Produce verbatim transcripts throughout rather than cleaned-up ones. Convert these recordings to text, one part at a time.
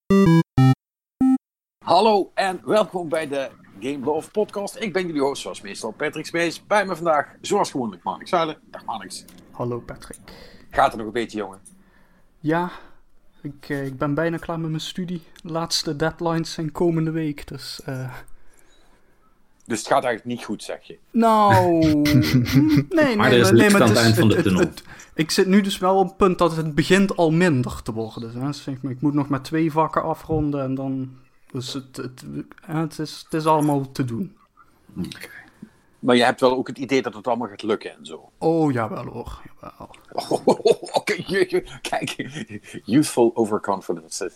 Hallo en welkom bij de Game Love Podcast. Ik ben jullie host, zoals meestal, Patrick Smees. Bij me vandaag, zoals gewoonlijk, Marnix Zuilen. Dag Marnix. Hallo Patrick. Gaat het nog een beetje, jongen? Ja, ik, uh, ik ben bijna klaar met mijn studie. Laatste deadlines zijn komende week, dus... Uh... Dus het gaat eigenlijk niet goed, zeg je? Nou... nee, nee, maar er is nee, licht maar aan het het is, eind van de het, tunnel. het, het, ik zit nu dus wel op het punt dat het begint al minder te worden. Hè? Dus zeg maar, ik moet nog maar twee vakken afronden en dan... Dus het, het, het, is, het is allemaal te doen. Okay. Maar je hebt wel ook het idee dat het allemaal gaat lukken en zo? Oh, jawel hoor. Jawel. Oh, oh, oh, Oké, okay. Kijk. Youthful overconfidence.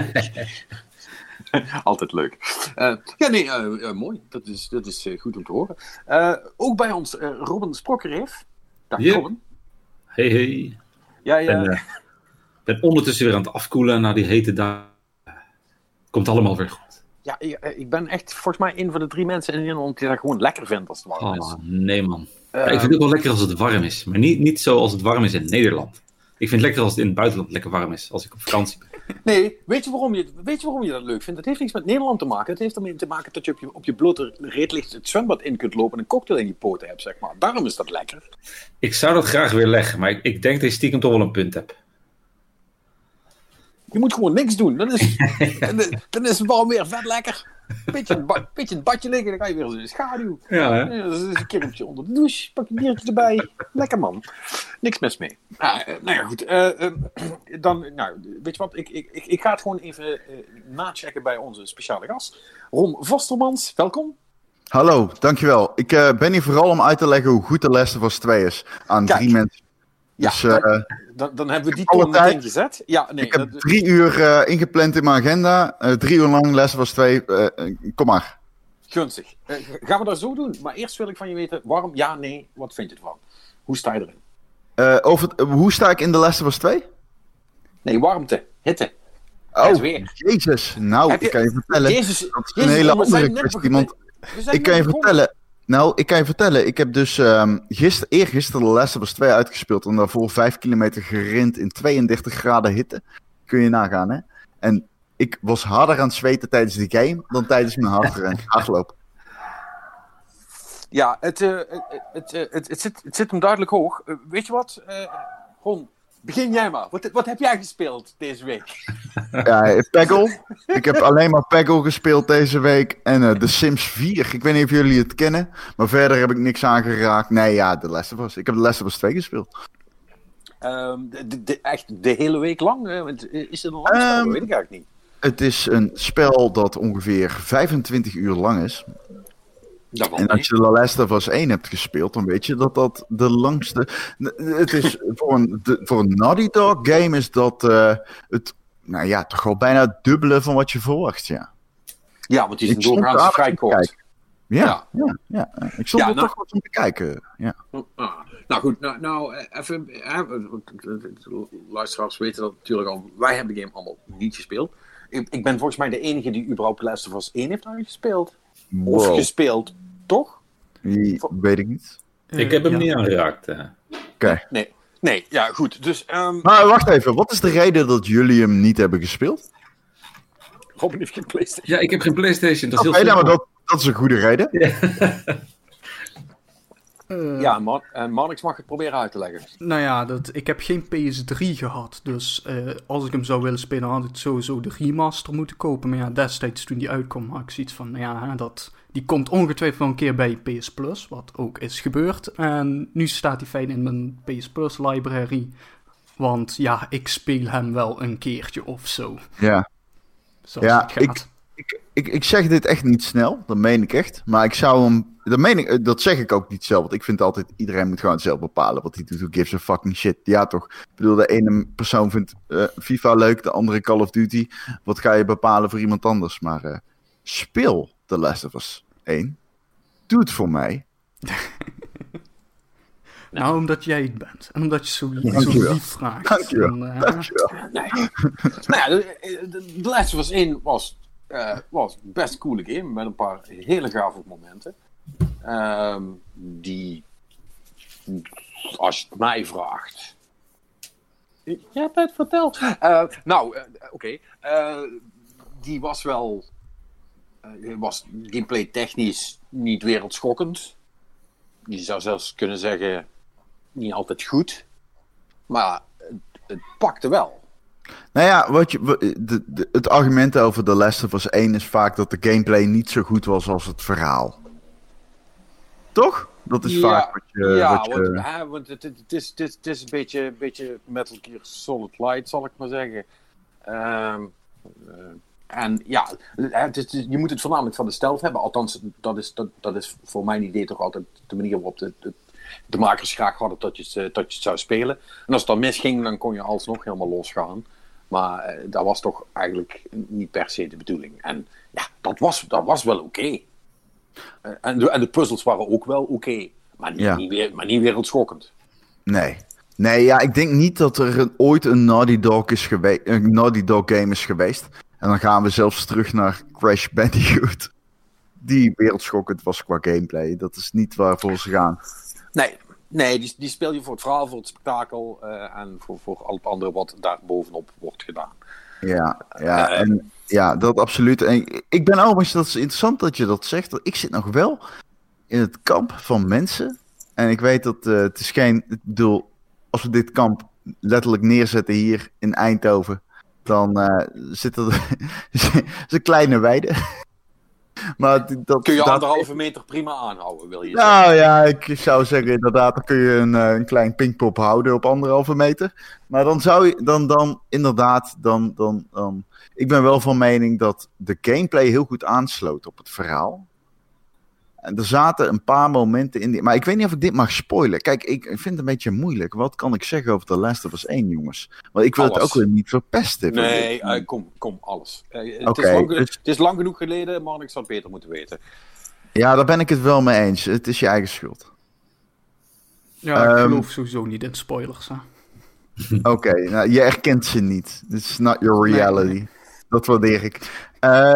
Altijd leuk. Uh, ja, nee, uh, uh, mooi. Dat is, dat is uh, goed om te horen. Uh, ook bij ons uh, Robin Sprokkerreef. Dag yeah. Robin. Hey, hey. Ja, ja. Ik ben, uh, ben ondertussen weer aan het afkoelen naar die hete dagen. Komt allemaal weer goed. Ja, ik ben echt volgens mij een van de drie mensen in Nederland die dat gewoon lekker vindt als het warm is. Oh, nee man. Uh, ja, ik vind het ook wel lekker als het warm is. Maar niet, niet zo als het warm is in Nederland. Ik vind het lekker als het in het buitenland lekker warm is. Als ik op vakantie ben. Nee, weet je waarom je, weet je, waarom je dat leuk vindt? Het heeft niks met Nederland te maken. Het heeft ermee te maken dat je op je, op je blote reet ligt het zwembad in kunt lopen en een cocktail in je poten hebt, zeg maar. Daarom is dat lekker. Ik zou dat graag weer leggen. Maar ik, ik denk dat je stiekem toch wel een punt hebt. Je moet gewoon niks doen. Dan is, dan, dan is het warm weer vet lekker. Beetje een ba- in het badje liggen, dan ga je weer in de schaduw. Ja, hè? Ja, dat is een keertje onder de douche, pak een biertje erbij. Lekker man. Niks mis mee. Ah, uh, nou ja, goed. Uh, uh, dan, nou, weet je wat, ik, ik, ik, ik ga het gewoon even uh, nachecken bij onze speciale gast. Ron Vostermans, welkom. Hallo, dankjewel. Ik uh, ben hier vooral om uit te leggen hoe goed de Last of Us twee is aan Kijk. drie mensen. Ja, Dus, uh, dan, dan hebben we die toon meteen gezet. Ja, nee, ik heb dat, drie uur uh, ingepland in mijn agenda. Uh, drie uur lang Last of Us twee. Uh, uh, kom maar. Gunstig. Uh, gaan we dat zo doen? Maar eerst wil ik van je weten, waarom, ja, nee, wat vind je ervan? Hoe sta je erin? Uh, over het, uh, hoe sta ik in de Last of Us twee? Nee, warmte, hitte. Oh, jezus. Nou, Heb je, ik kan je vertellen. Jezus, dat is Jezus, een hele we andere zijn net kwestie. begonnen. Want ik kan je vertellen... Nou, ik kan je vertellen, ik heb dus um, gister, eergisteren de Last of Us twee uitgespeeld en daarvoor vijf kilometer gerend in tweeëndertig graden hitte. Kun je nagaan, hè? En ik was harder aan het zweten tijdens de game dan tijdens mijn hardlopen. hardlopen. Ja, het, uh, het, uh, het, het, zit, het zit hem duidelijk hoog. Uh, weet je wat, uh, Ron, begin jij maar. Wat, wat heb jij gespeeld deze week? Ja, Peggle. Ik heb alleen maar Peggle gespeeld deze week. En uh, The Sims vier. Ik weet niet of jullie het kennen. Maar verder heb ik niks aangeraakt. Nee, ja, The Last of Us. Ik heb The Last of Us twee gespeeld. Um, de, de, echt de hele week lang? Uh, is het een lang spel? Um, dat weet ik eigenlijk niet. Het is een spel dat ongeveer vijfentwintig uur lang is. En als je The Last of Us één hebt gespeeld, dan weet je dat dat de langste... Het is voor een, de, voor een Naughty Dog game is dat uh, het, nou ja, toch wel bijna het dubbele van wat je verwacht, ja. Ja, want die is doorgaans vrij kort. Ja, ja, ja, ja. Ik stond ja, er nou, toch wat om te kijken, ja. Ah, nou goed, nou, nou even... Uh, luisteraars weten dat natuurlijk al. Wij hebben de game allemaal niet gespeeld. Ik, ik ben volgens mij de enige die überhaupt Last of Us één heeft gespeeld. Wow. Of gespeeld, toch? Die, weet ik niet. Uh, ik heb hem ja. niet aangeraakt. Uh. Oké. Okay. Nee, nee, ja goed. Dus, um... Maar wacht even, wat is de reden dat jullie hem niet hebben gespeeld? Robin heeft geen PlayStation. Ja, ik heb geen PlayStation. Dat is okay, heel nou, maar dat, dat is een goede reden. Ja, uh, ja Man- uh, Marnix mag het proberen uit te leggen. Nou ja, dat, ik heb geen P S drie gehad. Dus uh, als ik hem zou willen spelen, had ik sowieso de remaster moeten kopen. Maar ja, destijds toen die uitkwam, had ik zoiets van... Nou ja, dat, die komt ongetwijfeld wel een keer bij P S Plus, wat ook is gebeurd. En nu staat hij fijn in mijn P S Plus library. Want ja, ik speel hem wel een keertje of zo. Ja. Zoals ja, het gaat. Ik, ik, ik, ik zeg dit echt niet snel, dat meen ik echt. Maar ik zou hem... Dat, meen ik, dat zeg ik ook niet zelf, want ik vind altijd... Iedereen moet gewoon zelf bepalen wat hij doet. Who gives a fucking shit? Ja toch? Ik bedoel, de ene persoon vindt uh, FIFA leuk, de andere Call of Duty. Wat ga je bepalen voor iemand anders? Maar uh, speel The Last of Us één. Doe het voor mij. Nou, omdat jij het bent. En omdat je zo, ja, zo lief vraagt. Dankjewel. En, uh, Dankjewel. Nee. Nou ja, de, de, de Last of Us één was, uh, was best een coole game. Met een paar hele gave momenten. Um, die, als je het mij vraagt... Je hebt het verteld. Uh, nou, uh, oké. Okay. Uh, die was wel... Uh, was gameplay technisch niet wereldschokkend. Je zou zelfs kunnen zeggen... niet altijd goed. Maar het, het pakte wel. Nou ja, wat je, de, de, het argument over The Last of Us één is vaak dat de gameplay niet zo goed was als het verhaal. Toch? Dat is ja, vaak wat je... Ja, wat je... want, hè, want het, het, het, is, het, is, het is een beetje, beetje Metal Gear Solid Light, zal ik maar zeggen. Um, uh, en ja, het is, je moet het voornamelijk van de stealth hebben. Althans, dat is, dat, dat is voor mijn idee toch altijd de manier waarop de, de, de makers graag hadden dat je, het, dat je het zou spelen. En als het dan misging, dan kon je alsnog helemaal losgaan. Maar uh, dat was toch eigenlijk niet per se de bedoeling. En ja, dat was, dat was wel oké. Okay. Uh, en, de, en de puzzels waren ook wel oké. Okay, maar, niet, ja. niet, maar niet wereldschokkend. Nee. Nee, ja, ik denk niet dat er een, ooit een Naughty Dog, is gewe- een Naughty Dog game is geweest. En dan gaan we zelfs terug naar Crash Bandicoot. Die wereldschokkend was qua gameplay. Dat is niet waarvoor ze gaan. Nee, nee die, die speel je voor het verhaal, voor het spektakel. Uh, en voor, voor al het andere wat daar bovenop wordt gedaan. Ja, ja, uh, en, ja dat absoluut. En ik ben overigens, dat is interessant dat je dat zegt. Ik zit nog wel in het kamp van mensen. En ik weet dat uh, het is geen... Ik bedoel, als we dit kamp letterlijk neerzetten hier in Eindhoven... dan uh, zit er... is een kleine weide. Maar dat, kun je dat, anderhalve meter prima aanhouden, wil je nou zeggen? Ja, ik zou zeggen inderdaad, dan kun je een, een klein pinkpop houden op anderhalve meter. Maar dan zou je, dan, dan inderdaad, dan, dan, dan... Ik ben wel van mening dat de gameplay heel goed aansloot op het verhaal. En er zaten een paar momenten in die... Maar ik weet niet of ik dit mag spoilen. Kijk, ik vind het een beetje moeilijk. Wat kan ik zeggen over The Last of Us één, jongens? Want ik wil alles. Het ook weer niet verpesten. Nee, uh, kom, kom, alles. Uh, het, okay, is lang, dus... het is lang genoeg geleden, maar ik zou het beter moeten weten. Ja, daar ben ik het wel mee eens. Het is je eigen schuld. Ja, ik um, geloof sowieso niet in spoilers. Oké, okay, nou, je erkent ze niet. It's not your reality. Nee, nee. Dat waardeer ik. Uh,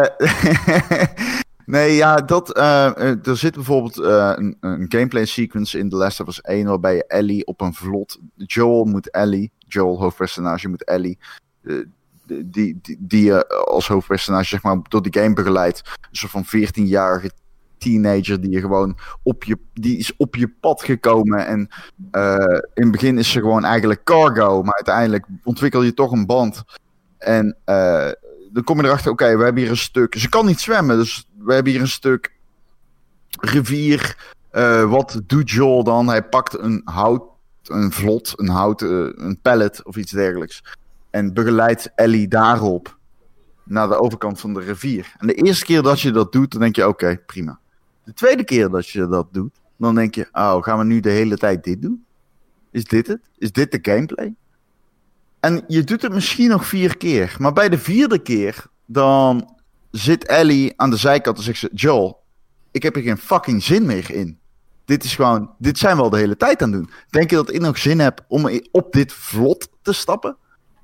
Nee, ja, dat, uh, er zit bijvoorbeeld uh, een, een gameplay sequence in The Last of Us één... waarbij je Ellie op een vlot... Joel moet Ellie, Joel hoofdpersonage moet Ellie... Uh, die, die, die je uh, als hoofdpersonage zeg maar door die game begeleidt. Een soort van veertienjarige teenager die je gewoon op je... Die is op je pad gekomen en uh, in het begin is ze gewoon eigenlijk cargo... maar uiteindelijk ontwikkel je toch een band. En... Uh, dan kom je erachter, oké, okay, we hebben hier een stuk... Ze kan niet zwemmen, dus we hebben hier een stuk rivier. Uh, wat doet Joel dan? Hij pakt een hout, een vlot, een hout, uh, een pallet of iets dergelijks. En begeleidt Ellie daarop naar de overkant van de rivier. En de eerste keer dat je dat doet, dan denk je, oké, okay, prima. De tweede keer dat je dat doet, dan denk je, oh, gaan we nu de hele tijd dit doen? Is dit het? Is dit de gameplay? En je doet het misschien nog vier keer. Maar bij de vierde keer, dan zit Ellie aan de zijkant en zegt ze... Joel, ik heb er geen fucking zin meer in. Dit is gewoon... Dit zijn we al de hele tijd aan het doen. Denk je dat ik nog zin heb om op dit vlot te stappen?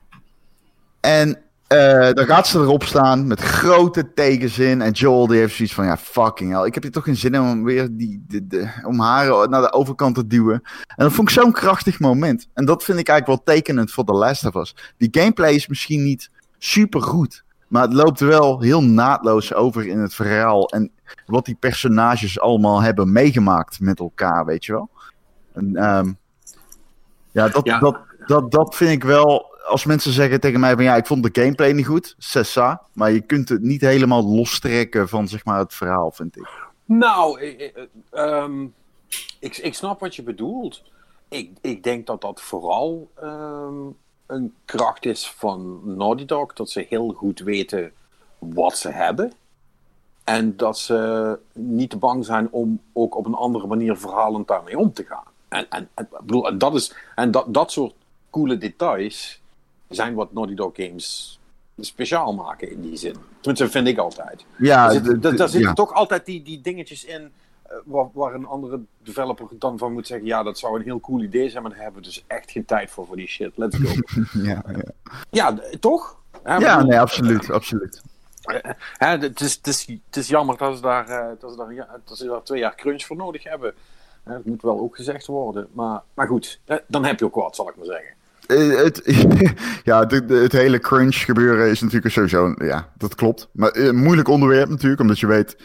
En uh, dan gaat ze erop staan met grote tegenzin. En Joel die heeft zoiets van... Ja, fucking hell. Ik heb hier toch geen zin in om weer die, de, de, om haar naar de overkant te duwen. En dat vond ik zo'n krachtig moment. En dat vind ik eigenlijk wel tekenend voor The Last of Us. Die gameplay is misschien niet super goed. Maar het loopt wel heel naadloos over in het verhaal. En wat die personages allemaal hebben meegemaakt met elkaar, weet je wel. En, um, ja, dat, ja. Dat, dat, dat vind ik wel... Als mensen zeggen tegen mij van ja, ik vond de gameplay niet goed, sessa, maar je kunt het niet helemaal lostrekken van zeg maar het verhaal, vind ik. Nou, ik, um, ik, ik snap wat je bedoelt. Ik, ik denk dat dat vooral um, een kracht is van Naughty Dog, dat ze heel goed weten wat ze hebben. En dat ze niet te bang zijn om ook op een andere manier verhalend daarmee om te gaan. En, en, en, bedoel, en, dat, is, en dat, dat soort coole details zijn wat Naughty Dog games speciaal maken in die zin. Tenminste, vind ik altijd. Ja, er zitten, de, de, daar zitten ja. toch altijd die, die dingetjes in uh, waar, waar een andere developer dan van moet zeggen, ja, dat zou een heel cool idee zijn, maar daar hebben we dus echt geen tijd voor, voor die shit. Let's go. ja, ja. ja, toch? Ja, ja nee, absoluut, uh, absoluut. Uh, uh, het, is, het, is, het is jammer dat ze daar, uh, dat ze daar, ja, dat ze daar twee jaar crunch voor nodig hebben. Uh, dat moet wel ook gezegd worden. Maar, maar goed, uh, dan heb je ook wat, zal ik maar zeggen. Uh, het, ja, de, de, het hele crunch gebeuren is natuurlijk sowieso... Ja, dat klopt. Maar uh, moeilijk onderwerp natuurlijk, omdat je weet...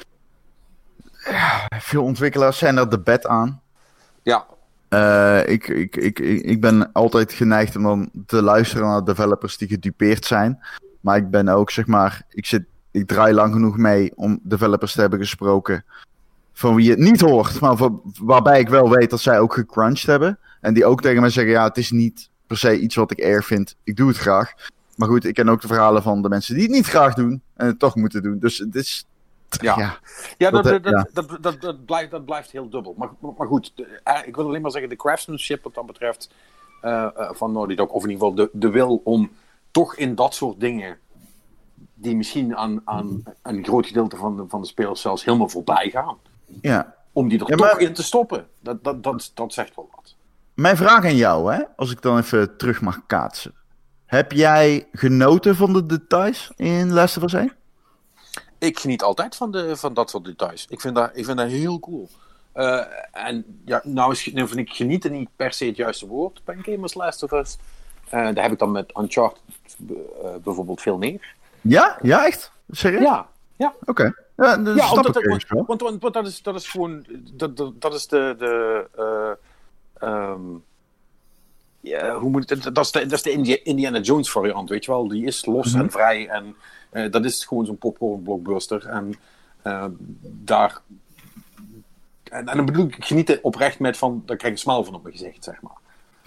Uh, veel ontwikkelaars zijn er de bed aan. Ja. Uh, ik, ik, ik, ik ben altijd geneigd om dan te luisteren naar developers die gedupeerd zijn. Maar ik ben ook, zeg maar... Ik, zit, ik draai lang genoeg mee om developers te hebben gesproken... van wie je het niet hoort, maar voor, waarbij ik wel weet dat zij ook gecrunched hebben. En die ook tegen mij zeggen, ja, het is niet per se iets wat ik erg vind. Ik doe het graag. Maar goed, ik ken ook de verhalen van de mensen die het niet graag doen en het toch moeten doen. Dus het is... Ja, ja, ja, dat, dat, dat, ja. dat, dat, dat, dat, blijft, dat blijft heel dubbel. Maar, maar goed, de, uh, ik wil alleen maar zeggen, de craftsmanship wat dat betreft uh, uh, van Naughty Dog, of in ieder geval de, de wil om toch in dat soort dingen, die misschien aan, aan een groot gedeelte van de, van de spelers zelfs helemaal voorbij gaan. Ja. Om die er ja, toch maar... in te stoppen. Dat, dat, dat, dat zegt wel wat. Mijn vraag aan jou, hè, als ik dan even terug mag kaatsen. Heb jij genoten van de details in Last of Us één? Ik geniet altijd van, de, van dat soort details. Ik vind dat, ik vind dat heel cool. Uh, en ja, nou, is, nou vind ik genieten niet per se het juiste woord bij een game als Last of Us. Uh, daar heb ik dan met Uncharted uh, bijvoorbeeld veel meer. Ja? Ja, echt? Serieus? Ja. Ja. Oké. Okay. Ja, dat ja, snap omdat, ik want, wel. want, want, want dat, is, dat is gewoon... Dat, dat, dat is de... de uh, um, ja, hoe moet het... Dat is de, dat is de Indiana Jones variant, weet je wel. Die is los mm-hmm. en vrij en uh, dat is gewoon zo'n popcorn blockbuster. En uh, daar... En, en dan bedoel ik genieten oprecht met van... Daar krijg ik een smile van op mijn gezicht, zeg maar.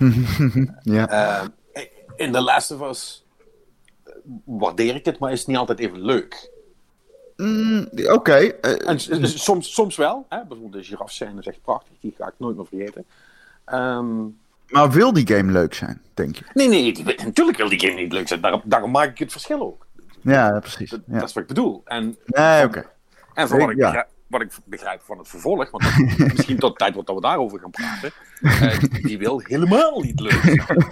ja. Uh, in The Last of Us waardeer ik het, maar is het niet altijd even leuk. Mm, Oké. Okay. Uh, en s- soms, soms wel. Hè? Bijvoorbeeld de girafscène is echt prachtig. Die ga ik nooit meer vergeten. Um, maar wil die game leuk zijn, denk je? Nee, nee. Die, natuurlijk wil die game niet leuk zijn. Daarom, daarom maak ik het verschil ook. Ja, precies. Dat, ja. dat is wat ik bedoel. En, nee, oké. Okay. En voor wat ik, ja. begrijp, wat ik begrijp van het vervolg, want misschien tot de tijd wordt dat we daarover gaan praten, uh, die, die wil helemaal niet leuk zijn.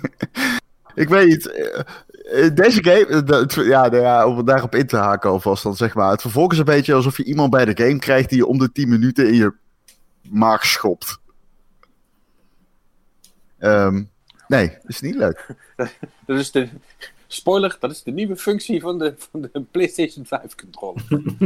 Ik weet niet. Deze game, dat, ja, ja, om daarop in te haken alvast dan zeg maar. Het vervolg is een beetje alsof je iemand bij de game krijgt die je om de tien minuten in je maag schopt. Um, nee, dat is niet leuk. Dat is de, spoiler, dat is de nieuwe functie van de, van de PlayStation vijf controller.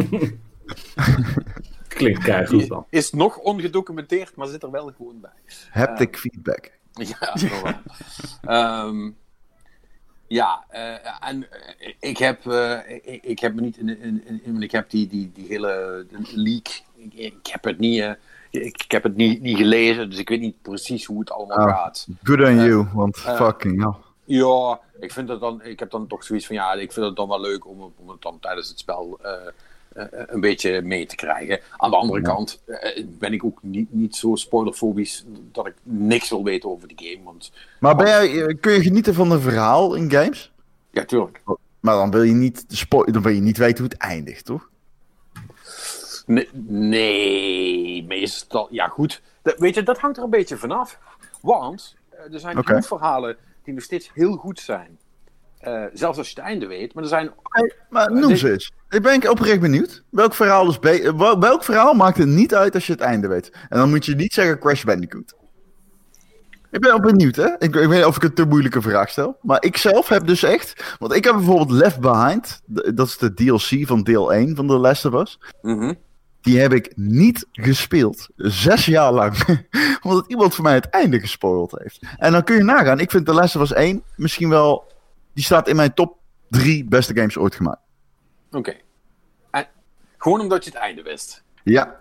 Klinkt keihard dan. Is nog ongedocumenteerd, maar zit er wel gewoon bij. Haptic uh, feedback. Ja, wel. um, ja, uh, en uh, ik heb, uh, ik, ik heb me niet, in, in, in, ik heb die, die, die hele leak, ik, ik heb het niet, uh, ik, ik heb het niet, niet gelezen, dus ik weet niet precies hoe het allemaal oh, gaat. Good on uh, you, want uh, fucking hell. Ja, ik vind het dan, ik heb dan toch zoiets van, ja, ik vind het dan wel leuk om, om het dan tijdens het spel uh, uh, een beetje mee te krijgen. Aan de andere ja. kant uh, ben ik ook niet, niet zo spoilerfobisch dat ik niks wil weten over de game. Want, maar ben want, jij, kun je genieten van een verhaal in games? Ja, tuurlijk. Maar dan wil je niet, spo- dan wil je niet weten hoe het eindigt, toch? Nee, nee meestal, ja goed. Dat, weet je, dat hangt er een beetje vanaf. Want uh, er zijn okay. genoeg verhalen die nog steeds heel goed zijn. Uh, zelfs als je het einde weet. Maar er zijn... Hey, maar noem uh, ze eens. Ik ben oprecht benieuwd. Welk verhaal, is be- welk verhaal maakt het niet uit als je het einde weet? En dan moet je niet zeggen Crash Bandicoot. Ik ben ook benieuwd, hè? Ik, ik weet niet of ik een te moeilijke vraag stel. Maar ik zelf heb dus echt... Want ik heb bijvoorbeeld Left Behind. Dat is de D L C van deel één van The Last of Us. Mm-hmm. Die heb ik niet gespeeld. Zes jaar lang. Omdat iemand voor mij het einde gespoild heeft. En dan kun je nagaan. Ik vind The Last of Us één misschien wel... Die staat in mijn top drie beste games ooit gemaakt. Oké. Okay. En gewoon omdat je het einde wist? Ja.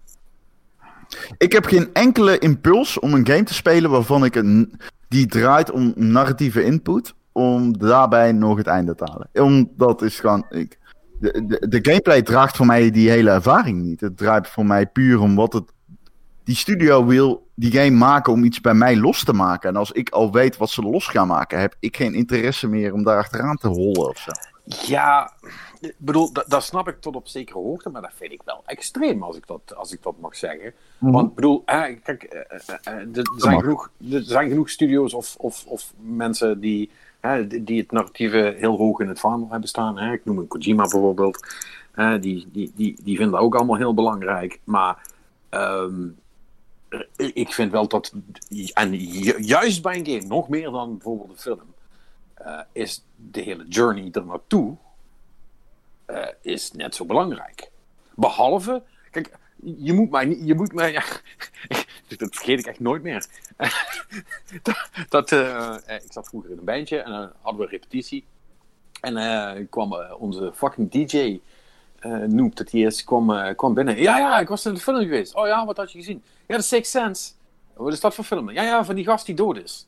Ik heb geen enkele impuls om een game te spelen waarvan ik een... Die draait om narratieve input. Om daarbij nog het einde te halen. Omdat is gewoon... Ik, de, de, de gameplay draagt voor mij die hele ervaring niet. Het draait voor mij puur om wat het... Die studio wil die game maken om iets bij mij los te maken. En als ik al weet wat ze los gaan maken, heb ik geen interesse meer om daar achteraan te hollen of zo. Ja, ik bedoel, dat, dat snap ik tot op zekere hoogte, maar dat vind ik wel extreem als ik dat, als ik dat mag zeggen. Mm-hmm. Want ik bedoel, eh, kijk, eh, eh, er, zijn genoeg, er zijn genoeg studio's of, of, of mensen die, eh, die het narratieve heel hoog in het vaandel hebben staan. Hè. Ik noem een Kojima bijvoorbeeld. Eh, die, die, die, die vinden dat ook allemaal heel belangrijk. Maar... Um, ik vind wel dat, en ju- juist bij een game, nog meer dan bijvoorbeeld een film, uh, is de hele journey er naartoe uh, is net zo belangrijk. Behalve, kijk, je moet mij niet, je moet mij, ja, dat vergeet ik echt nooit meer. dat, dat uh, ik zat vroeger in een bandje en dan uh, hadden we een repetitie. En uh, kwam uh, onze fucking D J, uh, Noop, dat hij is, kwam, uh, kwam binnen. Ja, ja, ik was in de film geweest. Oh ja, wat had je gezien? Ja, The Sixth Sense. Wat is dat voor film? Ja, ja, van die gast die dood is.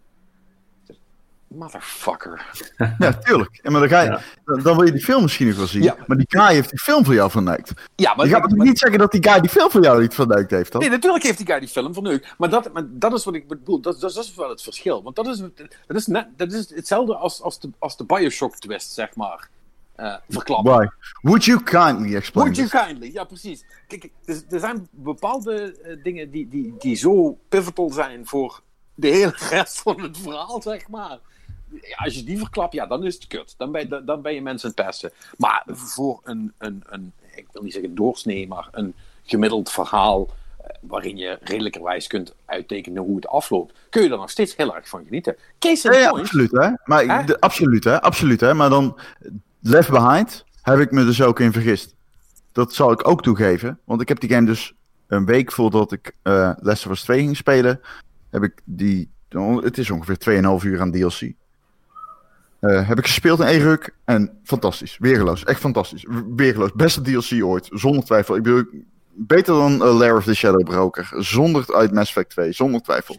Motherfucker. Ja, tuurlijk. Ja, maar dan, ga je, ja. dan, dan wil je die film misschien nog wel zien. Ja. Maar die guy heeft die film voor jou verneukt. Ja, maar je gaat maar, maar niet zeggen dat die guy die film voor jou niet verneukt heeft, dan? Nee, natuurlijk heeft die guy die film verneukt. Maar dat, maar dat is wat ik bedoel. Dat, dat, dat is wel het verschil. Want dat is, dat is, net, dat is hetzelfde als, als, de, als de Bioshock twist, zeg maar. Uh, verklappen. Why? Would you kindly explain Would you kindly, ja precies. Kijk, er, er zijn bepaalde uh, dingen die, die, die zo pivotal zijn voor de hele rest van het verhaal, zeg maar. Ja, als je die verklapt, ja, dan is het kut. Dan ben je, dan ben je mensen aan het pesten. Maar voor een, een, een, ik wil niet zeggen doorsnee, maar een gemiddeld verhaal uh, waarin je redelijkerwijs kunt uittekenen hoe het afloopt, kun je er nog steeds heel erg van genieten. Case in ja, point. Ja, absoluut, hè. Maar, hè? De, absoluut, hè. Absoluut, hè. Maar dan Left Behind heb ik me dus ook in vergist. Dat zal ik ook toegeven. Want ik heb die game dus een week voordat ik uh, Last of Us twee ging spelen, heb ik die, het is ongeveer twee komma vijf uur aan D L C. Uh, heb ik gespeeld in één ruk en fantastisch. Weergeloos. Echt fantastisch. Weergeloos. Beste D L C ooit. Zonder twijfel. Ik bedoel, beter dan uh, Lair of the Shadowbroker. Zonder uit Mass Effect twee. Zonder twijfel.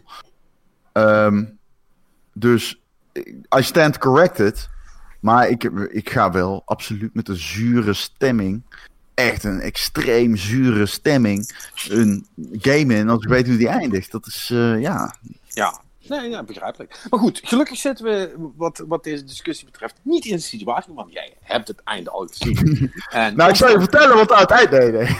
Um, dus, I stand corrected. Maar ik, ik ga wel absoluut met een zure stemming. Echt een extreem zure stemming. Een game in als ik weet hoe die eindigt. Dat is, uh, ja... Ja. Nee, ja, begrijpelijk. Maar goed, gelukkig zitten we, wat, wat deze discussie betreft, niet in de situatie, want jij hebt het einde al gezien. En nou, ik zal je vertellen wat aan het eind deed.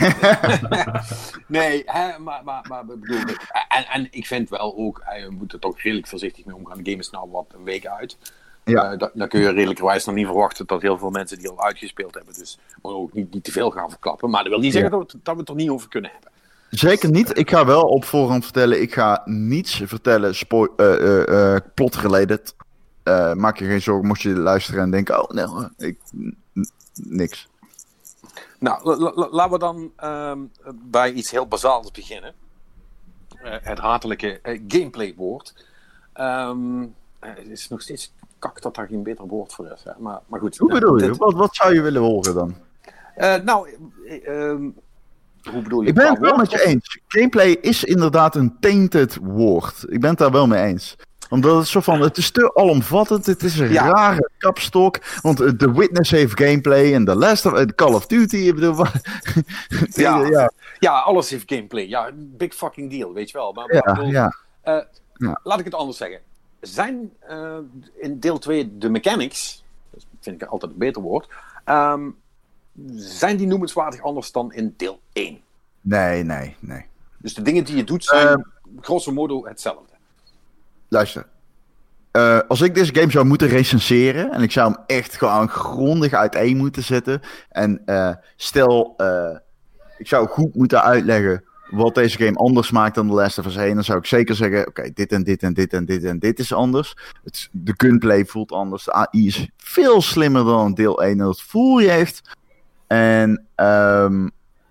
nee, hè, maar, maar, maar bedoel, en, en ik vind wel ook, we moeten er toch redelijk voorzichtig mee omgaan. De game is nou wat een week uit. Ja. Uh, da, dan kun je redelijkerwijs nog niet verwachten dat heel veel mensen die al uitgespeeld hebben. Dus we ook niet, niet te veel gaan verklappen. Maar dat wil niet zeggen ja. dat, we, dat we het er niet over kunnen hebben. Zeker niet. Ik ga wel op voorhand vertellen. Ik ga niets vertellen spo- uh, uh, uh, plot-related. Uh, maak je geen zorgen, mocht je luisteren en denken... Oh, nee, ik, n- niks. Nou, l- l- laten we dan um, bij iets heel bazaals beginnen. Uh, het hatelijke uh, gameplay-woord. Um, uh, het is nog steeds kak dat daar geen beter woord voor is. Hè? Maar, maar goed. Hoe bedoel uh, je? dit... Wat, wat zou je willen horen dan? Uh, nou... Uh, um, Hoe bedoel je? Ik ben het wel met je eens. Gameplay is inderdaad een tainted woord. Ik ben het daar wel mee eens. Omdat het zo van, het is te alomvattend. Het is een ja. rare kapstok. Want uh, The Witness heeft gameplay. En The Last of uh, Call of Duty. Ik bedoel, ja. ja. ja, alles heeft gameplay. Ja, big fucking deal, weet je wel. Maar, ja, maar bedoel, ja. Uh, ja. Laat ik het anders zeggen. Zijn uh, in deel twee de mechanics, dat vind ik altijd een beter woord, um, zijn die noemenswaardig anders dan in deel één? Nee, nee, nee. Dus de dingen die je doet zijn uh, grosso modo hetzelfde. Luister. Uh, als ik deze game zou moeten recenseren en ik zou hem echt gewoon grondig uiteen moeten zetten en uh, stel, uh, ik zou goed moeten uitleggen wat deze game anders maakt dan The Last of Us één, dan zou ik zeker zeggen, oké, okay, dit en dit en dit en dit en dit is anders. Het, de gunplay voelt anders, de A I is veel slimmer dan deel één en dat voel je echt. En um,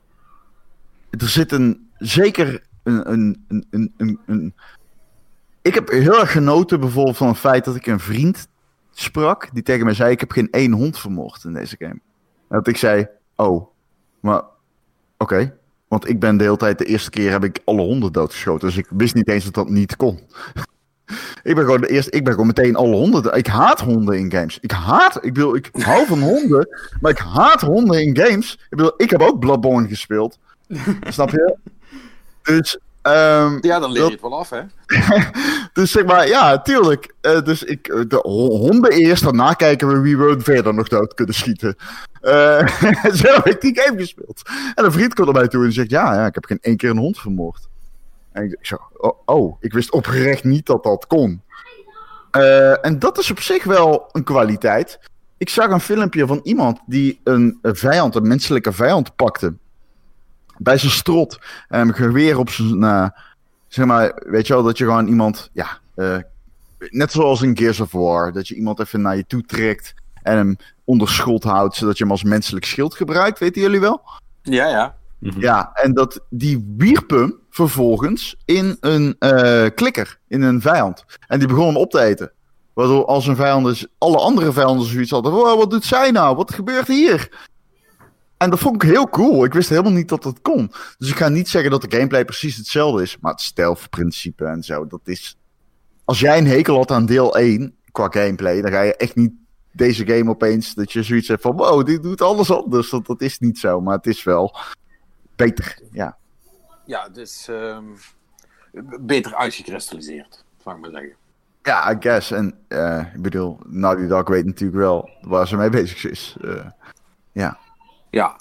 er zit een, zeker een, een, een, een, een, een... Ik heb heel erg genoten bijvoorbeeld van het feit dat ik een vriend sprak, die tegen mij zei, ik heb geen één hond vermoord in deze game. En dat ik zei, oh, maar oké. Okay. Want ik ben de hele tijd, de eerste keer heb ik alle honden doodgeschoten. Dus ik wist niet eens dat dat niet kon. ik ben gewoon de eerste, ik ben gewoon meteen alle honden. Ik haat honden in games. Ik haat, ik bedoel, ik hou van honden, maar ik haat honden in games. Ik bedoel, ik heb ook Bloodborne gespeeld. Snap je? Dus, um, ja, dan leer je het wel af, hè? dus zeg maar, ja, tuurlijk. Uh, dus ik, de honden eerst, daarna kijken we wie we verder nog dood kunnen schieten. Uh, zo heb ik die game gespeeld. En een vriend kwam naar mij toe en zegt, ja, ja, ik heb geen één keer een hond vermoord. En ik zo, oh, oh, ik wist oprecht niet dat dat kon. Uh, en dat is op zich wel een kwaliteit. Ik zag een filmpje van iemand die een, een vijand, een menselijke vijand pakte. Bij zijn strot. En een geweer op zijn, uh, zeg maar, weet je wel, dat je gewoon iemand, ja, uh, net zoals in Gears of War, dat je iemand even naar je toe trekt en hem onder schot houdt, zodat je hem als menselijk schild gebruikt, weten jullie wel? Ja, ja. Mm-hmm. Ja, en dat die wierp hem vervolgens in een uh, klikker, in een vijand. En die begon hem op te eten. Waardoor als een vijand, alle andere vijanden zoiets hadden, wow, wat doet zij nou? Wat gebeurt hier? En dat vond ik heel cool. Ik wist helemaal niet dat dat kon. Dus ik ga niet zeggen dat de gameplay precies hetzelfde is. Maar het stealth-principe en zo, dat is... Als jij een hekel had aan deel één, qua gameplay, dan ga je echt niet deze game opeens, dat je zoiets hebt van, wow, dit doet alles anders. Dat, dat is niet zo, maar het is wel beter, ja. Ja, het is um, beter uitgekristalliseerd, zou ik maar zeggen. Ja, I guess. En uh, ik bedoel, Naughty Dog weet natuurlijk wel waar ze mee bezig is. Uh, ja. Ja.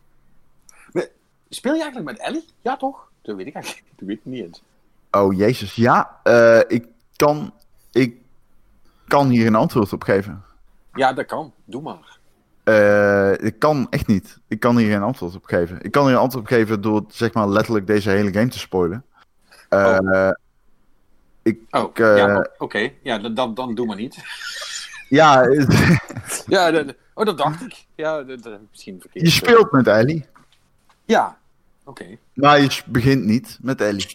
Maar, speel je eigenlijk met Ellie? Ja, toch? Dat weet ik eigenlijk dat weet ik niet eens. Oh, jezus. Ja, uh, ik kan... Ik kan hier een antwoord op geven. Ja, dat kan. Doe maar. Uh, ik kan echt niet. Ik kan hier geen antwoord op geven. Ik kan hier een antwoord op geven door, zeg maar, letterlijk deze hele game te spoilen. Uh, oh. Ik, oh, uh, ja, oké. Okay. Ja, dan, dan doe maar niet. Ja. ja, de, de, oh, dat dacht ik. Ja, de, de, misschien verkeerd. Je speelt met Ellie. Ja, oké. Okay. Maar je begint niet met Ellie.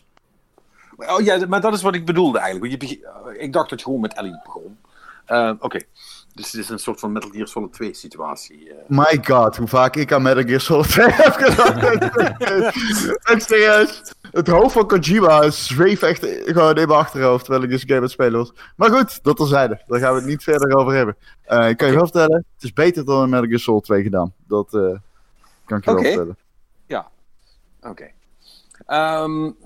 Oh ja, maar dat is wat ik bedoelde eigenlijk. Je begin, ik dacht dat je gewoon met Ellie begon. Uh, oké. Okay. Dus het is een soort van Metal Gear Solid twee situatie. Uh. My god, hoe vaak ik aan Metal Gear Solid twee heb gedacht. Echt serieus. Het hoofd van Kojima zweeft echt gewoon in mijn achterhoofd terwijl ik deze game aan het spelen was. Maar goed, dat terzijde. Daar gaan we het niet verder over hebben. Uh, ik kan je wel vertellen, het is beter dan in Metal Gear Solid twee gedaan. Dat uh, kan ik je okay. wel vertellen. Ja, oké. Okay. Um,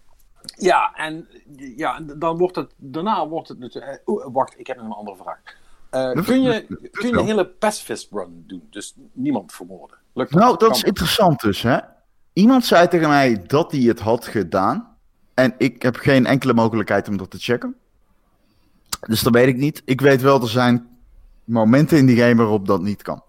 ja, en ja, dan wordt het, daarna wordt het natuurlijk... Uh, wacht, ik heb nog een andere vraag. Uh, kun je, kun je een hele pacifist run doen? Dus niemand vermoorden? Lukt nou, dat, dat is interessant dus, hè? Iemand zei tegen mij dat hij het had gedaan. En ik heb geen enkele mogelijkheid om dat te checken. Dus dat weet ik niet. Ik weet wel, er zijn momenten in die game waarop dat niet kan.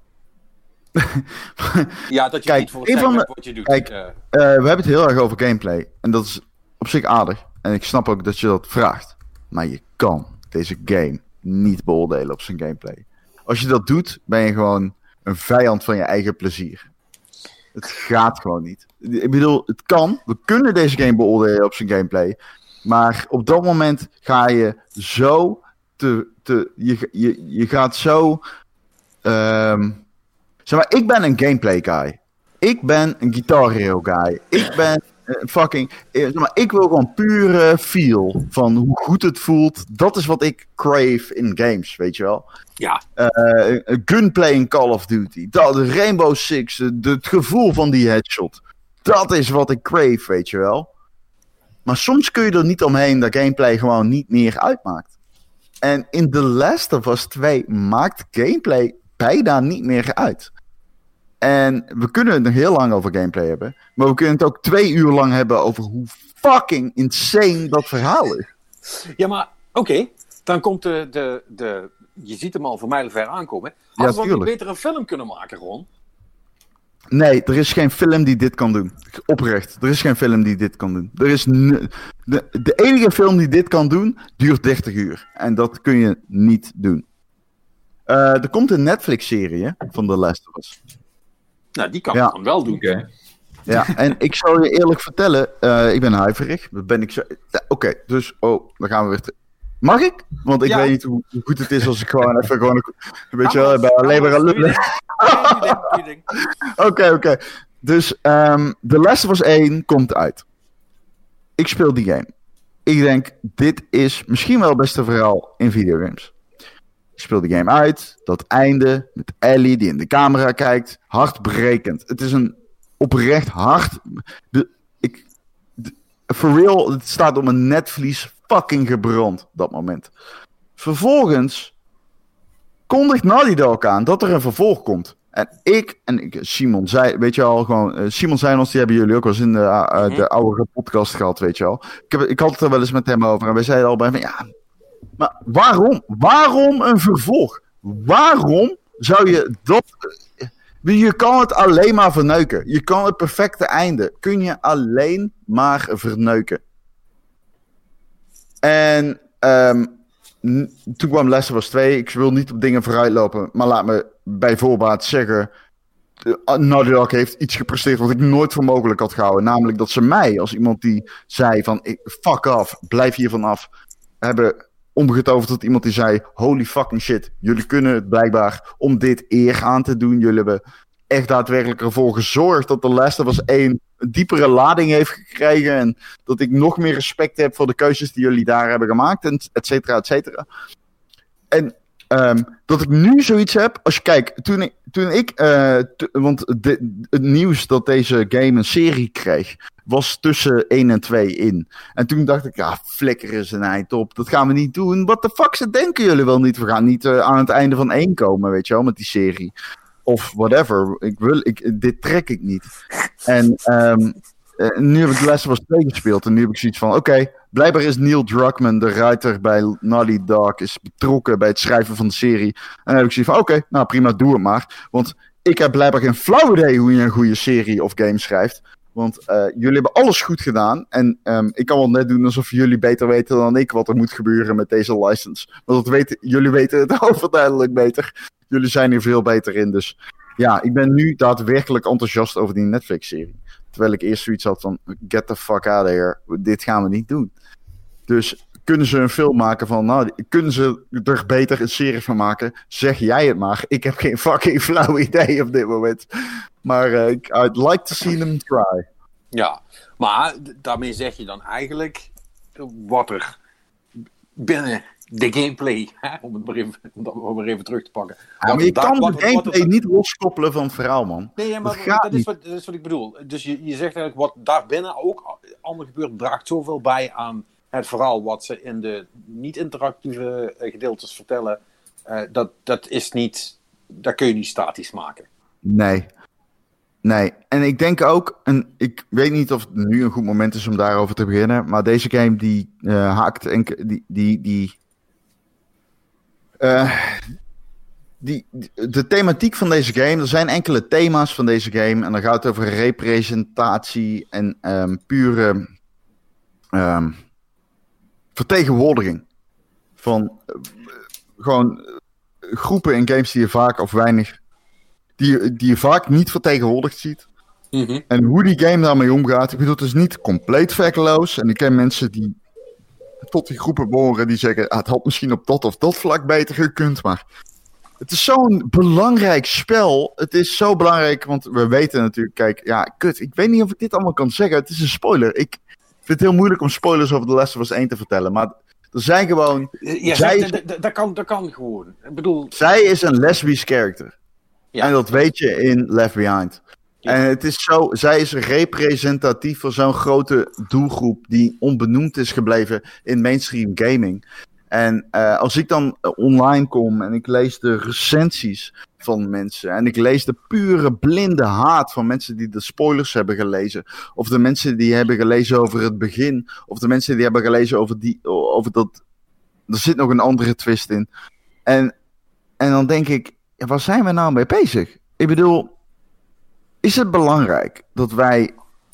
Ja, dat je kijk, niet voor het zeggen wat je doet. Kijk, uh. Uh, we hebben het heel erg over gameplay. En dat is op zich aardig. En ik snap ook dat je dat vraagt. Maar je kan deze game niet beoordelen op zijn gameplay. Als je dat doet, ben je gewoon een vijand van je eigen plezier. Het gaat gewoon niet. Ik bedoel, het kan. We kunnen deze game beoordelen op zijn gameplay. Maar op dat moment ga je zo te... te je, je, je gaat zo... Um, zeg maar, ik ben een gameplay guy. Ik ben een Guitar Hero guy. Ik ben uh, fucking... Uh, zeg maar, ik wil gewoon pure feel van hoe goed het voelt. Dat is wat ik crave in games, weet je wel. Ja. Uh, gunplay in Call of Duty. Dat, de Rainbow Six. De, de, het gevoel van die headshot. Dat is wat ik crave, weet je wel. Maar soms kun je er niet omheen dat gameplay gewoon niet meer uitmaakt. En in The Last of Us twee maakt gameplay bijna niet meer uit. En we kunnen het nog heel lang over gameplay hebben. Maar we kunnen het ook twee uur lang hebben over hoe fucking insane dat verhaal is. Ja, maar oké. Okay. Dan komt de, de, de... Je ziet hem al voor mij ver aankomen. Hadden we niet beter een film kunnen maken, Ron? Nee, er is geen film die dit kan doen. Oprecht, er is geen film die dit kan doen. Er is n- de, de enige film die dit kan doen, duurt dertig uur. En dat kun je niet doen. Uh, er komt een Netflix-serie van The Last of Us. Nou, die kan ja. dan wel doen. Okay. Ja, en ik zal je eerlijk vertellen, uh, ik ben huiverig. Dat ben ik zo... Ja, Oké, okay, dus, oh, dan gaan we weer... Te... Mag ik? Want ik ja. weet niet hoe, hoe goed het is als ik gewoon even gewoon een, een beetje ja, bij alleen maar aan lullen. Oké, oké. Dus um, The Last of Us één komt uit. Ik speel die game. Ik denk, dit is misschien wel het beste verhaal in videogames. Ik speel die game uit. Dat einde met Ellie die in de camera kijkt. Hartbrekend. Het is een oprecht hart... De, ik, de, for real, het staat op mijn netvlies fucking gebrand, dat moment. Vervolgens kondigt Naughty Dog aan dat er een vervolg komt. En ik en ik, Simon zei, weet je al, gewoon, uh, Simon Zijnels, die hebben jullie ook al eens in de, uh, mm-hmm. de oude podcast gehad, weet je al. Ik, heb, ik had het er wel eens met hem over en wij zeiden al bij van, ja, maar waarom? Waarom een vervolg? Waarom zou je dat... Je kan het alleen maar verneuken. Je kan het perfecte einde, kun je alleen maar verneuken. En um, n- toen kwam Last of Us twee. Ik wil niet op dingen vooruitlopen, maar laat me bij voorbaat zeggen... Uh, Naughty Dog heeft iets gepresteerd wat ik nooit voor mogelijk had gehouden. Namelijk dat ze mij, als iemand die zei van... fuck off, blijf hier vanaf, hebben omgetoverd tot iemand die zei... holy fucking shit, jullie kunnen het blijkbaar om dit eer aan te doen. Jullie hebben echt daadwerkelijk ervoor gezorgd dat The Last of Us één... een diepere lading heeft gekregen. En dat ik nog meer respect heb voor de keuzes die jullie daar hebben gemaakt. En et cetera, et cetera. En um, dat ik nu zoiets heb. Als je kijkt, toen ik. Toen ik uh, t- want de, het nieuws dat deze game een serie kreeg. Was tussen één en twee in. En toen dacht ik, ja, flikker is een eind op. Dat gaan we niet doen. What the fuck, ze denken jullie wel niet. We gaan niet uh, aan het einde van één komen, weet je wel, met die serie. Of whatever. Ik wil, ik, dit trek ik niet. En um, uh, nu heb ik The Last of Us twee gespeeld. En nu heb ik zoiets van, oké, okay, blijkbaar is Neil Druckmann, de writer bij Naughty Dog, is betrokken bij het schrijven van de serie. En dan heb ik zoiets van, oké, okay, nou prima, doe het maar. Want ik heb blijkbaar geen flauw idee hoe je een goede serie of game schrijft. Want uh, jullie hebben alles goed gedaan. En um, ik kan wel net doen alsof jullie beter weten dan ik wat er moet gebeuren met deze license. Want dat weten, jullie weten het overduidelijk beter. Jullie zijn hier veel beter in, dus ja, ik ben nu daadwerkelijk enthousiast over die Netflix-serie. Terwijl ik eerst zoiets had van, get the fuck out of here, dit gaan we niet doen. Dus kunnen ze een film maken van, nou, kunnen ze er beter een serie van maken? Zeg jij het maar, ik heb geen fucking flauw idee op dit moment. Maar uh, I'd like to see them try. Ja, maar daarmee zeg je dan eigenlijk wat er binnen de gameplay, hè, om het maar even, om dat maar even terug te pakken. Ja, maar je daar, kan wat, de gameplay wat, wat, niet loskoppelen van het verhaal, man. Nee, ja, maar dat, dat, dat, is wat, dat is wat ik bedoel. Dus je, je zegt eigenlijk wat daar binnen ook allemaal gebeurt, draagt zoveel bij aan het verhaal wat ze in de niet-interactieve gedeeltes vertellen. Uh, dat, dat is niet, dat kun je niet statisch maken. Nee. Nee, en ik denk ook, en ik weet niet of het nu een goed moment is om daarover te beginnen, maar deze game die uh, haakt en die, die, die, uh, die, de thematiek van deze game, er zijn enkele thema's van deze game en dan gaat het over representatie en um, pure um, vertegenwoordiging van uh, gewoon uh, groepen in games die je vaak of weinig Die, die je vaak niet vertegenwoordigd ziet. Mm-hmm. En hoe die game daarmee omgaat. Ik bedoel, het is niet compleet vlekkeloos. En ik ken mensen die tot die groepen behoren. Die zeggen, ah, het had misschien op dat of dat vlak beter gekund. Maar het is zo'n belangrijk spel. Het is zo belangrijk. Want we weten natuurlijk, kijk, ja, kut. Ik weet niet of ik dit allemaal kan zeggen. Het is een spoiler. Ik vind het heel moeilijk om spoilers over The Last of Us één te vertellen. Maar er zijn gewoon... Ja, zij zegt, is, dat, dat, kan, dat kan gewoon. Ik bedoel... Zij is een lesbisch character. Ja. En dat weet je in Left Behind. Ja. En het is zo, zij is representatief voor zo'n grote doelgroep die onbenoemd is gebleven in mainstream gaming. En uh, als ik dan online kom en ik lees de recensies van mensen en ik lees de pure blinde haat van mensen die de spoilers hebben gelezen, of de mensen die hebben gelezen over het begin, of de mensen die hebben gelezen over die, over dat, er zit nog een andere twist in. En, en dan denk ik, ja, waar zijn we nou mee bezig? Ik bedoel, is het belangrijk dat wij...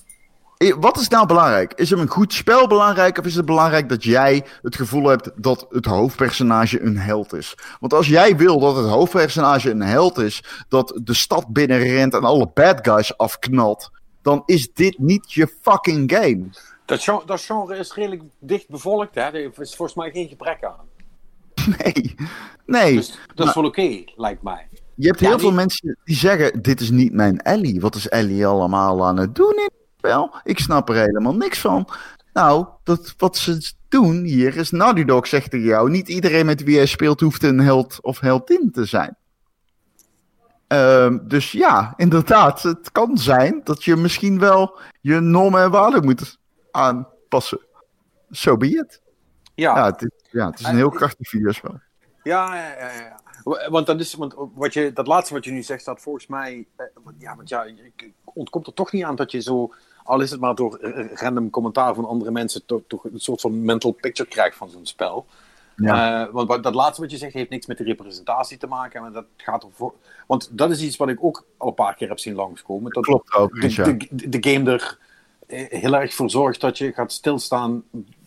Wat is nou belangrijk? Is het een goed spel belangrijk? Of is het belangrijk dat jij het gevoel hebt dat het hoofdpersonage een held is? Want als jij wil dat het hoofdpersonage een held is, dat de stad binnenrent en alle bad guys afknalt, dan is dit niet je fucking game. Dat genre, dat genre is redelijk dicht bevolkt, hè? Er is volgens mij geen gebrek aan. Nee, nee. Dus dat maar, is wel oké, okay, lijkt mij. Je hebt ja, heel die... veel mensen die zeggen, dit is niet mijn Ellie. Wat is Ellie allemaal aan het doen in het spel? Ik snap er helemaal niks van. Nou, dat, wat ze doen hier is, Naughty Dog zegt tegen jou, niet iedereen met wie jij speelt hoeft een held of heldin te zijn. Uh, dus ja, inderdaad, het kan zijn dat je misschien wel je normen en waarden moet aanpassen. So be it. Ja, ja, het, is, ja het is een heel krachtig videospel. Ja, ja, ja, ja. Want, dat, is, want wat je, dat laatste wat je nu zegt staat volgens mij... Eh, ja, want ja, je ontkomt er toch niet aan dat je zo... Al is het maar door random commentaar van andere mensen... toch, toch een soort van mental picture krijgt van zo'n spel. Ja. Uh, want dat laatste wat je zegt heeft niks met de representatie te maken. Maar dat gaat ervoor, want dat is iets wat ik ook al een paar keer heb zien langskomen. Dat klopt ook. De, ja. de, de, de game er heel erg voor zorgt dat je gaat stilstaan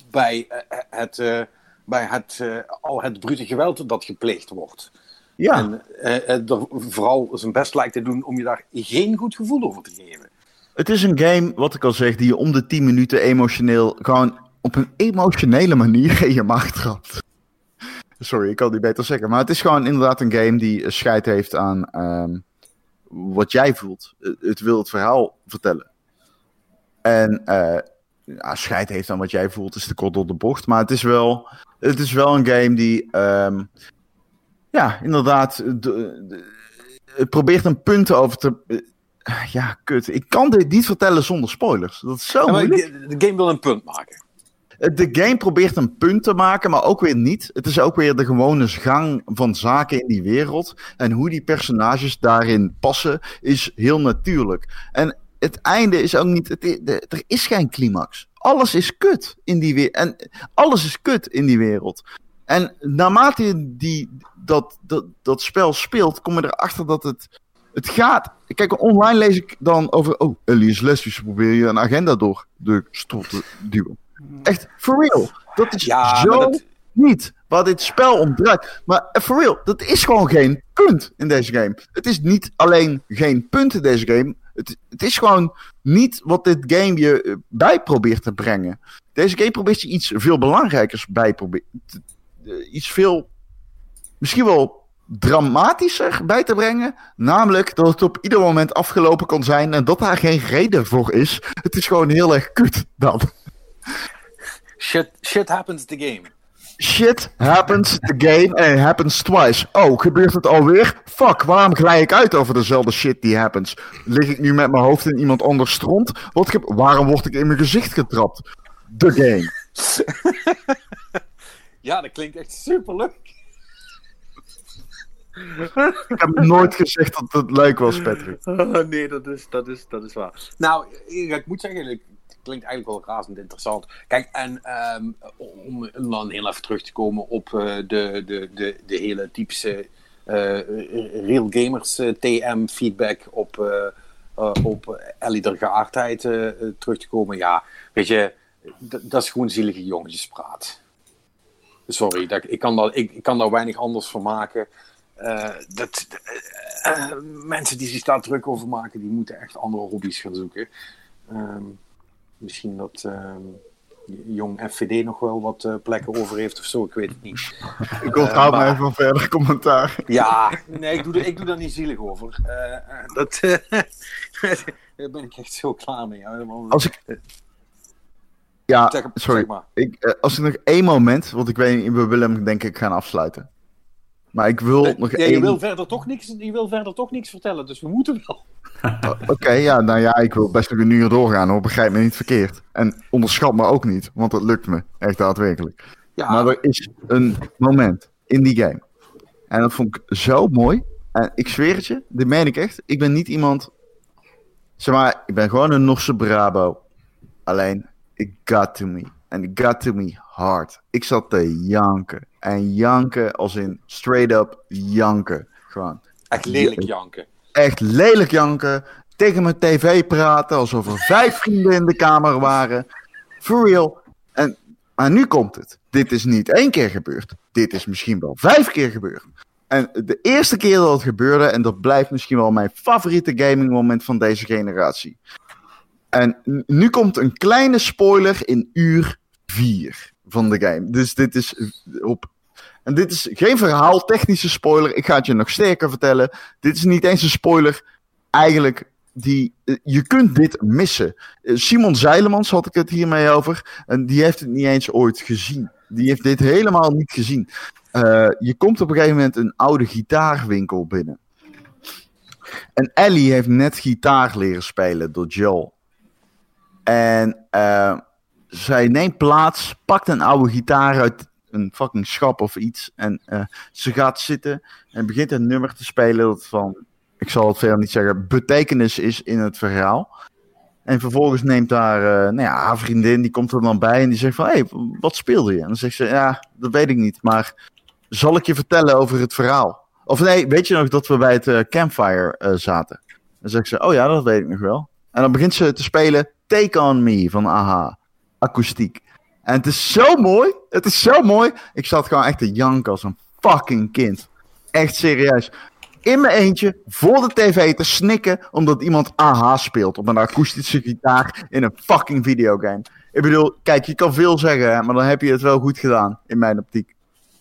bij uh, het, uh, bij het, uh, al het brute geweld dat gepleegd wordt. Ja. En uh, er vooral zijn best lijkt te doen om je daar geen goed gevoel over te geven. Het is een game, wat ik al zeg, die je om de tien minuten emotioneel, gewoon op een emotionele manier in je maag trapt. Sorry, ik kan het niet beter zeggen. Maar het is gewoon inderdaad een game die scheid heeft aan um, wat jij voelt. Het wil het verhaal vertellen. En uh, ja, scheid heeft aan wat jij voelt is te kort door de bocht. Maar het is wel, het is wel een game die, um, ja, inderdaad, de, de, het probeert een punt over te... Uh, ja, kut. Ik kan dit niet vertellen zonder spoilers. Dat is zo ja, moeilijk. De game wil een punt maken. De game probeert een punt te maken, maar ook weer niet. Het is ook weer de gewone gang van zaken in die wereld. En hoe die personages daarin passen, is heel natuurlijk. En het einde is ook niet... Het, de, er is geen climax. Alles is kut in die wereld. En alles is kut in die wereld. En naarmate je die, dat, dat, dat spel speelt, kom je erachter dat het... Het gaat... Kijk, online lees ik dan over... Oh, Ellie is lesbisch, probeer je een agenda door de strot te duwen. Echt, for real. Dat is ja, zo dat... niet waar dit spel om draait. Maar for real, dat is gewoon geen punt in deze game. Het is niet alleen geen punt in deze game. Het, het is gewoon niet wat dit game je bij probeert te brengen. Deze game probeert je iets veel belangrijkers bij proberen. Iets veel... Misschien wel... dramatischer bij te brengen. Namelijk dat het op ieder moment afgelopen kan zijn en dat daar geen reden voor is. Het is gewoon heel erg kut dan. Shit, shit happens the game. Shit happens the game and it happens twice. Oh, gebeurt het alweer? Fuck, waarom glij ik uit over dezelfde shit die happens? Lig ik nu met mijn hoofd in iemand anders stront? Wat ge- waarom word ik in mijn gezicht getrapt? The game. Ja, dat klinkt echt super leuk. Ik heb nooit gezegd dat het leuk was, Patrick. Oh, nee, dat is, dat, is, dat is waar. Nou, ik moet zeggen, het klinkt eigenlijk wel razend interessant. Kijk, en um, om, om dan heel even terug te komen op uh, de, de, de, de hele typische uh, Real Gamers uh, T M feedback op, uh, uh, op Ellie der geaardheid uh, uh, terug te komen. Ja, weet je, d- dat is gewoon zielige jongetjespraat. Sorry, dat, ik, kan daar, ik, ik kan daar weinig anders van maken. Uh, dat, uh, uh, mensen die zich daar druk over maken, die moeten echt andere hobby's gaan zoeken. Um, misschien dat um, jong F V D nog wel wat uh, plekken over heeft of zo, ik weet het niet. Ik onthoud uh, me even van verder commentaar. Ja, nee, ik doe, ik doe daar niet zielig over. Uh, uh, dat, uh, daar ben ik echt zo klaar mee. Als ik... Ja, zeg, sorry. Zeg maar. ik, uh, als ik nog één moment, want ik weet niet, we willen hem denk ik gaan afsluiten. Maar ik wil nee, nog ja, één... Je wil, verder toch niks, je wil verder toch niks vertellen, dus we moeten wel. Uh, Oké, okay, ja, nou ja, ik wil best nog een uur doorgaan hoor, begrijp me niet verkeerd. En onderschat me ook niet, want het lukt me, echt daadwerkelijk. Ja. Maar er is een moment in die game. En dat vond ik zo mooi. En ik zweer het je, dit meen ik echt. Ik ben niet iemand... Zeg maar, ik ben gewoon een Norse Brabo. Alleen, it got to me. En it got to me hard. Ik zat te janken. En janken als in straight up janken. Gewoon. Echt lelijk janken. Echt lelijk janken. Tegen mijn tv praten. Alsof er vijf vrienden in de kamer waren. For real. En, maar nu komt het. Dit is niet één keer gebeurd. Dit is misschien wel vijf keer gebeurd. En de eerste keer dat het gebeurde. En dat blijft misschien wel mijn favoriete gaming moment van deze generatie. En nu komt een kleine spoiler in uur vier van de game. Dus dit is op... En dit is geen verhaal, technische spoiler. Ik ga het je nog sterker vertellen. Dit is niet eens een spoiler. Eigenlijk, die, je kunt dit missen. Simon Zeilemans had ik het hiermee over. En die heeft het niet eens ooit gezien. Die heeft dit helemaal niet gezien. Uh, je komt op een gegeven moment een oude gitaarwinkel binnen. En Ellie heeft net gitaar leren spelen door Joel. En uh, zij neemt plaats, pakt een oude gitaar uit een fucking schap of iets. En uh, ze gaat zitten en begint een nummer te spelen dat van, ik zal het verder niet zeggen, betekenis is in het verhaal. En vervolgens neemt daar, uh, nou ja, haar vriendin, die komt er dan bij en die zegt van, hé, hey, wat speelde je? En dan zegt ze, ja, dat weet ik niet, maar zal ik je vertellen over het verhaal? Of nee, weet je nog dat we bij het uh, campfire uh, zaten? Dan zegt ze, oh ja, dat weet ik nog wel. En dan begint ze te spelen Take On Me van A H A. Akoestiek. En het is zo mooi. Het is zo mooi. Ik zat gewoon echt te janken als een fucking kind. Echt serieus. In mijn eentje, voor de tv te snikken, omdat iemand A H speelt op een akoestische gitaar in een fucking videogame. Ik bedoel, kijk, je kan veel zeggen, hè, maar dan heb je het wel goed gedaan, in mijn optiek.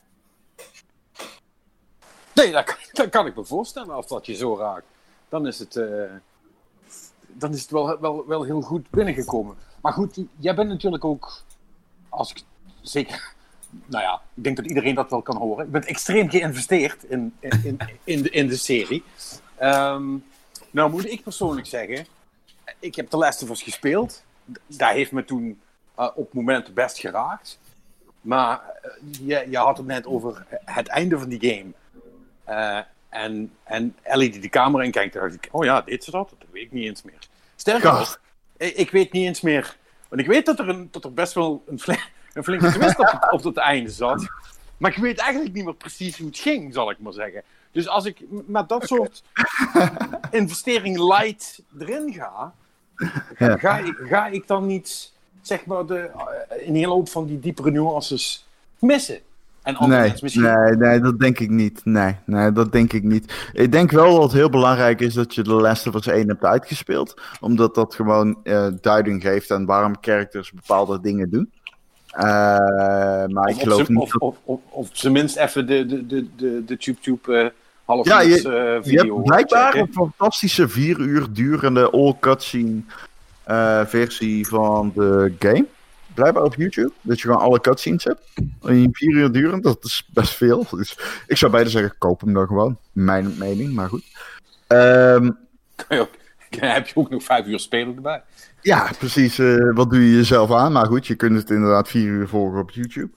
Nee, dat kan, dat kan ik me voorstellen, als dat je zo raakt. Dan is het, uh, dan is het wel, wel, wel heel goed binnengekomen. Maar goed, jij bent natuurlijk ook, als ik zeker... Nou ja, ik denk dat iedereen dat wel kan horen. Ik ben extreem geïnvesteerd in, in, in, in, de, in de serie. Um, nou moet ik persoonlijk zeggen, ik heb The Last of Us gespeeld. Daar heeft me toen uh, op momenten best geraakt. Maar uh, je, je had het net over het einde van die game. Uh, en, en Ellie die de camera in kijkt, dacht ik, oh ja, dit is dat, dat weet ik niet eens meer. Sterker nog, ik, ik weet niet eens meer, want ik weet dat er, een, dat er best wel een, fle- een flinke twist op het, op het einde zat. Maar ik weet eigenlijk niet meer precies hoe het ging, zal ik maar zeggen. Dus als ik met dat soort investering light erin ga, ga, ga, ik, ga ik dan niet, zeg maar, de, een hele hoop van die diepere nuances missen? En nee, misschien... nee, nee, dat denk ik niet. Nee, nee, dat denk ik niet. Ik denk wel dat het heel belangrijk is dat je The Last of Us één hebt uitgespeeld. Omdat dat gewoon uh, duiding geeft aan waarom characters bepaalde dingen doen. Uh, maar of, ik geloof of, niet... Of, of, of, of tenminst even de, de, de, de, de TubeTube uh, half ja, uur je, uh, video je hebt blijkbaar checken. een fantastische vier uur durende all-cutscene uh, versie van de game. Blijkbaar op YouTube. Dat je gewoon alle cutscenes hebt. In vier uur durend. Dat is best veel. Dus ik zou beide zeggen, koop hem dan gewoon. Mijn mening, maar goed. Um, Dan heb je ook nog vijf uur spelen erbij. Ja, precies. Uh, wat doe je jezelf aan? Maar goed, je kunt het inderdaad vier uur volgen op YouTube.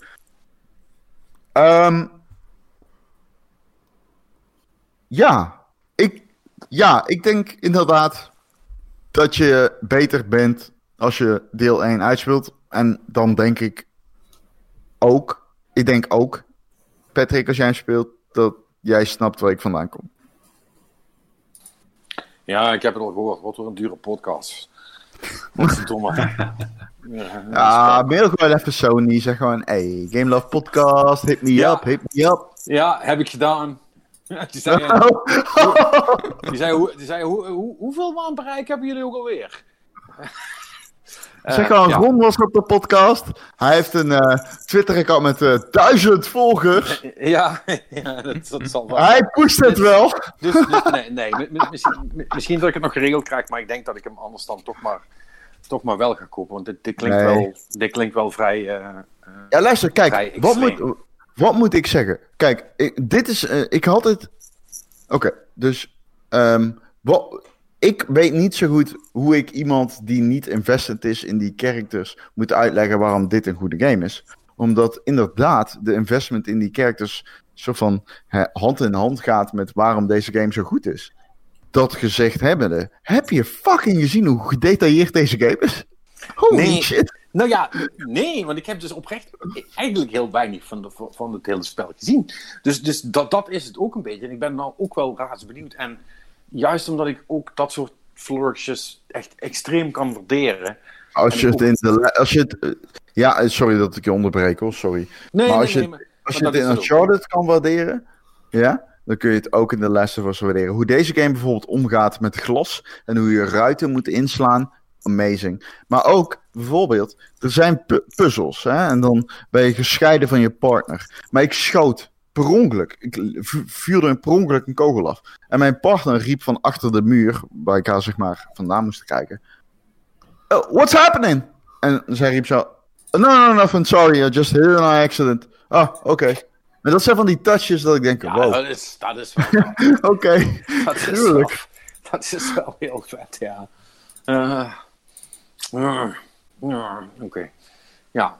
Um, ja, ik, ja, ik denk inderdaad dat je beter bent als je deel één uitspeelt. En dan denk ik ook, ik denk ook, Patrick, als jij hem speelt, dat jij snapt waar ik vandaan kom. Ja, ik heb het al gehoord. Wat voor een dure podcast. Wat is domme. Ja, ja mail gewoon even Sony. Zeg gewoon, hey, Game Love Podcast, hit me ja. up, hit me up. Ja, heb ik gedaan. Die zei, uh, hoe, die zei, hoe, die zei hoe, hoe, hoeveel maandbereik hebben jullie ook alweer? Uh, zeg gewoon, ja. Ron was op de podcast. Hij heeft een uh, Twitter-account met uh, duizend volgers. Ja, ja dat, dat zal wel. Hij pusht het dus, wel. Dus, dus nee, nee misschien, misschien dat ik het nog geregeld krijg, maar ik denk dat ik hem anders dan toch maar, toch maar wel ga kopen. Want dit, dit, klinkt, nee. wel, dit klinkt wel vrij. Uh, uh, ja, luister, kijk, wat moet, wat moet ik zeggen? Kijk, ik, dit is. Uh, ik had het. Oké, okay, dus. Um, wat. Ik weet niet zo goed hoe ik iemand die niet invested is in die characters moet uitleggen waarom dit een goede game is. Omdat inderdaad de investment in die characters soort van he, hand in hand gaat met waarom deze game zo goed is. Dat gezegd hebbende, heb je fucking gezien hoe gedetailleerd deze game is? Holy nee. shit. Nou ja, nee, want ik heb dus oprecht eigenlijk heel weinig van, de, van het hele spel gezien. Dus, dus dat, dat is het ook een beetje. En ik ben nou ook wel razendbenieuwd. En juist omdat ik ook dat soort flourishes echt extreem kan waarderen. Als je het ook... in de... Als je het, ja, sorry dat ik je onderbreek hoor, sorry. Nee, maar als nee, je, nee, maar, als maar je het in Uncharted kan waarderen, ja, dan kun je het ook in The Last of Us waarderen. Hoe deze game bijvoorbeeld omgaat met glas en hoe je ruiten moet inslaan, amazing. Maar ook, bijvoorbeeld, er zijn pu- puzzels, hè, en dan ben je gescheiden van je partner. Maar ik schoot per ongeluk. Ik vuurde een per ongeluk een kogel af. En mijn partner riep van achter de muur, waar ik haar zeg maar vandaan moest kijken. Oh, what's happening? En zij riep zo, no, no, nothing, sorry, I just hit an accident. Ah, oké. Okay. Maar dat zijn van die touches dat ik denk, ja, wow. dat is, dat is wel... Oké, okay. dat, is wel, dat is wel heel vet, ja. Uh, uh, uh, Oké. Okay. Ja.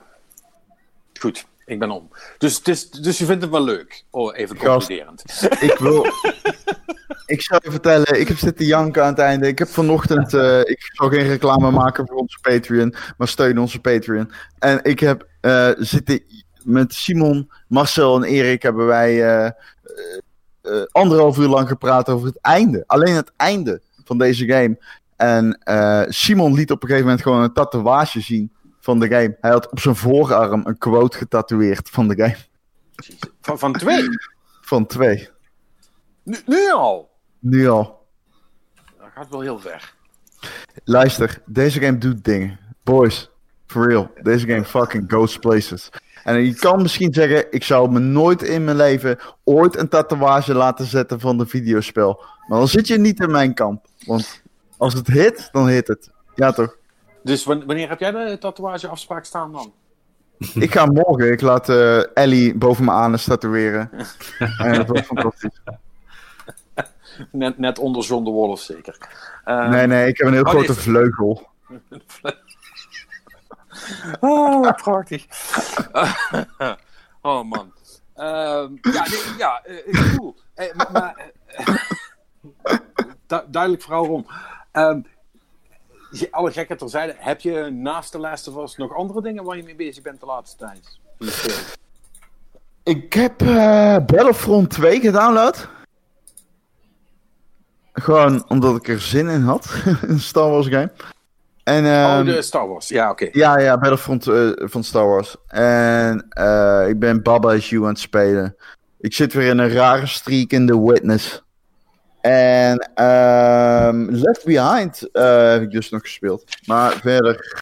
Goed. Ik ben om. Dus, dus, dus je vindt het wel leuk? Oh, even concluderend. Ik wil... ik zou je vertellen, ik heb zitten janken aan het einde. Ik heb vanochtend... Uh, ik zal geen reclame maken voor onze Patreon, maar steun onze Patreon. En ik heb uh, zitten... Met Simon, Marcel en Erik hebben wij uh, uh, uh, anderhalf uur lang gepraat over het einde. Alleen het einde van deze game. En uh, Simon liet op een gegeven moment gewoon een tatoeage zien van de game. Hij had op zijn voorarm een quote getatoeëerd van de game. Van, van twee? Van twee. Nu, nu al? Nu al. Dat gaat wel heel ver. Luister, deze game doet dingen. Boys, for real. Deze game fucking goes places. En je kan misschien zeggen, ik zou me nooit in mijn leven ooit een tatoeage laten zetten van de videospel. Maar dan zit je niet in mijn kamp. Want als het hit, dan hit het. Ja toch? Dus wanneer heb jij de tatoeageafspraak staan dan? Ik ga morgen, ik laat uh, Ellie boven mijn anus tatoeëren. En dat wordt fantastisch. Net, net onder John de Wolf zeker. Uh, nee, nee, ik heb een heel oh, grote nee. vleugel. Oh, prachtig. Uh, oh man. Uh, ja, nee, ja, uh, cool. Uh, maar, maar uh, du- duidelijk vooral Ron. Um, alle gekken terzijde, heb je naast de Last of Us nog andere dingen waar je mee bezig bent de laatste tijd? Ik heb uh, Battlefront twee gedownload. Gewoon omdat ik er zin in had. Een Star Wars game. En, um, oh, de Star Wars. Ja, oké. Okay. Ja, ja, Battlefront uh, van Star Wars. En uh, ik ben Baba Is You aan het spelen. Ik zit weer in een rare streak in The Witness. En um, Left Behind uh, heb ik dus nog gespeeld. Maar verder...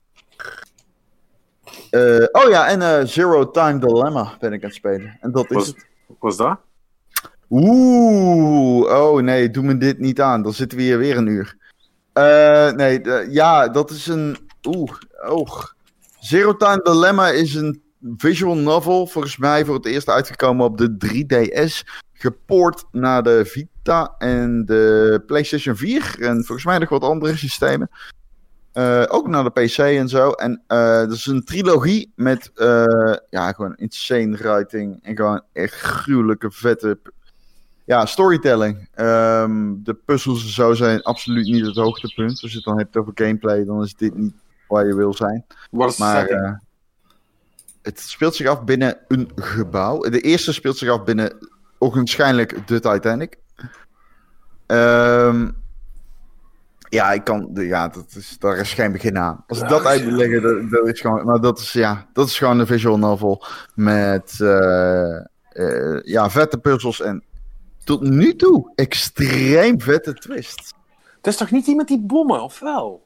Uh, oh ja, en uh, Zero Time Dilemma ben ik aan het spelen. En dat was, is het. Wat was dat? Oeh, oh nee, doe me dit niet aan. Dan zitten we hier weer een uur. Uh, nee, uh, ja, dat is een... Oeh, oh. Zero Time Dilemma is een visual novel, volgens mij voor het eerst uitgekomen op de drie D S. Gepoord naar de Vita en de PlayStation vier. En volgens mij nog wat andere systemen. Uh, ook naar de P C en zo. En uh, dat is een trilogie met uh, ja, gewoon insane writing. En gewoon echt gruwelijke, vette... Ja, storytelling. Um, de puzzels en zo zijn absoluut niet het hoogtepunt. Als je het dan hebt over gameplay, dan is dit niet waar je wil zijn. Wat is maar uh, het speelt zich af binnen een gebouw. De eerste speelt zich af binnen ogenschijnlijk de Titanic. Um, ja, ik kan... Ja, dat is, daar is geen begin aan. Als ik dat uit moet leggen, dat, dat is gewoon... Maar dat is, ja, dat is gewoon een visual novel met uh, uh, ja, vette puzzels en tot nu toe extreem vette twist. Dat is toch niet die met die bommen, of wel?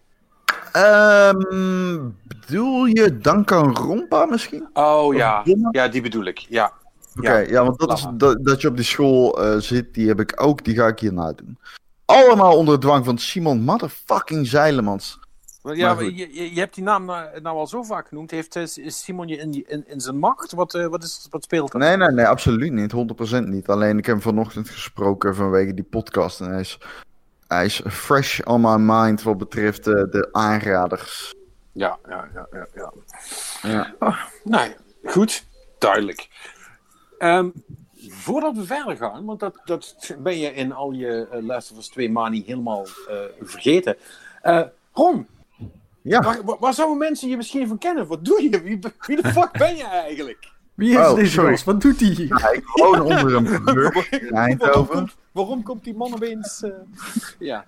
Um, bedoel je Danganronpa misschien? Oh ja, ja, die bedoel ik, ja. Oké, okay, ja. ja, want dat, is, dat, dat je op die school uh, zit, die heb ik ook, die ga ik hierna doen. Allemaal onder dwang van Simon motherfucking Zeilemans. Ja, maar je, je hebt die naam nou, nou al zo vaak genoemd. Heeft is Simon je in, in, in zijn macht? Wat, uh, wat, is, wat speelt er? Nee, nee, nee, absoluut niet. honderd procent niet. Alleen ik heb hem vanochtend gesproken vanwege die podcast. En hij is, hij is fresh on my mind wat betreft uh, de aanraders. Ja, ja, ja, ja. ja. ja. Oh, nou, goed. Duidelijk. Um, voordat we verder gaan, want dat, dat ben je in al je uh, Last of Us twee manie helemaal uh, vergeten. Uh, Ron, ja. waar, waar, waar zouden mensen je misschien van kennen? Wat doe je? Wie, wie de fuck ben je eigenlijk? Wie is oh, deze gast? Wat doet hij hier? Ja, ik woon onder een brug in Eindhoven. Waarom, waarom komt die man opeens... Uh, ja.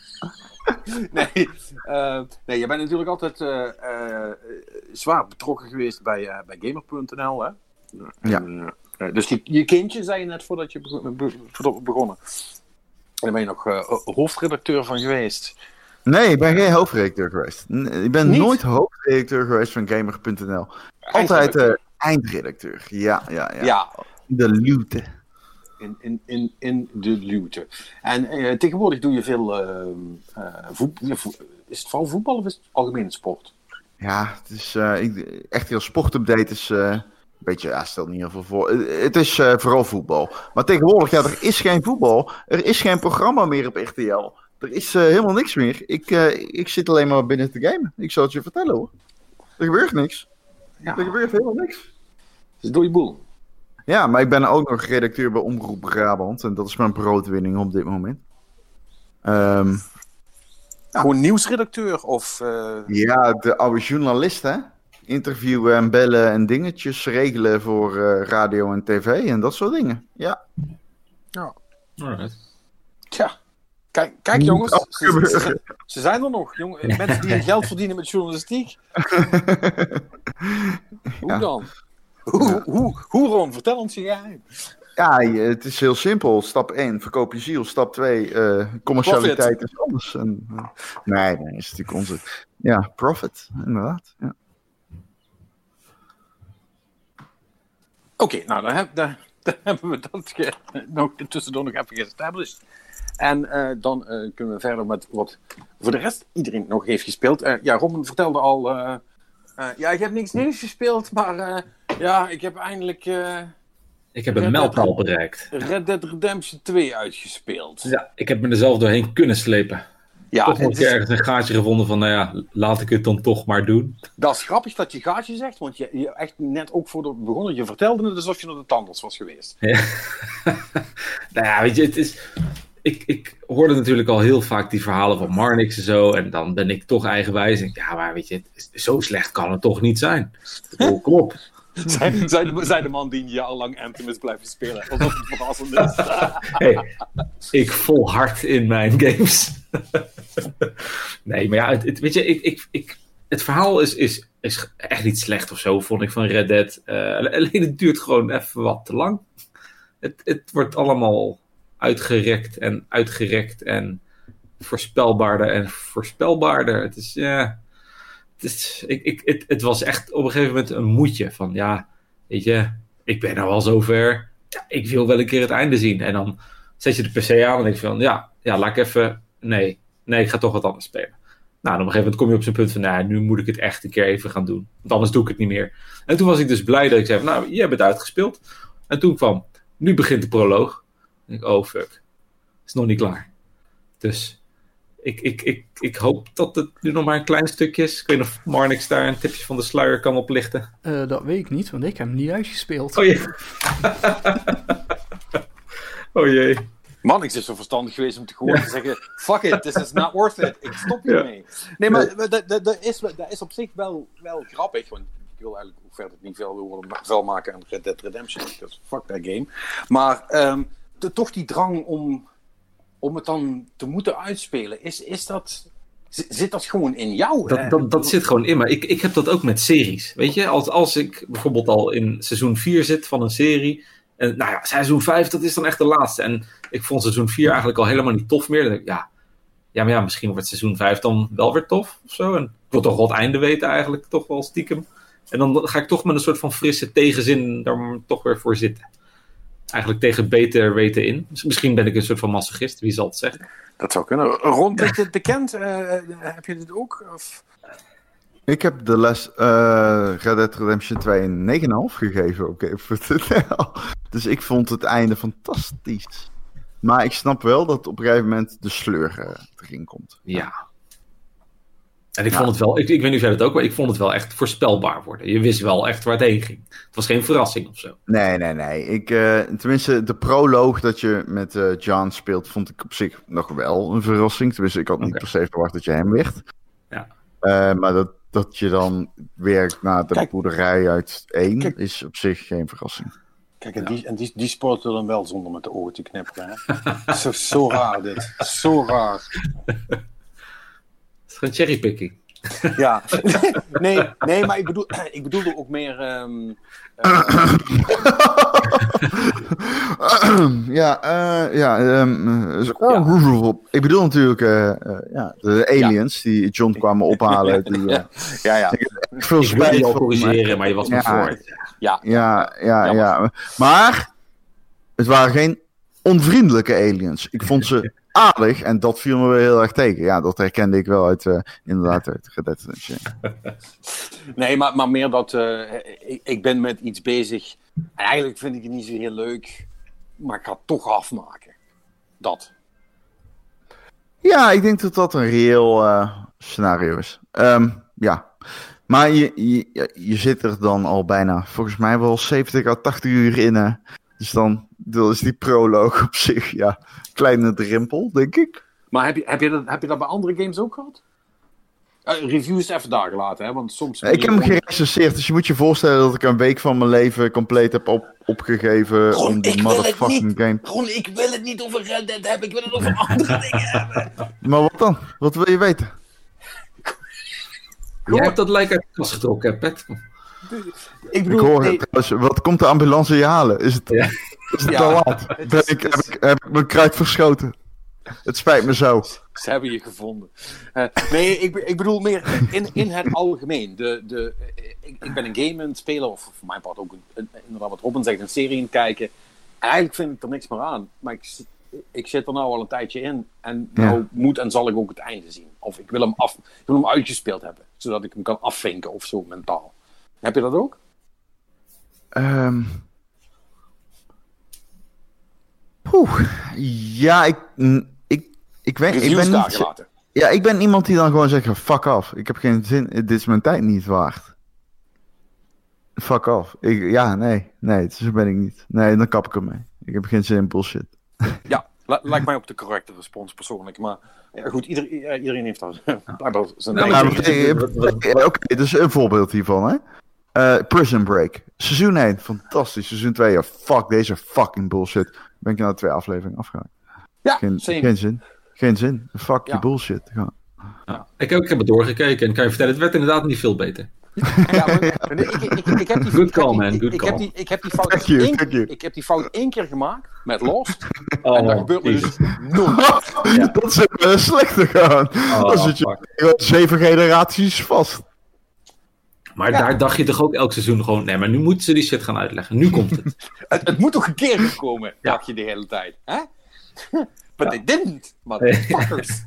Nee, uh, nee, je bent natuurlijk altijd uh, uh, zwaar betrokken geweest bij, uh, bij Gamer punt n l, hè? Ja. Uh, uh, dus die, je kindje zei je net voordat je be- be- begonnen. En daar ben je nog uh, hoofdredacteur van geweest. Nee, ik ben geen hoofdredacteur geweest. Ik ben Niet? nooit hoofdredacteur geweest van Gamer punt n l. Altijd uh, eindredacteur. Ja, ja, ja. Ja. De luwte. In, in, in, in de luwte. En uh, tegenwoordig doe je veel uh, uh, voetbal. Is het vooral voetbal of is het algemene sport? Ja, het is uh, ik, echt heel sportupdate is uh, een beetje, ja, stel niet heel veel voor. Uh, het is uh, vooral voetbal. Maar tegenwoordig, ja, er is geen voetbal. Er is geen programma meer op R T L. Er is uh, helemaal niks meer. Ik, uh, ik zit alleen maar binnen te gamen. Ik zal het je vertellen, hoor. Er gebeurt niks. Ja. Er gebeurt helemaal niks. Dus doe je boel. Ja, maar ik ben ook nog redacteur bij Omroep Brabant. En dat is mijn broodwinning op dit moment. Um, Gewoon nieuwsredacteur of... Uh... Ja, de oude journalist, hè. Interviewen en bellen en dingetjes regelen voor uh, radio en tv en dat soort dingen. Ja. Ja. Alright. Tja. Kijk, kijk jongens. Ze, ze, Ze zijn er nog, jongen. Mensen die geld verdienen met journalistiek. Hoe Ja. dan? Hoe, hoe, hoe Ron? Vertel ons je geheim. Ja, je- het is heel simpel. Stap één, verkoop je ziel. Stap twee, eh, commercialiteit is anders. En, eh, nee, nee, is natuurlijk onze... Ja, profit, inderdaad. Ja. Oké, okay, nou dan, heb, dan, dan hebben we dat ge, nog, tussendoor nog even geestablished. En uh, dan uh, kunnen we verder met wat voor de rest iedereen nog heeft gespeeld. Uh, ja, Robin vertelde al... Uh, uh, ja, ik heb niks nieuws gespeeld, maar uh, ja, ik heb eindelijk... Uh, ik heb een mijlpaal bereikt. Red Dead Redemption twee uitgespeeld. Ja, ik heb me er zelf doorheen kunnen slepen. Ja, toch nog een keer ergens een gaatje gevonden van, nou ja, laat ik het dan toch maar doen. Dat is grappig dat je gaatje zegt, want je, je echt net ook voor de begonnen, je vertelde het alsof je naar de tandarts was geweest. Ja. Nou ja, weet je, het is... Ik, ik hoorde natuurlijk al heel vaak die verhalen van Marnix en zo, en dan ben ik toch eigenwijs. En ja, maar weet je, het is, zo slecht kan het toch niet zijn. Oh, kom op. Zij, zij, zij de man die een jaar lang Anthem is blijven spelen. Alsof het verrassend is. Hey, ik volhard in mijn games. Nee, maar ja, het, het, weet je, ik, ik, ik, het verhaal is, is, is echt niet slecht of zo, vond ik van Red Dead. Uh, alleen het duurt gewoon even wat te lang. Het, het wordt allemaal uitgerekt en uitgerekt en voorspelbaarder en voorspelbaarder. Het is, ja... Het, is, ik, ik, het, het was echt op een gegeven moment een moedje van, ja, weet je, ik ben nou al zover, ja, ik wil wel een keer het einde zien. En dan zet je de P C aan en denk je van, ja, ja, laat ik even, nee, nee, ik ga toch wat anders spelen. Nou, en op een gegeven moment kom je op zo'n punt van, nou, nu moet ik het echt een keer even gaan doen, want anders doe ik het niet meer. En toen was ik dus blij dat ik zei van, nou, je hebt het uitgespeeld. En toen kwam, nu begint de proloog. En ik, oh fuck, is nog niet klaar. Dus... Ik, ik, ik, ik hoop dat het nu nog maar een klein stukje is. Ik weet niet of Marnix daar een tipje van de sluier kan oplichten. Uh, dat weet ik niet, want ik heb hem niet uitgespeeld. Oh jee. Oh jee. Marnix is zo verstandig geweest om te gewoon ja. te zeggen... Fuck it, this is not worth it. Ik stop hiermee. Ja. Nee, maar dat, dat, dat, is, dat is op zich wel, wel grappig. Want ik wil eigenlijk ook verder niet veel vuil maken aan Red Dead Redemption. Dus fuck that game. Maar um, de, toch die drang om... om het dan te moeten uitspelen, is, is dat... Zit dat gewoon in jou? Dat, dat, dat zit gewoon in me. Ik, ik heb dat ook met series. Weet je, als, als ik bijvoorbeeld al in seizoen vier zit van een serie... En nou ja, seizoen vijf, dat is dan echt de laatste. En ik vond seizoen vier eigenlijk al helemaal niet tof meer. Dan denk ik, ja, ja, maar ja, misschien wordt seizoen vijf dan wel weer tof of zo. En ik wil toch wel het einde weten eigenlijk, toch wel stiekem. En dan ga ik toch met een soort van frisse tegenzin daar toch weer voor zitten. Eigenlijk tegen beter weten in. Misschien ben ik een soort van masochist, wie zal het zeggen? Dat zou kunnen. Rond dit dit bekend, uh, heb je dit ook? Of? Ik heb de les uh, Red Dead Redemption twee een negen komma vijf gegeven op Games.nl. Dus ik vond het einde fantastisch. Maar ik snap wel dat op een gegeven moment de sleur uh, erin komt. Ja. En ik ja. vond het wel, ik, ik weet niet of jij het ook, maar ik vond het wel echt voorspelbaar worden. Je wist wel echt waar het heen ging. Het was geen verrassing of zo. Nee, nee, nee. Ik, uh, tenminste, de proloog dat je met uh, John speelt, vond ik op zich nog wel een verrassing. Tenminste, ik had niet okay. per se verwacht dat je hem werd. Ja. Uh, maar dat, dat je dan werkt naar de Kijk. boerderij uit één Kijk. is op zich geen verrassing. Kijk, en, ja. die, en die, die spoort er dan wel zonder met de ogen te knipperen. Hè? zo, zo raar dit. Zo raar. Het is gewoon cherrypicking. Ja, nee, nee, maar ik bedoel, ik bedoelde ook meer. Um, uh... ja, uh, ja. Um, ja. Ik bedoel natuurlijk uh, uh, ja, de aliens ja. die John kwamen ophalen. Die, uh, ja, ja. Ik veel spijt je al corrigeren, maar je was me ja, voor. Ja, ja, ja, ja, ja. Maar het waren geen onvriendelijke aliens. Ik vond ze aardig en dat viel me weer heel erg tegen. Ja, dat herkende ik wel uit, uh, inderdaad, uit Red Dead Redemption. Nee, maar, maar meer dat uh, ik, ik ben met iets bezig. En eigenlijk vind ik het niet zo heel leuk, maar ik ga het toch afmaken. Dat. Ja, ik denk dat dat een reëel uh, scenario is. Um, ja, maar je, je, je zit er dan al bijna, volgens mij wel zeventig à tachtig uur in. Uh, dus dan, dan is die proloog op zich, ja, kleine drempel, denk ik. Maar heb je, heb je, dat, heb je dat bij andere games ook gehad? Uh, reviews even daar gelaten, hè? Want soms... Ik heb hem on... gerecenseerd, dus je moet je voorstellen dat ik een week van mijn leven compleet heb op, opgegeven Ron, om die ik wil het motherfucking niet. game... Ron, ik wil het niet over Red Dead hebben. Ik wil het over andere dingen hebben. Maar wat dan? Wat wil je weten? Jij hebt dat lijk uit de kast getrokken, hè, Pet? Ik bedoel, Ik hoor nee, het trouwens. Wat komt de ambulance je halen? Is het, Ja. is het Ja, te laat? het Ben is- ik, het heb, is- ik, heb ik mijn kruid verschoten? Het spijt me zo. ze hebben je gevonden. Uh, nee, ik, be- ik bedoel meer in, in het algemeen. De, de, eh, ik, ik ben een game aan het spelen, of voor mijn part ook een, een- inderdaad wat Robin zegt, een serie aan het kijken. En eigenlijk vind ik er niks meer aan. Maar ik, z- ik zit er nou al een tijdje in. En nou Ja. moet en zal ik ook het einde zien. Of ik wil hem, af, ik wil hem uitgespeeld hebben. Zodat ik hem kan afvinken of zo mentaal. Heb je dat ook? Ehm. Poeh. Ja, ik, mm, ik, ik, weet, ik Reviews ben daar niet... gelaten. Ja, ik ben iemand die dan gewoon zegt, fuck off. Ik heb geen zin, dit is mijn tijd niet waard. Fuck off. Ik, ja, nee, nee, zo ben ik niet. Nee, dan kap ik ermee. Ik heb geen zin in bullshit. Ja, li- lijkt mij ook de correcte respons persoonlijk. Maar ja, goed, ieder, i- iedereen heeft daar blijkbaar zijn Nou, eigen- maar Ja, weet je, maar, wat- wat- eh, Oké, dus een voorbeeld hiervan, hè. Eh, Prison Break. Seizoen één, fantastisch. Seizoen twee, ja, fuck deze fucking bullshit. Ben ik na twee afleveringen afgehaakt. Ja, Geen, same. geen zin. Geen zin. Fuck Ja. je bullshit. Ga. Ja. Ik, heb, ik heb het doorgekeken en kan je vertellen, het werd inderdaad niet veel beter. Ja, maar, maar nee, ik, ik, ik, ik heb die, Good ik heb call, die- man, ik- good ik call. heb die, ik heb die fout Thank you, één, thank you. ik heb die fout één keer gemaakt met Lost. Oh, en dat gebeurt me Jesus. dus nooit. Ja. Dat is uh, slechter gaan. Oh, Dan zit je fuck. gewoon zeven generaties vast. Maar Ja. daar dacht je toch ook elk seizoen gewoon, nee, maar nu moeten ze die shit gaan uitleggen. Nu komt het. Het, het moet toch een keer komen, Ja. dacht je de hele tijd. Hè? But Ja. they didn't, motherfuckers.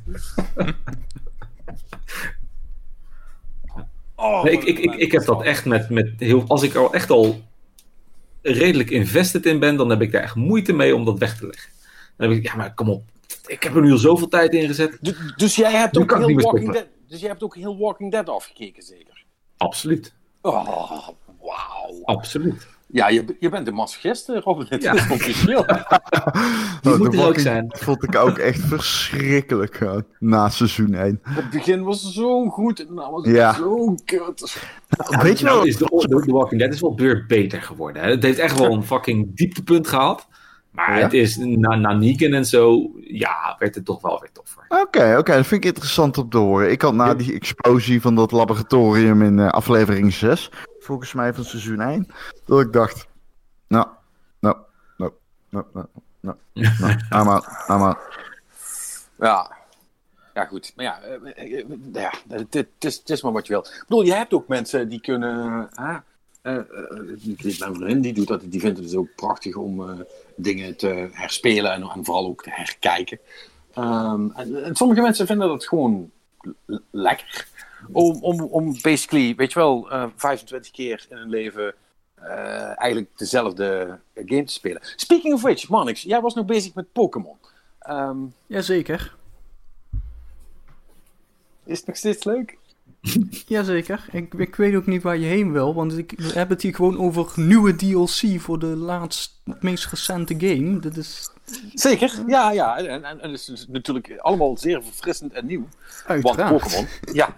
Oh, Nee, ik, ik, ik, ik heb dat echt met, met heel... Als ik er echt al redelijk invested in ben, dan heb ik daar echt moeite mee om dat weg te leggen. Dan heb ik, ja, maar kom op. Ik heb er nu al zoveel tijd in gezet. Du- dus jij hebt Nu ook kan ik heel niet meer Walking stoppen. Dead, dus jij hebt ook heel Walking Dead afgekeken, zeker? Absoluut. Oh, wauw. Absoluut. Ja, je, je bent een masochist, eh, Robin. Het Ja. is officieel. Die Oh, moet de er ook Walking zijn. Dead vond ik ook echt verschrikkelijk gaan. Na seizoen één. Het begin was zo goed en nou was het Ja. zo kut. Weet je Nou wel? is de, de, de Walking Dead is wel beur beter geworden. Hè? Het heeft echt wel een fucking dieptepunt gehad. Maar Ja? het is na, na Negan en zo, ja, werd het toch wel weer toffer. Oké, oké, dat vind ik interessant om te horen. Ik had na die explosie van dat laboratorium in eh, aflevering zes, volgens mij van seizoen één, dat ik dacht, nou, nou, nou, nou, nou, nou, nou, I'm out, I'm out. Ja. Ja, goed. Maar ja, eh, eh, ja het, het, is, het is maar wat je wil. Ik bedoel, je hebt ook mensen die kunnen... Uh, uh, uh, mijn vriendin die doet dat, die vindt het dus ook prachtig om uh, dingen te herspelen en, en vooral ook te herkijken. Um, en, en sommige mensen vinden dat gewoon l- lekker. Om, om, om basically, weet je wel, uh, vijfentwintig keer in hun leven uh, eigenlijk dezelfde game te spelen. Speaking of which, Mannix, jij was nog bezig met Pokémon. Um, Jazeker. is het nog steeds leuk? Jazeker. Ik, ik weet ook niet waar je heen wil, want ik we hebben het hier gewoon over nieuwe D L C voor de laatst, meest recente game. Dat is Zeker, ja, ja. En, en, en het is dus natuurlijk allemaal zeer verfrissend en nieuw. uiteraard. Want Pokémon, ja.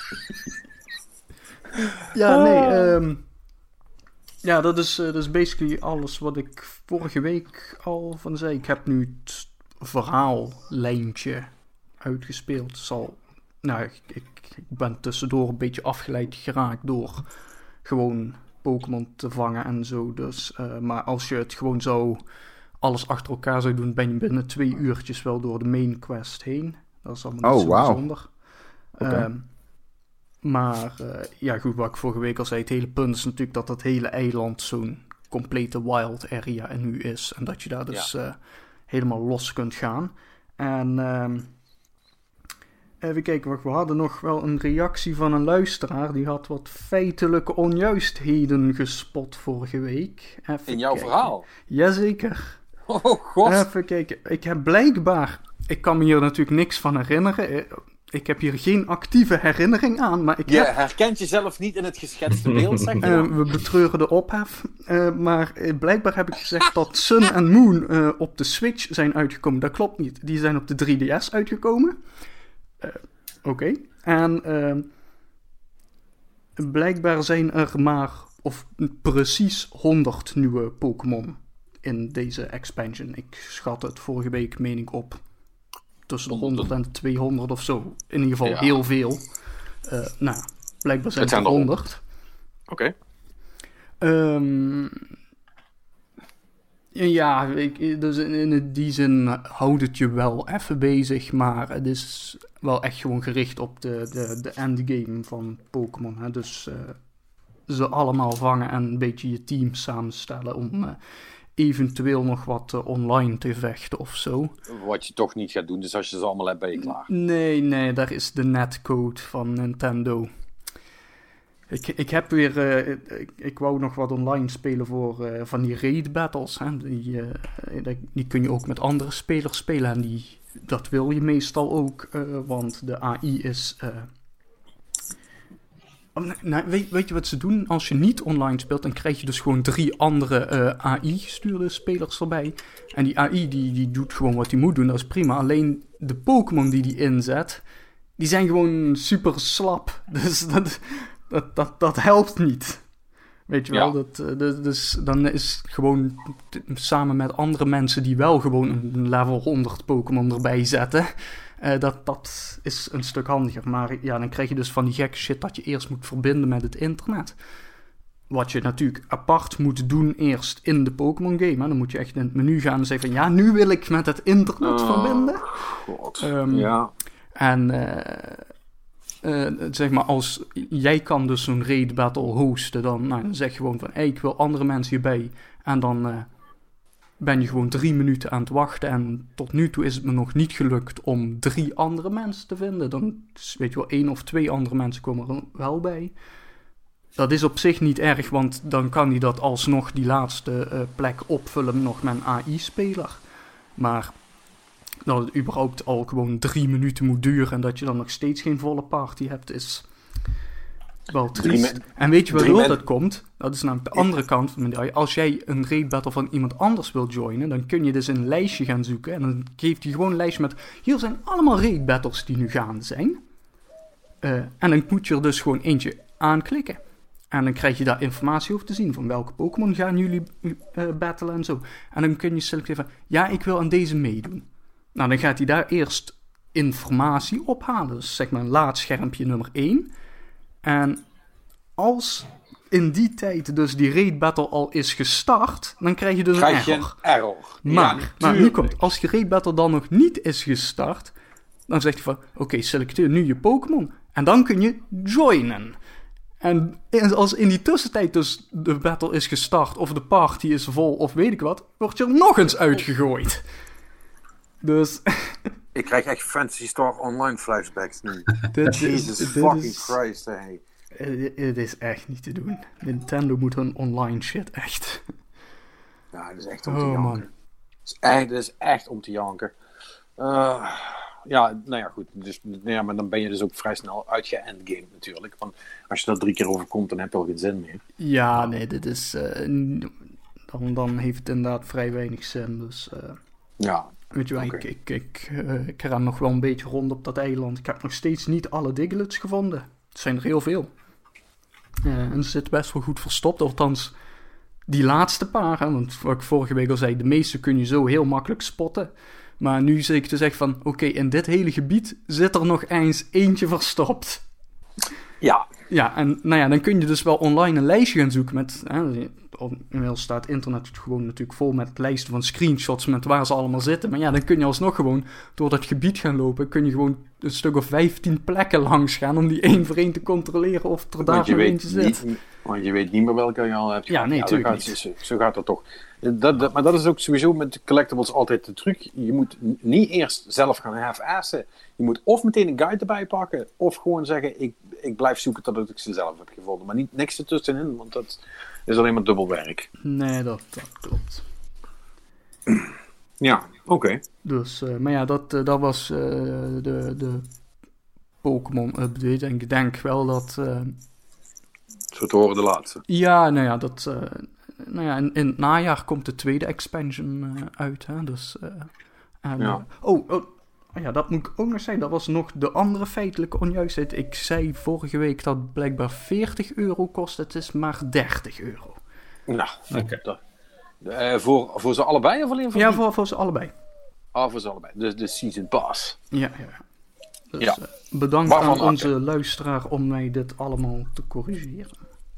Ja, nee. ehm, ja, dat is, eh, dat is basically alles wat ik vorige week al van zei. Ik heb nu het verhaallijntje uitgespeeld. Zal, nou, ik, ik, ik ben tussendoor een beetje afgeleid geraakt door gewoon Pokémon te vangen en zo. Dus, uh, maar als je het gewoon zo alles achter elkaar zou doen, ben je binnen twee uurtjes wel door de main quest heen. Dat is allemaal niet Oh, zo wauw. bijzonder. Oké. Ehm, maar uh, ja, goed, wat ik vorige week al zei, het hele punt is natuurlijk dat dat hele eiland zo'n complete wild area en nu is. En dat je daar dus ja. uh, helemaal los kunt gaan. En um, even kijken, we hadden nog wel een reactie van een luisteraar. Die had wat feitelijke onjuistheden gespot vorige week. Even In jouw kijken. verhaal? Jazeker. Oh god. Even kijken. Ik heb blijkbaar... Ik kan me hier natuurlijk niks van herinneren. Ik heb hier geen actieve herinnering aan, maar ik Je heb... herkent jezelf niet in het geschetste beeld, zeg je? Uh, we betreuren de ophef. Uh, maar uh, blijkbaar heb ik gezegd dat Sun en Moon uh, op de Switch zijn uitgekomen. Dat klopt niet. Die zijn op de drie D S uitgekomen. Uh, Oké. Okay. En uh, blijkbaar zijn er maar of precies honderd nieuwe Pokémon in deze expansion. Ik schat het vorige week, meen ik, op tussen de honderd en de tweehonderd of zo. In ieder geval ja. heel veel. Uh, nou, blijkbaar zijn het er honderd. Oké. Okay. Um, ja, ik, dus in, in die zin houdt het je wel even bezig, maar het is wel echt gewoon gericht op de, de, de endgame van Pokémon. Hè? Dus uh, ze allemaal vangen en een beetje je team samenstellen om uh, eventueel nog wat uh, online te vechten of zo. Wat je toch niet gaat doen, dus als je ze allemaal hebt, ben je klaar. Nee, nee, daar is de netcode van Nintendo. Ik, ik heb weer, uh, ik, ik wou nog wat online spelen voor uh, van die raid battles. Hè? Die, uh, die kun je ook met andere spelers spelen en die, dat wil je meestal ook, uh, want de A I is... Uh... Oh, nou, weet, weet je wat ze doen? Als je niet online speelt, dan krijg je dus gewoon drie andere uh, A I-gestuurde spelers erbij. En die A I die, die doet gewoon wat hij moet doen, dat is prima. Alleen de Pokémon die die inzet, die zijn gewoon super slap. Dus dat... Dat, dat, dat helpt niet. Weet je wel, ja. dat, uh, dus dan is gewoon t- samen met andere mensen die wel gewoon een level honderd Pokémon erbij zetten, uh, dat, dat is een stuk handiger. Maar ja, dan krijg je dus van die gekke shit dat je eerst moet verbinden met het internet. Wat je natuurlijk apart moet doen eerst in de Pokémon game. Hè. Dan moet je echt in het menu gaan en zeggen van ja, nu wil ik met het internet oh, verbinden. God. Um, ja. En... Uh, Uh, zeg maar, als jij kan dus zo'n raid battle hosten, dan, nou, dan zeg je gewoon van, hey, ik wil andere mensen hierbij. En dan uh, ben je gewoon drie minuten aan het wachten. En tot nu toe is het me nog niet gelukt om drie andere mensen te vinden. Dan, weet je wel, één of twee andere mensen komen er wel bij. Dat is op zich niet erg, want dan kan hij dat alsnog die laatste uh, plek opvullen nog met een A I-speler. Maar... dat het überhaupt al gewoon drie minuten moet duren en dat je dan nog steeds geen volle party hebt, is wel triest. Me- en weet je waardoor men- dat komt? Dat is namelijk de andere kant van de medaille. Als jij een raid battle van iemand anders wil joinen, dan kun je dus een lijstje gaan zoeken en dan geeft hij gewoon een lijstje met, hier zijn allemaal raid battles die nu gaande zijn. Uh, en dan moet je er dus gewoon eentje aanklikken. En dan krijg je daar informatie over te zien. Van welke Pokémon gaan jullie uh, battlen en zo. En dan kun je selecteren van, ja, ik wil aan deze meedoen. Nou, dan gaat hij daar eerst informatie ophalen. Dus zeg maar een laadschermpje nummer één. En als in die tijd dus die raid battle al is gestart, dan krijg je dus krijg een error. Je een error. Maar, ja, maar nu komt, als je raid battle dan nog niet is gestart, dan zegt hij van, oké, okay, selecteer nu je Pokémon. En dan kun je joinen. En als in die tussentijd dus de battle is gestart, of de party is vol, of weet ik wat, word je er nog eens uitgegooid. Dus... ik krijg echt Fantasy Star Online flashbacks nu. dit, Jesus dit fucking is, Christ, hey. Het is echt niet te doen. Nintendo moet hun online shit echt... ja, dat is echt om te oh, janken. Het is echt, dat is echt om te janken. Uh, ja, nou ja, goed. Dus, ja, maar dan ben je dus ook vrij snel uit je endgame natuurlijk. Want als je dat drie keer overkomt, dan heb je al geen zin meer. Ja, nee, dit is... Uh, dan, dan heeft het inderdaad vrij weinig zin, dus... Uh, ja. Weet je wel, okay. ik, ik, ik, uh, ik ren nog wel een beetje rond op dat eiland. Ik heb nog steeds niet alle Diglets gevonden. Het zijn er heel veel. Uh, en ze zitten best wel goed verstopt. Althans, die laatste paar. Hè, want wat ik vorige week al zei, de meeste kun je zo heel makkelijk spotten. Maar nu zit ik te zeggen van, oké, okay, in dit hele gebied zit er nog eens eentje verstopt. Ja. Ja, en nou ja, dan kun je dus wel online een lijstje gaan zoeken met... Hè, inmiddels staat internet gewoon natuurlijk vol met lijsten van screenshots met waar ze allemaal zitten. Maar ja, dan kun je alsnog gewoon door dat gebied gaan lopen. Kun je gewoon een stuk of vijftien plekken langs gaan om die één voor één te controleren of er daar nog eentje zit. Niet, want je weet niet meer welke je al hebt. Ja, nee, natuurlijk ja, niet. Zo, zo gaat dat toch. Dat, dat, maar dat is ook sowieso met collectibles altijd de truc. Je moet niet eerst zelf gaan half-assen. Je moet of meteen een guide erbij pakken, of gewoon zeggen, ik, ik blijf zoeken totdat ik ze zelf heb gevonden. Maar niet niks ertussenin, want dat is alleen maar dubbel werk. Nee, dat, dat klopt. Ja, oké. Okay. Dus, uh, maar ja, dat, uh, dat was uh, de, de Pokémon update. En ik denk wel dat... Uh, Zo te horen de laatste. Ja, nou ja, dat... Uh, nou ja, in, in het najaar komt de tweede expansion uh, uit, hè. Dus... Uh, en, ja. uh, oh, oh, Oh ja, dat moet ik ook nog zeggen. Dat was nog de andere feitelijke onjuistheid. Ik zei vorige week dat het blijkbaar veertig euro kost. Het is maar dertig euro. Nou, Oké. dat- eh, voor, voor ze allebei of alleen voor Ja, die? voor, voor ze allebei. Ah, voor ze allebei. Dus de Season Pass. Ja, ja. Dus, Ja. eh, bedankt Waarvan aan onze acte? luisteraar om mij dit allemaal te corrigeren.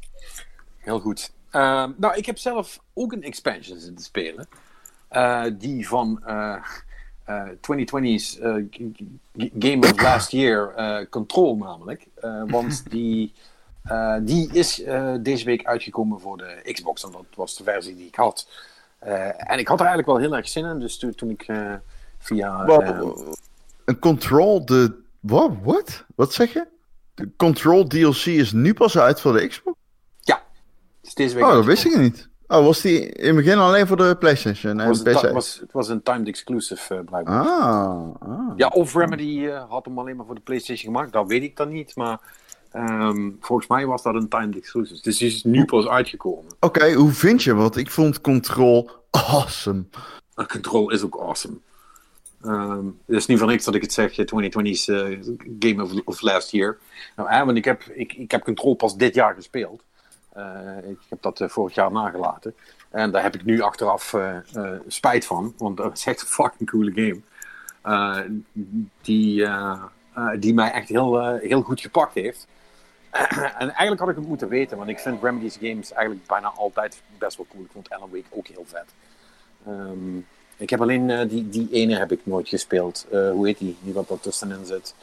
Heel goed. Ehm, nou, ik heb zelf ook een expansion zitten spelen. Eh, die van eh eh twintig twintig's eh, g- g- Game of Last Year, eh, Control namelijk. Eh, want die, eh, die is eh, deze week uitgekomen voor de Xbox. En dat was de versie die ik had. Eh, en ik had er eigenlijk wel heel erg zin in. Dus toen, toen ik eh, via... Wow, ehm, een Control, de... Wat? What? Wat zeg je? De Control D L C is nu pas uit voor de Xbox? ja, is deze week Oh, dat uitgekomen. wist ik niet. Oh, was die in het begin alleen voor de PlayStation en Was het, P C? was, het was een timed exclusive, eh, blijkbaar. Ah, ah. Ja, of Remedy eh, had hem alleen maar voor de PlayStation gemaakt. Dat weet ik dan niet. Maar ehm, volgens mij was dat een timed exclusive. Dus die is nu pas uitgekomen. Oké, hoe vind je? Want ik vond Control awesome. Uh, Control is ook awesome. Ehm, het is niet van niks dat ik het zeg. eh, twintig twintig's eh, Game of, of Last Year. Nou, eh, want ik heb, ik, ik heb Control pas dit jaar gespeeld. Eh, ik heb dat eh, vorig jaar nagelaten. En daar heb ik nu achteraf eh, eh, spijt van. Want dat is echt een fucking coole game. Eh, die, eh, eh, die mij echt heel, eh, heel goed gepakt heeft. En eigenlijk had ik het moeten weten. Want ik vind Remedy's games eigenlijk bijna altijd best wel cool. Ik vond Alan Wake ook heel vet. Ehm, ik heb alleen uh, die, die ene heb ik nooit gespeeld. Uh, hoe heet die? Die wat er tussenin zit.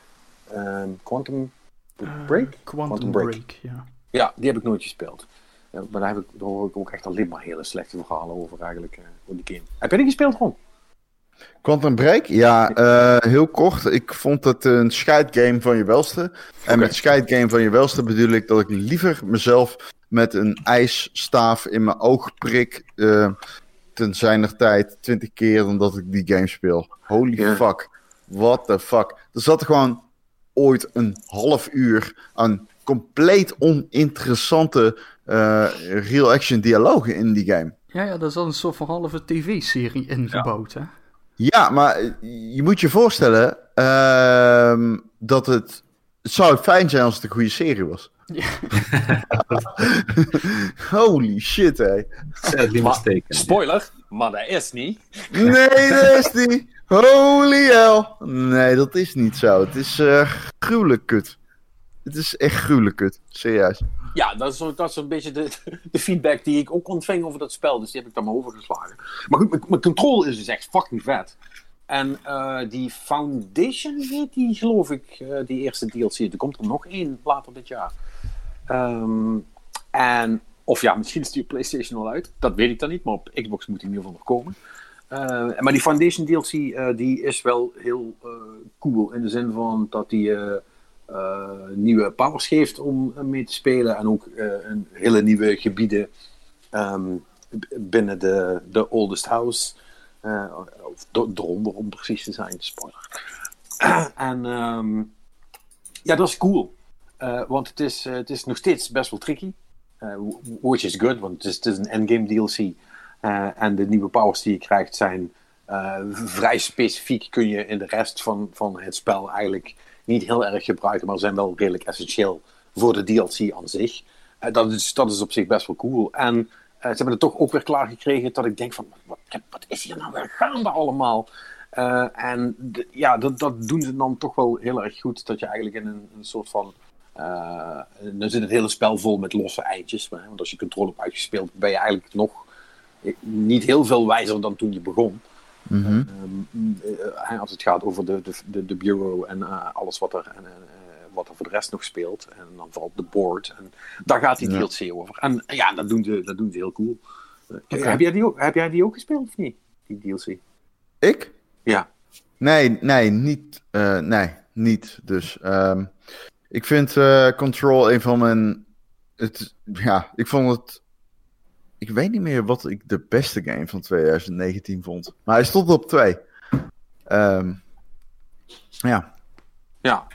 Um, Quantum Break? Uh, Quantum, Quantum Break. Break, ja. Ja, die heb ik nooit gespeeld. Ja, maar daar, heb ik, daar hoor ik ook echt alleen maar hele slechte verhalen over eigenlijk. Uh, over die game. Heb jij die gespeeld, Ron? Quantum Break? Ja, uh, heel kort. Ik vond het een scheidgame van je welste. En okay. Met scheidgame van je welste bedoel ik dat ik liever mezelf met een ijsstaaf in mijn oog prik... Uh, ten zijner tijd twintig keer dan dat ik die game speel. Holy yeah. fuck. What the fuck. Er zat gewoon ooit een half uur aan compleet oninteressante uh, real-action dialogen in die game. Ja, ja, daar zat een soort van halve tv-serie ingebouwd, ja. hè? Ja, maar je moet je voorstellen uh, dat het... Het zou fijn zijn als het een goede serie was. Ja. Holy shit, hé. Maar, spoiler, maar dat is niet. Nee, dat is niet. Holy hell. Nee, dat is niet zo. Het is uh, gruwelijk kut. Het is echt gruwelijk kut. Serieus. Ja, dat is, zo, dat is een beetje de, de feedback die ik ook ontving over dat spel. Dus die heb ik dan maar overgeslagen. Maar goed, mijn Control is dus echt fucking vet. En uh, die Foundation heet die, geloof ik, uh, die eerste D L C. Er komt er nog één later dit jaar. Um, en, of ja, misschien is die op PlayStation al uit. Dat weet ik dan niet, maar op Xbox moet die in ieder geval nog komen. Uh, maar die Foundation D L C, uh, die is wel heel uh, cool. In de zin van dat die uh, uh, nieuwe powers geeft om uh, mee te spelen. En ook uh, een hele nieuwe gebieden um, binnen de, de Oldest House. Uh, of eronder om precies te zijn, spoiler. Uh, en um, ja, dat is cool. Uh, want het is, uh, het is nog steeds best wel tricky. Uh, which is good, want het is, het is een endgame D L C. Uh, en de nieuwe powers die je krijgt zijn uh, vrij specifiek. Kun je in de rest van, van het spel eigenlijk niet heel erg gebruiken. Maar zijn wel redelijk essentieel voor de D L C aan zich. Uh, dat, is, dat is op zich best wel cool. En uh, ze hebben het toch ook weer klaar gekregen dat ik denk van... Wat, wat is hier nou weer gaande allemaal? Uh, en de, ja, dat, dat doen ze dan toch wel heel erg goed. Dat je eigenlijk in een, een soort van... Uh, dan zit het hele spel vol met losse eindjes. Maar, want als je Control hebt uitgespeeld, ben je eigenlijk nog niet heel veel wijzer dan toen je begon. Mm-hmm. Uh, uh, als het gaat over de, de, de bureau en uh, alles wat er, en, uh, wat er voor de rest nog speelt. En dan vooral de board. En daar gaat die ja. D L C over. En ja, dat doen ze, dat doen ze heel cool. Uh, okay. heb, jij die ook, heb jij die ook gespeeld of niet? Die D L C? Ik? Ja. Nee, nee, niet. Uh, nee, niet. Dus... Um... Ik vind uh, Control een van mijn... Het, ja, ik vond het... Ik weet niet meer wat ik de beste game van twintig negentien vond. Maar hij stond op twee. Um, ja. Ja.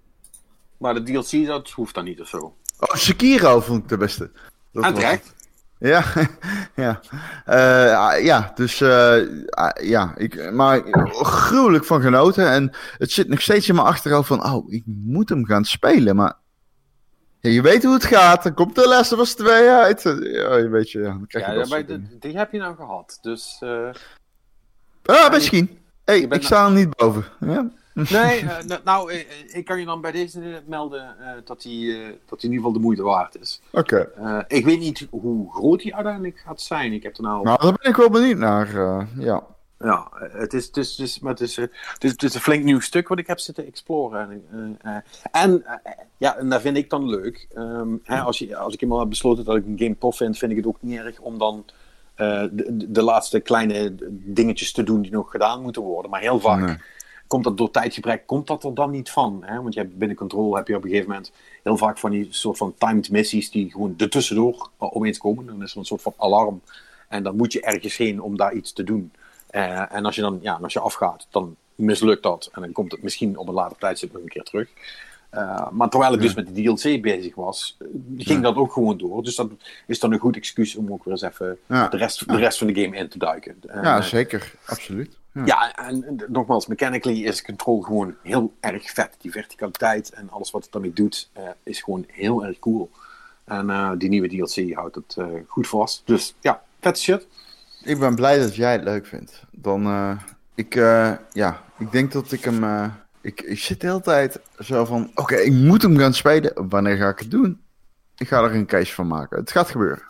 Maar de D L C, dat hoeft dan niet of zo. Oh, Sekiro vond ik de beste. Dat en terecht. Ja, ja. Uh, ja, dus uh, uh, ja, ik, maar gruwelijk van genoten. En het zit nog steeds in mijn achterhoofd van, oh, ik moet hem gaan spelen. Maar ja, je weet hoe het gaat. Dan komt de Last of Us twee uit. Ja, je weet je, ja, dan krijg je ja, dat maar die, die heb je nou gehad. Dus. Uh, ah, misschien. Hey, ik sta er niet boven. Ja. Nee, uh, nou, uh, ik kan je dan bij deze melden uh, dat hij uh, dat in ieder geval de moeite waard is. Oké. Okay. Uh, ik weet niet hoe groot hij uiteindelijk gaat zijn. Ik heb er nou... Nou, daar ben ik wel benieuwd naar, uh, ja. Ja, het is, het, is, het, is, maar het, is, het, is, het is een flink nieuw stuk wat ik heb zitten exploren. En, uh, uh, en uh, ja, en dat vind ik dan leuk. Um, hè, als, je, als ik eenmaal heb besloten dat ik een game tof vind, vind ik het ook niet erg om dan uh, de, de laatste kleine dingetjes te doen die nog gedaan moeten worden. Maar heel vaak... Nee. Komt dat door tijdgebrek, komt dat er dan niet van? Hè? Want je hebt binnen Control heb je op een gegeven moment heel vaak van die soort van timed missies die gewoon ertussendoor opeens komen. Dan is er een soort van alarm. En dan moet je ergens heen om daar iets te doen. Uh, en als je dan, ja, als je afgaat, dan mislukt dat. En dan komt het misschien op een later tijdstip nog een keer terug. Uh, maar terwijl ik dus met de D L C bezig was, ging ja. dat ook gewoon door. Dus dat is dan een goed excuus om ook weer eens even ja. de, rest, de rest van de game in te duiken. Uh, ja, zeker. Absoluut. Ja, ja en, en nogmaals, mechanically is Control gewoon heel erg vet. Die verticaliteit en alles wat het daarmee doet, uh, is gewoon heel erg cool. En uh, die nieuwe D L C houdt het uh, goed vast. Dus ja, vette shit. Ik ben blij dat jij het leuk vindt. Dan, uh, ik, uh, ja, ik denk dat ik hem... Uh, ik, ik zit de hele tijd zo van, oké, okay, ik moet hem gaan spelen. Wanneer ga ik het doen? Ik ga er een case van maken. Het gaat gebeuren.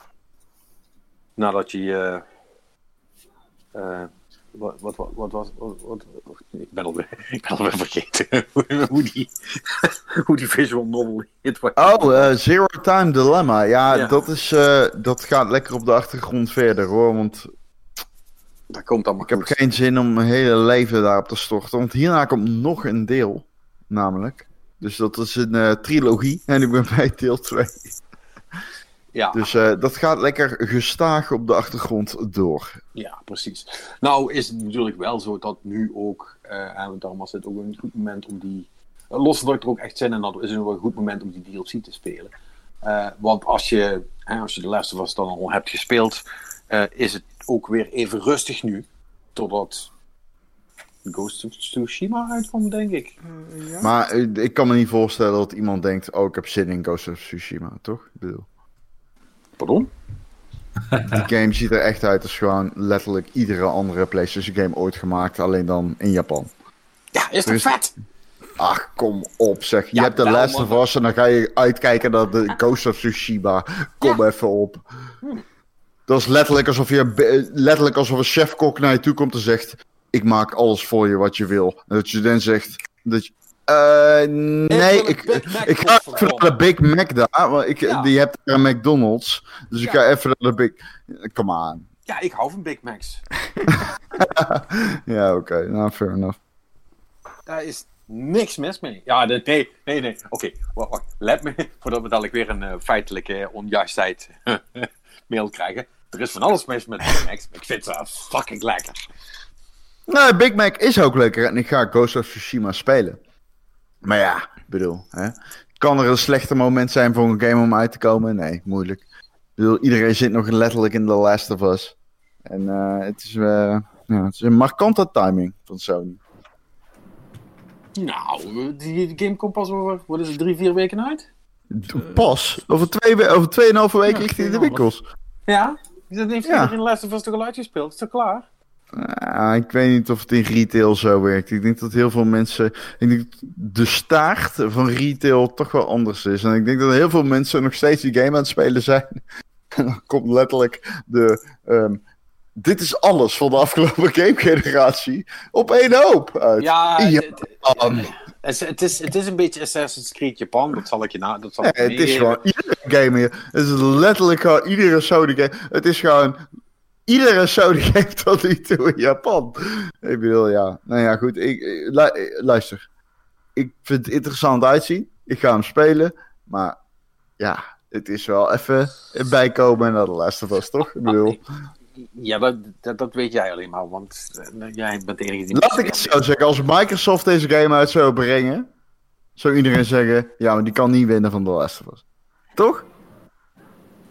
Nadat je... Uh, uh, Wat, wat, wat, wat was... Wat, wat, ik, ben alweer, ik ben alweer vergeten hoe, die, hoe die visual novel heet. Oh, uh, Zero Time Dilemma. Ja, ja. Dat, is, uh, dat gaat lekker op de achtergrond verder, hoor. Want dat komt allemaal ik goed. heb geen zin om mijn hele leven daarop te storten. Want hierna komt nog een deel, namelijk. Dus dat is een uh, trilogie. En ik ben bij deel twee. Ja. Dus uh, dat gaat lekker gestaag op de achtergrond door. Ja, precies. Nou is het natuurlijk wel zo dat nu ook, uh, en daarom was het ook een goed moment om die, uh, los dat ik er ook echt zin in had, is het ook een goed moment om die D L C te spelen. Uh, want als je, uh, als je de Last of Us dan al hebt gespeeld, uh, is het ook weer even rustig nu, totdat Ghost of Tsushima uitkomt, denk ik. Uh, ja. Maar uh, ik kan me niet voorstellen dat iemand denkt, oh, ik heb zin in Ghost of Tsushima, toch? Ik bedoel... Pardon? Die game ziet er echt uit als gewoon letterlijk iedere andere PlayStation game ooit gemaakt, alleen dan in Japan. Ja, is toch is... vet? Ach, kom op zeg. Je ja, hebt de Last of Us en dan ga je uitkijken naar de Ghost of Tsushima. Kom ja. even op. Hm. Dat is letterlijk alsof, je, letterlijk alsof een chefkok naar je toe komt en zegt, ik maak alles voor je wat je wil. En dat je dan zegt, dat je... Uh, nee, ik, ik ga even naar de Big Mac daar, want ik, ja. die hebt een McDonald's, dus ja. ik ga even naar de Big... Come on. Ja, ik hou van Big Macs. ja, oké, okay. nou, fair enough. Daar is niks mis mee. Ja, de, nee, nee, nee, oké, okay. wacht, wacht, let me, voordat we dadelijk weer een uh, feitelijke onjuistheid mail krijgen. Er is van alles mis met Big Macs, ik vind ze fucking lekker. Nou, Big Mac is ook lekker en ik ga Ghost of Tsushima spelen. Maar ja, ik bedoel, hè? Kan er een slechter moment zijn voor een game om uit te komen? Nee, moeilijk. Ik bedoel, iedereen zit nog letterlijk in The Last of Us. En uh, het, is, uh, ja, het is een markante timing van Sony. Nou, die game komt pas over, wat is het, drie, vier weken uit? Pas? Over twee, over tweeënhalve weken richting ja, de winkels. Ja? Dat heeft iedereen ja. in The Last of Us toch al uitgespeeld? Is dat klaar? Uh, ik weet niet of het in retail zo werkt. Ik denk dat heel veel mensen... Ik denk dat de staart van retail toch wel anders is. En ik denk dat heel veel mensen nog steeds die game aan het spelen zijn. En dan komt letterlijk de... Um, dit is alles van de afgelopen game-generatie op één hoop uit. Ja, Japan. Het, het, het, is, het is een beetje Assassin's Creed Japan. Dat zal ik je na... Dat zal ja, het is gewoon iedere game hier. Het is letterlijk gewoon iedere Sony game. Het is gewoon... Iedere Sony game tot nu toe in Japan. Ik bedoel, ja. Nou ja, goed. Ik, lu- luister. Ik vind het interessant uitzien. Ik ga hem spelen. Maar ja, het is wel even bijkomen naar de Last of Us, toch? Ik bedoel... Ja, dat, dat, dat weet jij alleen maar, want uh, jij bent de enige die... Laat ik het zo zeggen. Als Microsoft deze game uit zou brengen, zou iedereen zeggen, ja, maar die kan niet winnen van de Last of Us. Toch?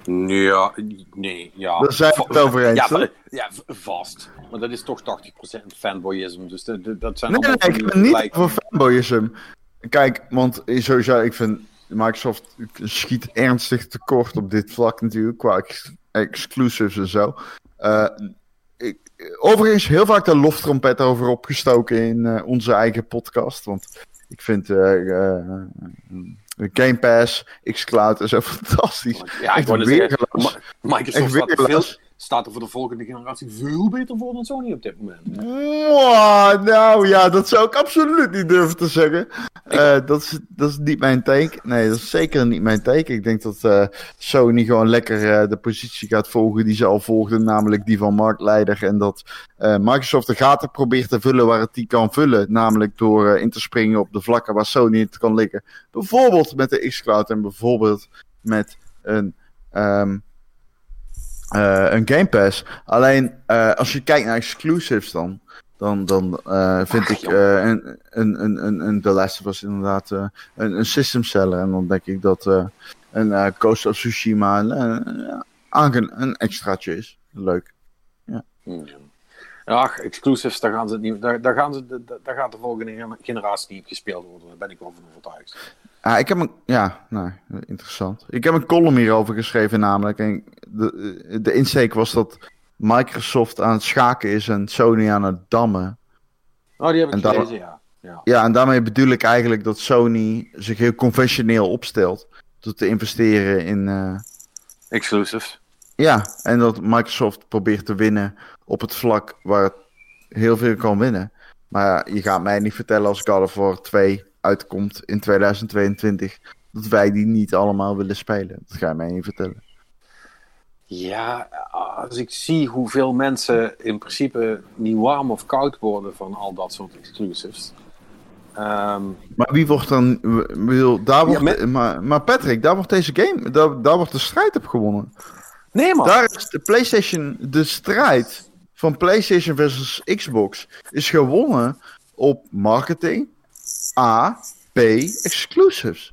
Ja, nee, ja. Daar zijn we het over eens, ja, toch? ja, vast. Maar dat is toch tachtig procent fanboyisme. Dus de, de, dat zijn Nee, nee, allemaal ik van ben die niet gelijk- voor fanboyism. Kijk, want sowieso, ik vind Microsoft schiet ernstig tekort op dit vlak natuurlijk, qua ex- exclusives en zo. Uh, ik, overigens heel vaak de loftrompet over opgestoken in uh, onze eigen podcast, want ik vind uh, uh, Game Pass, xCloud en zo fantastisch. Ja, ik Echt wou net zeggen, weergeloos. Ma- Microsoft Echt staat er, veel, weergeloos. staat er voor de volgende generatie veel beter voor dan Sony op dit moment. Mwah, nou ja, dat zou ik absoluut niet durven te zeggen. Uh, dat, is, dat is niet mijn take. Nee, dat is zeker niet mijn take. Ik denk dat uh, Sony gewoon lekker uh, de positie gaat volgen die ze al volgden, namelijk die van marktleider. En dat uh, Microsoft de gaten probeert te vullen waar het die kan vullen. Namelijk door uh, in te springen op de vlakken waar Sony het kan liggen. Bijvoorbeeld met de xCloud en bijvoorbeeld met een... Um, Uh, een Game Pass. Alleen, uh, als je kijkt naar exclusives dan, dan, dan uh, vind Ach, ik uh, een, een, een, een, een The Last of Us inderdaad uh, een, een system seller. En dan denk ik dat uh, een uh, Ghost of Tsushima een, uh, aange- een extraatje is. Leuk. Ja. Hmm. Ach, exclusives, daar gaan ze het niet, daar, daar, gaan ze, daar, daar gaat de volgende generatie niet op gespeeld worden. Daar ben ik wel van overtuigd. Ah, ik heb een, ja, nou, interessant. Ik heb een column hierover geschreven namelijk. En de, de insteek was dat Microsoft aan het schaken is en Sony aan het dammen. Oh, die heb ik en gelezen, daar, ja. ja. Ja, en daarmee bedoel ik eigenlijk dat Sony zich heel conventioneel opstelt. Door te investeren in... Uh... Exclusives. Ja, en dat Microsoft probeert te winnen op het vlak waar het heel veel kan winnen. Maar je gaat mij niet vertellen als God of War twee uitkomt in tweeduizend tweeëntwintig... dat wij die niet allemaal willen spelen. Dat ga je mij niet vertellen. Ja, als ik zie hoeveel mensen in principe niet warm of koud worden van al dat soort exclusives. Um, maar wie wordt dan... Wil, daar wordt, ja, met... maar, maar Patrick, daar wordt deze game... Daar, daar wordt de strijd op gewonnen. Nee man. Daar is de PlayStation... De strijd van PlayStation versus Xbox is gewonnen op marketing... A, B, exclusives.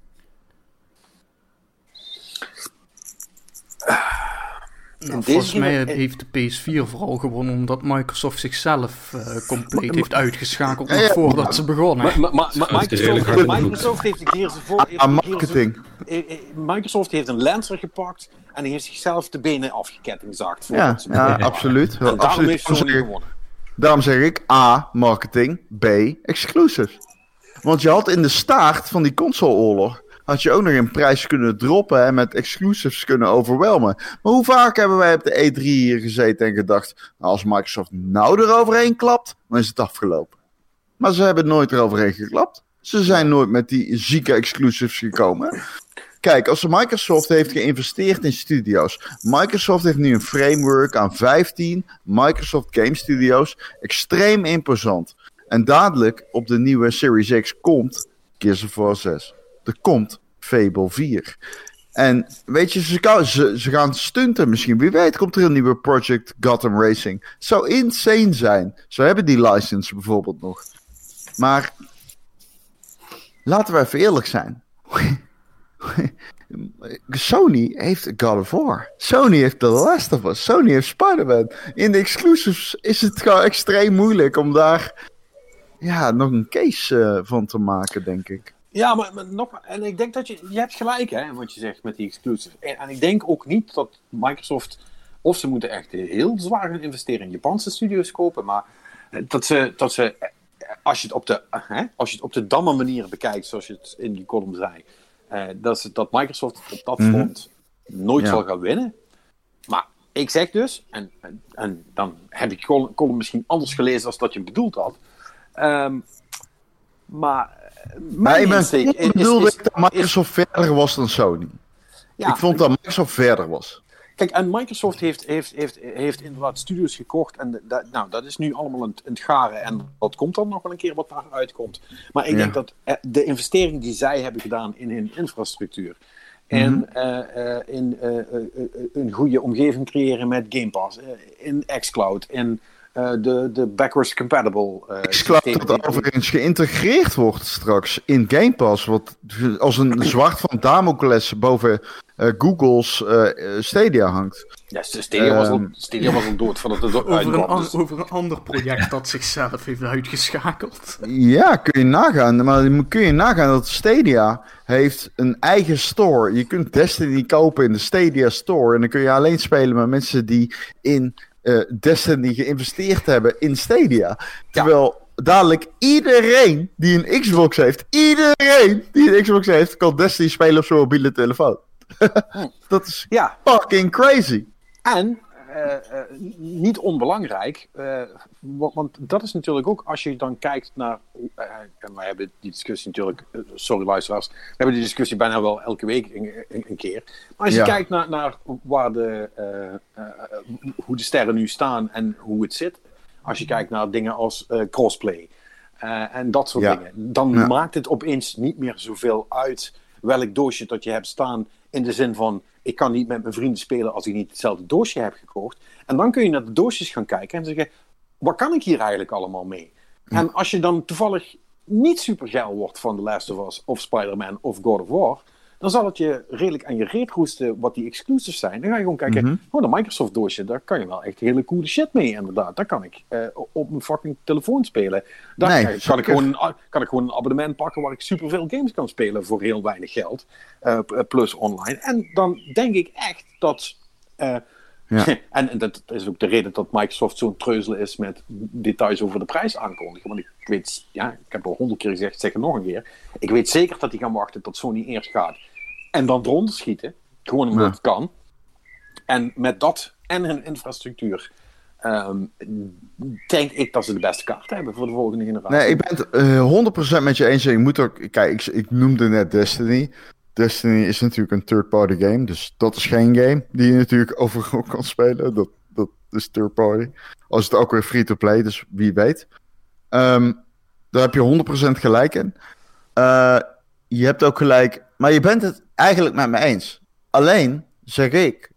Nou, volgens mij heeft de P S vier vooral gewonnen omdat Microsoft zichzelf uh, compleet heeft uitgeschakeld nog ja, ja, voordat maar, ze begonnen. Maar, maar, maar, maar Microsoft, Microsoft heeft de Gears of War... Aan marketing. Microsoft heeft een Lancer gepakt en die heeft zichzelf de benen afgekettingzaagd. Ja, ja, absoluut. En daarom absoluut. heeft Sony gewonnen. Daarom zeg ik A, marketing, B, exclusives. Want je had in de staart van die consoleoorlog... had je ook nog een prijs kunnen droppen en met exclusives kunnen overwelmen. Maar hoe vaak hebben wij op de E drie hier gezeten en gedacht... Nou, als Microsoft nou eroverheen klapt, dan is het afgelopen. Maar ze hebben nooit eroverheen geklapt. Ze zijn nooit met die zieke exclusives gekomen. Kijk, als Microsoft heeft geïnvesteerd in studio's... Microsoft heeft nu een framework aan vijftien Microsoft Game Studios. Extreem imposant. En dadelijk op de nieuwe Series X komt Gears of War zes. Er komt Fable vier. En weet je, ze, kan, ze, ze gaan stunten misschien. Wie weet komt er een nieuwe Project Gotham Racing. Het zou insane zijn. Ze hebben die license bijvoorbeeld nog. Maar laten we even eerlijk zijn. Sony heeft God of War. Sony heeft The Last of Us. Sony heeft Spider-Man. In de exclusives is het gewoon extreem moeilijk om daar ja, nog een case uh, van te maken, denk ik. Ja, maar, maar nog, en ik denk dat je, je hebt gelijk, hè, wat je zegt met die exclusive. En, en ik denk ook niet dat Microsoft, of ze moeten echt heel zwaar gaan investeren in Japanse studios kopen, maar dat ze, dat ze als je het op de, hè, als je het op de damme manier bekijkt, zoals je het in die column zei, uh, dat, ze, dat Microsoft op dat front mm-hmm. nooit ja. zal gaan winnen. Maar ik zeg dus, en, en, en dan heb ik de column misschien anders gelezen als dat je bedoeld had, um, maar Mijn nee, insteek is, bedoelde is, ik dat Microsoft is, verder was dan Sony. Ja, ik vond dat Microsoft verder was. Kijk, en Microsoft heeft, heeft, heeft, heeft inderdaad studios gekocht. En de, nou, dat is nu allemaal in, in het garen. En dat komt dan nog wel een keer wat daar uitkomt. Maar ik ja. denk dat de investering die zij hebben gedaan in hun infrastructuur. En mm-hmm. uh, uh, in uh, uh, uh, een goede omgeving creëren met Game Pass. Uh, in xCloud. In Uh, de, de backwards compatible uh, xCloud dat die... overigens geïntegreerd wordt straks in Game Pass. Wat als een zwaard van Damocles boven uh, Google's uh, Stadia hangt. Ja, Stadia, um, was, al, Stadia was al dood voordat het over, uitkwam, een an- dus. over een ander project dat zichzelf heeft uitgeschakeld. Ja, kun je nagaan. Maar kun je nagaan dat Stadia heeft een eigen store. Je kunt Destiny kopen in de Stadia store. En dan kun je alleen spelen met mensen die in uh, Destiny geïnvesteerd hebben in Stadia. Terwijl ja. dadelijk iedereen die een Xbox heeft, iedereen die een Xbox heeft, kan Destiny spelen op zijn mobiele telefoon. Dat is ja. fucking crazy. En, uh, uh, niet onbelangrijk, uh, want, want dat is natuurlijk ook, als je dan kijkt naar, uh, en wij hebben die discussie natuurlijk, uh, sorry luisteraars, we hebben die discussie bijna wel elke week een, een, een keer. Maar als je ja. kijkt naar, naar waar de, uh, uh, hoe de sterren nu staan en hoe het zit, als je kijkt naar dingen als uh, crossplay uh, en dat soort ja. dingen, dan ja. maakt het opeens niet meer zoveel uit welk doosje dat je hebt staan, in de zin van, ik kan niet met mijn vrienden spelen als ik niet hetzelfde doosje heb gekocht. En dan kun je naar de doosjes gaan kijken en zeggen, wat kan ik hier eigenlijk allemaal mee? Hm. En als je dan toevallig niet super geil wordt van The Last of Us of Spider-Man of God of War, dan zal het je redelijk aan je reet roesten wat die exclusives zijn. Dan ga je gewoon kijken, mm-hmm. oh, de Microsoft doosje, daar kan je wel echt hele coole shit mee inderdaad. Daar kan ik uh, op mijn fucking telefoon spelen. Daar nee, kan, kan, ik gewoon een, kan ik gewoon een abonnement pakken waar ik superveel games kan spelen voor heel weinig geld. Uh, plus online. En dan denk ik echt dat... Uh, ja. en, en dat is ook de reden dat Microsoft zo'n treuzelen is met details over de prijs aankondigen. Want ik weet, ja, ik heb al honderd keer gezegd, zeg het nog een keer. Ik weet zeker dat die gaan wachten tot Sony eerst gaat. En dan eronder schieten. Gewoon omdat ja. het kan. En met dat en hun infrastructuur um, denk ik dat ze de beste kaart hebben voor de volgende generatie. Nee, ik ben het uh, honderd procent met je eens. Je moet ook, kijk, ik, ik noemde net Destiny. Destiny is natuurlijk een third-party game, dus dat is geen game die je natuurlijk overal kan spelen. Dat, dat is third-party. Als het ook weer free-to-play, dus wie weet. Um, daar heb je honderd procent gelijk in. Uh, je hebt ook gelijk, maar je bent het eigenlijk met me eens. Alleen, zeg ik,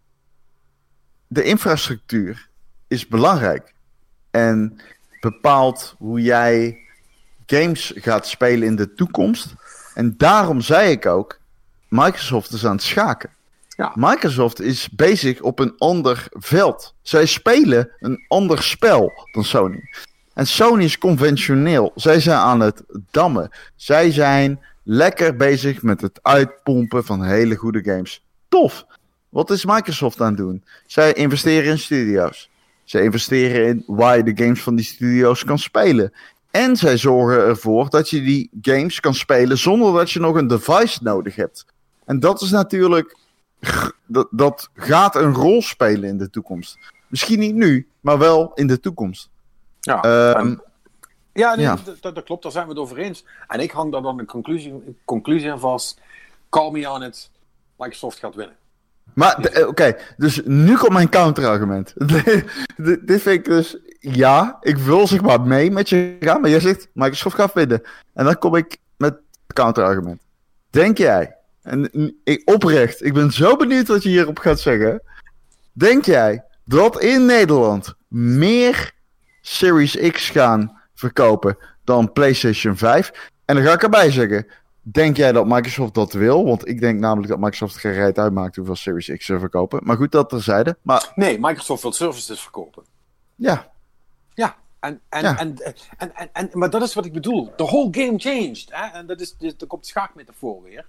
de infrastructuur is belangrijk. En bepaalt hoe jij games gaat spelen in de toekomst. En daarom zei ik ook, Microsoft is aan het schaken. Ja. Microsoft is bezig op een ander veld. Zij spelen een ander spel dan Sony. En Sony is conventioneel. Zij zijn aan het dammen. Zij zijn lekker bezig met het uitpompen van hele goede games. Tof. Wat is Microsoft aan het doen? Zij investeren in studio's. Zij investeren in waar je de games van die studio's kan spelen. En zij zorgen ervoor dat je die games kan spelen zonder dat je nog een device nodig hebt. En dat is natuurlijk... Dat, dat gaat een rol spelen in de toekomst. Misschien niet nu, maar wel in de toekomst. Ja, um, en, ja, nee, ja. Dat, dat klopt, daar zijn we het over eens. En ik hang daar dan een conclusie, conclusie aan vast. Call me on it. Microsoft gaat winnen. Maar, oké, okay, dus nu komt mijn counterargument. Dit vind ik dus... Ja, ik wil zeg maar mee met je gaan, maar jij zegt Microsoft gaat winnen. En dan kom ik met het counterargument. Denk jij, en ik, oprecht, ik ben zo benieuwd wat je hierop gaat zeggen. Denk jij dat in Nederland meer Series X gaan verkopen dan PlayStation vijf? En dan ga ik erbij zeggen, denk jij dat Microsoft dat wil? Want ik denk namelijk dat Microsoft geen reet uitmaakt hoeveel Series X ze verkopen. Maar goed, dat terzijde. Maar... Nee, Microsoft wil services verkopen. Ja. Ja, en, en, ja. En, en, en, en, maar dat is wat ik bedoel. The whole game changed. Hè? En dat is, daar komt de schaakmetafoor weer.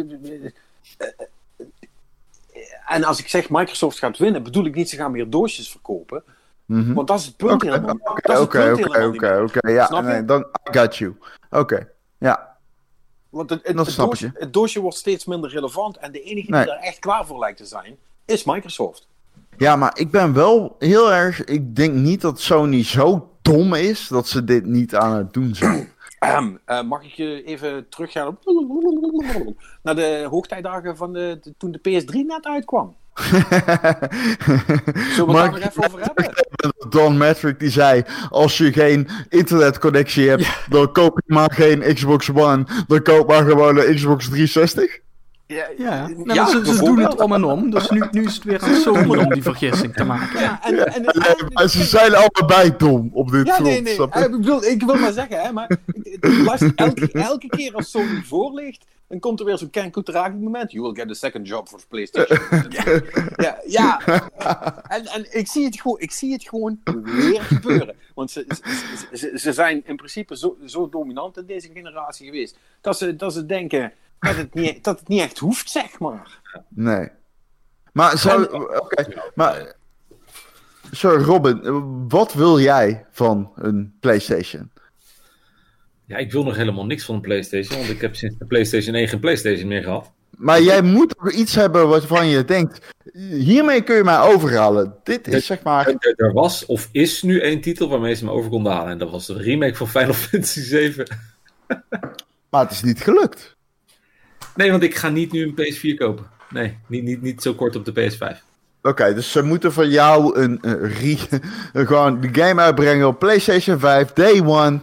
En als ik zeg Microsoft gaat winnen, bedoel ik niet ze gaan meer doosjes verkopen. Mm-hmm. Want dat is het punt okay, helemaal. Oké, oké, oké, oké, oké. Ja, nee, dan I got you. Oké, okay, ja. Want het, het, het, doosje, het doosje wordt steeds minder relevant en de enige nee. die daar echt klaar voor lijkt te zijn, is Microsoft. Ja, maar ik ben wel heel erg... Ik denk niet dat Sony zo dom is dat ze dit niet aan het doen zijn. Um, uh, mag ik je even teruggaan op... naar de hoogtijdagen van de, de, toen de P S drie net uitkwam? Zullen we het daar nog even over hebben? Don Matrick die zei... Als je geen internetconnectie hebt... Ja. Dan koop je maar geen Xbox One. Dan koop maar gewoon een Xbox driehonderdzestig. Ja, Ja, nou, ja, ze, ze doen bijvoorbeeld. het om en om. Dus nu, nu is het weer aan Sony om die vergissing te maken. Ja, en, en, en, Nee, maar ze zijn allebei dom op dit Ja, front. nee, nee. snap je? Ik, bedoel, ik wil maar zeggen, hè, maar luister, elke, elke keer als Sony voorligt, dan komt er weer zo'n Ken Kutaragi moment. You will get a second job for PlayStation. ja, ja, ja. En, en ik, zie het gewoon, ik zie het gewoon weer gebeuren. Want ze, ze, ze, ze zijn in principe zo, zo dominant in deze generatie geweest, dat ze, dat ze denken dat het, niet, dat het niet echt hoeft, zeg maar. Nee. Maar zo... Oké, maar... Sorry, Robin. Wat wil jij van een PlayStation? Ja, ik wil nog helemaal niks van een PlayStation, want ik heb sinds de PlayStation één geen PlayStation meer gehad. Maar jij moet toch iets hebben waarvan je denkt... Hiermee kun je mij overhalen. Dit is zeg maar... Er, er was of is nu één titel waarmee ze me over konden halen. En dat was de remake van Final Fantasy zeven. Maar het is niet gelukt. Nee, want ik ga niet nu een P S vier kopen. Nee, niet, niet, niet zo kort op de P S vijf. Oké, okay, dus ze moeten van jou een, een, re- een gewoon de game uitbrengen op PlayStation vijf, day one.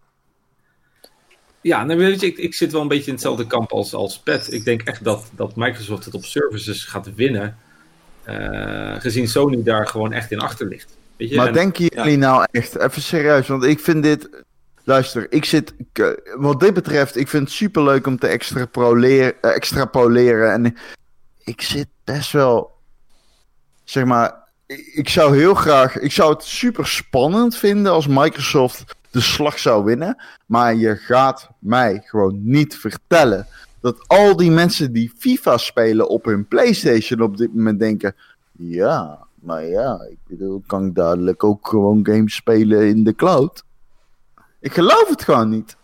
Ja, nou weet je, ik, ik zit wel een beetje in hetzelfde kamp als, als Pat. Ik denk echt dat, dat Microsoft het op services gaat winnen. Uh, gezien Sony daar gewoon echt in achter ligt. Weet je? Maar en, denken jullie ja. nou echt, even serieus, want ik vind dit... Luister, ik zit... Ik, wat dit betreft, ik vind het superleuk om te extrapoleren, extrapoleren. En ik zit best wel... Zeg maar, ik zou heel graag... Ik zou het super spannend vinden als Microsoft de slag zou winnen. Maar je gaat mij gewoon niet vertellen dat al die mensen die FIFA spelen op hun PlayStation op dit moment denken... Ja, maar ja, ik bedoel, kan ik dadelijk ook gewoon games spelen in de cloud? Ik geloof het gewoon niet.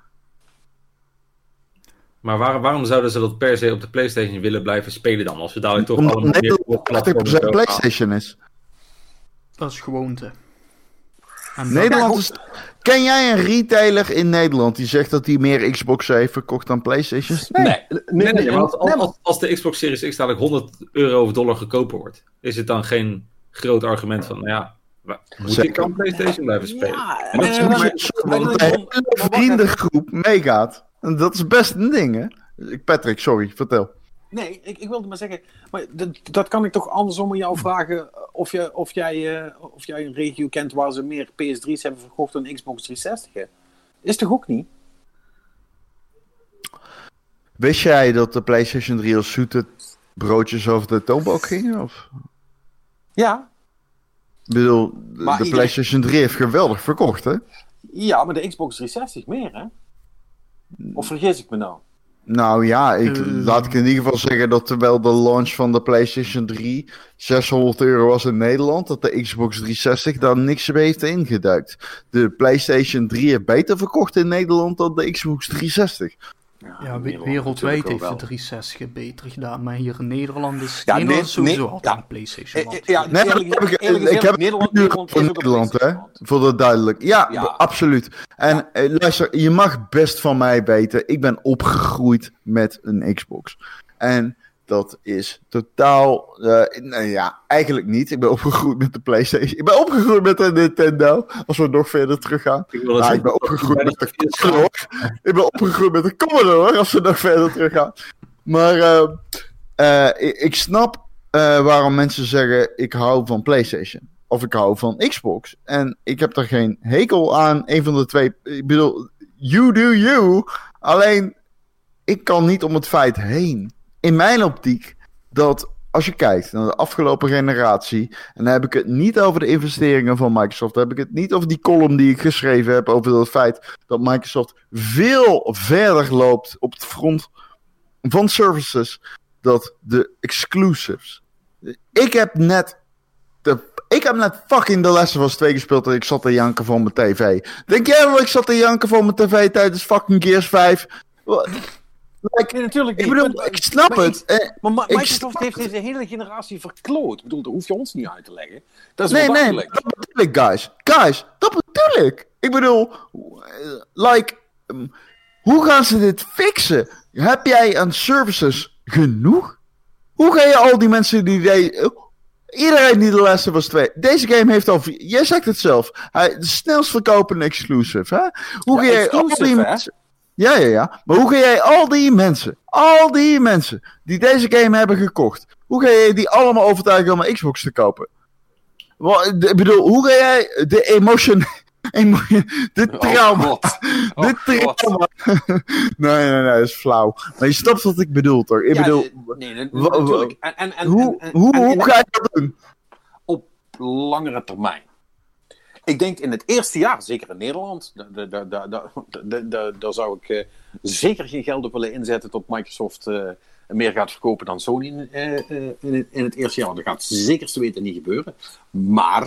Maar waar, waarom zouden ze dat per se op de PlayStation willen blijven spelen dan? Als we dadelijk toch Omdat allemaal meer op tachtig procent PlayStation is. Dat is gewoonte. Nederland is... Ken jij een retailer in Nederland die zegt dat hij meer Xbox heeft verkocht dan PlayStation? Nee, nee, nee, nee, nee, nee, als, nee, als, als de Xbox Series X dadelijk honderd euro of dollar goedkoper wordt, is het dan geen groot argument van, nou ja, moet Zeker. ik aan PlayStation blijven spelen? Ja, En dat en, is en, maar- en- Want de hele vriendengroep meegaat. En dat is best een ding, hè? Patrick, sorry, vertel. Nee, ik, ik wilde maar zeggen, maar dat, dat kan ik toch andersom aan jou vragen of, je, of, jij, uh, of jij een regio kent waar ze meer P S drie's hebben verkocht dan Xbox driehonderdzestig. Hè? Is toch ook niet? Wist jij dat de PlayStation drie als zoete broodjes over de toonbank gingen? Of? Ja, Ik bedoel, de, Maar de iedereen- PlayStation drie heeft geweldig verkocht, hè? ja, maar de Xbox driehonderdzestig meer, hè? Of vergis ik me nou? Nou ja, ik, Uh. laat ik in ieder geval zeggen dat terwijl de launch van de PlayStation drie zeshonderd euro was in Nederland, dat de Xbox driehonderdzestig daar niks mee heeft ingeduikt. De PlayStation drie heeft beter verkocht in Nederland dan de Xbox driehonderdzestig. Ja, we- wereldwijd heeft de driehondzestig beter gedaan, maar hier in Nederland is, Ja, Nederland nee, is sowieso nee, altijd ja. een PlayStation. Eh, land. eh, ja, Nee, eerlijk dat heb ik, gezegd- eerlijk ik gezegd, heb Nederland, het nu Nederland voor is ook een Nederland, hè? PlayStation land. Voor dat duidelijk. Ja, Ja. absoluut. En eh, luister, je mag best van mij weten, ik ben opgegroeid met een Xbox. En dat is totaal, eh, nou ja, eigenlijk niet. Ik ben opgegroeid met de PlayStation. Ik ben opgegroeid met de Nintendo, als we nog verder teruggaan. Ik, wil dat Ja, zeggen, ik ben opgegroeid met de dat is- Commodore. Ik ben opgegroeid met de Commodore, als we nog verder teruggaan. Maar eh, eh, ik, ik snap eh, waarom mensen zeggen, ik hou van PlayStation. Of ik hou van Xbox. En ik heb er geen hekel aan, een van de twee. Ik bedoel, you do you. Alleen, ik kan niet om het feit heen. In mijn optiek, dat als je kijkt naar de afgelopen generatie, en dan heb ik het niet over de investeringen van Microsoft, dan heb ik het niet over die column die ik geschreven heb over het feit dat Microsoft veel verder loopt op het front van services dat de exclusives. Ik heb net de, ik heb net fucking The Last of Us twee gespeeld en ik zat te janken voor mijn tv. Denk jij dat ik zat te janken voor mijn tv tijdens fucking Gears vijf? Like, Nee, natuurlijk ik niet. bedoel, Maar- ik snap maar het. Eh, Maar Ma- Ik Microsoft snap heeft het. deze hele generatie verkloot. Ik bedoel, dat hoef je ons niet uit te leggen. Dat is Nee, wel nee, duidelijk. dat bedoel ik, guys. Guys, dat bedoel ik. Ik bedoel, eh, like, um, hoe gaan ze dit fixen? Heb jij aan services genoeg? Hoe ga je al die mensen die... De, iedereen die de Last of Us twee... Deze game heeft al... vier- Jij zegt het zelf. Hij, de snelst verkopende exclusive, hè? Hoe Ja, ga je al exclusive, die hè? mensen... Ja, ja, ja. Maar hoe ga jij al die mensen, al die mensen die deze game hebben gekocht, hoe ga jij die allemaal overtuigen om een Xbox te kopen? Ik bedoel, hoe ga jij de emotion... emo dit trauma... Oh, oh, dit trauma... nee, nee, nee, dat is flauw. Maar je snapt wat ik bedoel, toch? Ik ja, bedoel... nee, nee, natuurlijk. En, en, en, hoe, en, hoe, en, en, hoe ga je dat doen? Op langere termijn. Ik denk in het eerste jaar, zeker in Nederland, daar zou ik uh, zeker geen geld op willen inzetten tot Microsoft uh, meer gaat verkopen dan Sony in, uh, uh, in, het, in het eerste jaar. Dat gaat zeker te weten niet gebeuren. Maar,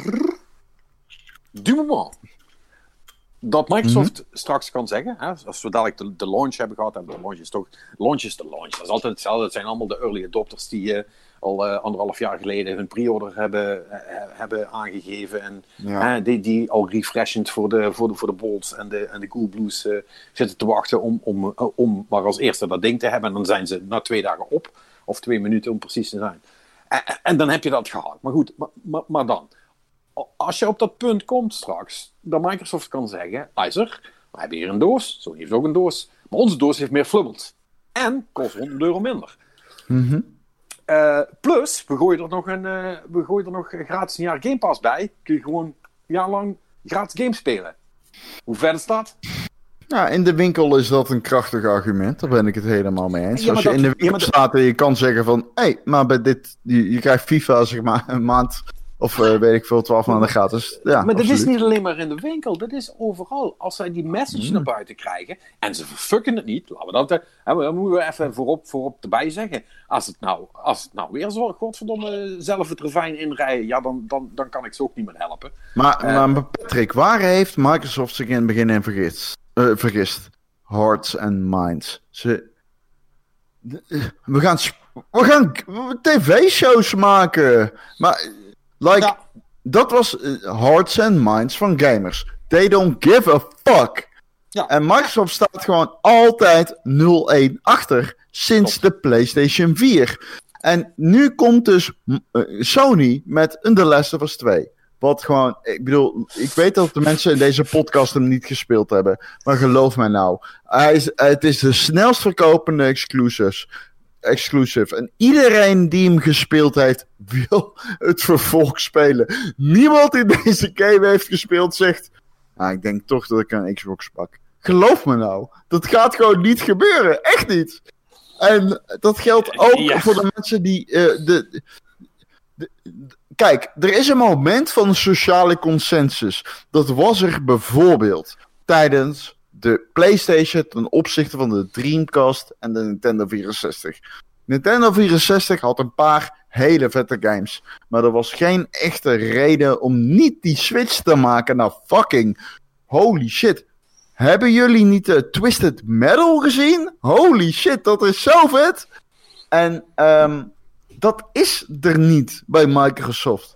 du moment dat Microsoft mm-hmm. straks kan zeggen, hè, als we dadelijk de, de launch hebben gehad, en de launch is toch, launch is de launch. Dat is altijd hetzelfde. Het zijn allemaal de early adopters die... Uh, al uh, anderhalf jaar geleden hun pre-order hebben, uh, hebben aangegeven. En ja. uh, die, die al refreshend voor de, voor de, voor de Bolts en de, en de Cool Blues uh, zitten te wachten om, om, uh, om maar als eerste dat ding te hebben. En dan zijn ze na twee dagen op. Of twee minuten om precies te zijn. En, en dan heb je dat gehaald. Maar goed, maar, maar, maar dan. Als je op dat punt komt straks, dat Microsoft kan zeggen, IJzer, we hebben hier een doos. Sony heeft ook een doos. Maar onze doos heeft meer flubbels. En kost honderd euro minder. Mhm. Uh, plus, we gooien er nog een, uh, we gooien er nog gratis een jaar Game Pass bij. Kun je gewoon een jaar lang gratis games spelen. Hoe ver is dat? Ja, in de winkel is dat een krachtig argument. Daar ben ik het helemaal mee eens. Ja, Als je dat, in de winkel ja, dat... staat en je kan zeggen van... Hé, hey, maar bij dit... Je, je krijgt FIFA zeg maar een maand... Of uh, weet ik veel, twaalf maanden gratis. Ja, maar dat absoluut. is niet alleen maar in de winkel. Dat is overal. Als zij die message mm. naar buiten krijgen. En ze verfucken het niet. Laten we dat... Hè, dan moeten we even voorop, voorop erbij zeggen. Als het nou, als het nou weer zo... Godverdomme zelf het ravijn inrijden. Ja, dan, dan, dan kan ik ze ook niet meer helpen. Maar, uh, maar Patrick, waar heeft Microsoft zich in het begin in vergist? Uh, vergist. Hearts and minds. Ze... We gaan... We gaan tv-shows maken. Maar... Like, ja. Dat was uh, hearts and minds van gamers. They don't give a fuck. Ja. En Microsoft staat gewoon altijd nul-een achter sinds Top. de PlayStation vier. En nu komt dus uh, Sony met een The Last of Us twee. Wat gewoon, ik bedoel, ik weet dat de mensen in deze podcast hem niet gespeeld hebben. Maar geloof mij nou, hij is, het is de snelst verkopende exclusives. Exclusive. En iedereen die hem gespeeld heeft, wil het vervolg spelen. Niemand die deze game heeft gespeeld zegt... Ah, ik denk toch dat ik een Xbox pak. Geloof me nou. Dat gaat gewoon niet gebeuren. Echt niet. En dat geldt ook ja. voor de mensen die... Uh, de, de, de, de, kijk, er is een moment van sociale consensus. Dat was er bijvoorbeeld tijdens... de PlayStation ten opzichte van de Dreamcast en de Nintendo vierenzestig. Nintendo vierenzestig had een paar hele vette games. Maar er was geen echte reden om niet die switch te maken naar fucking... Holy shit. Hebben jullie niet de Twisted Metal gezien? Holy shit, dat is zo vet. En um, dat is er niet bij Microsoft.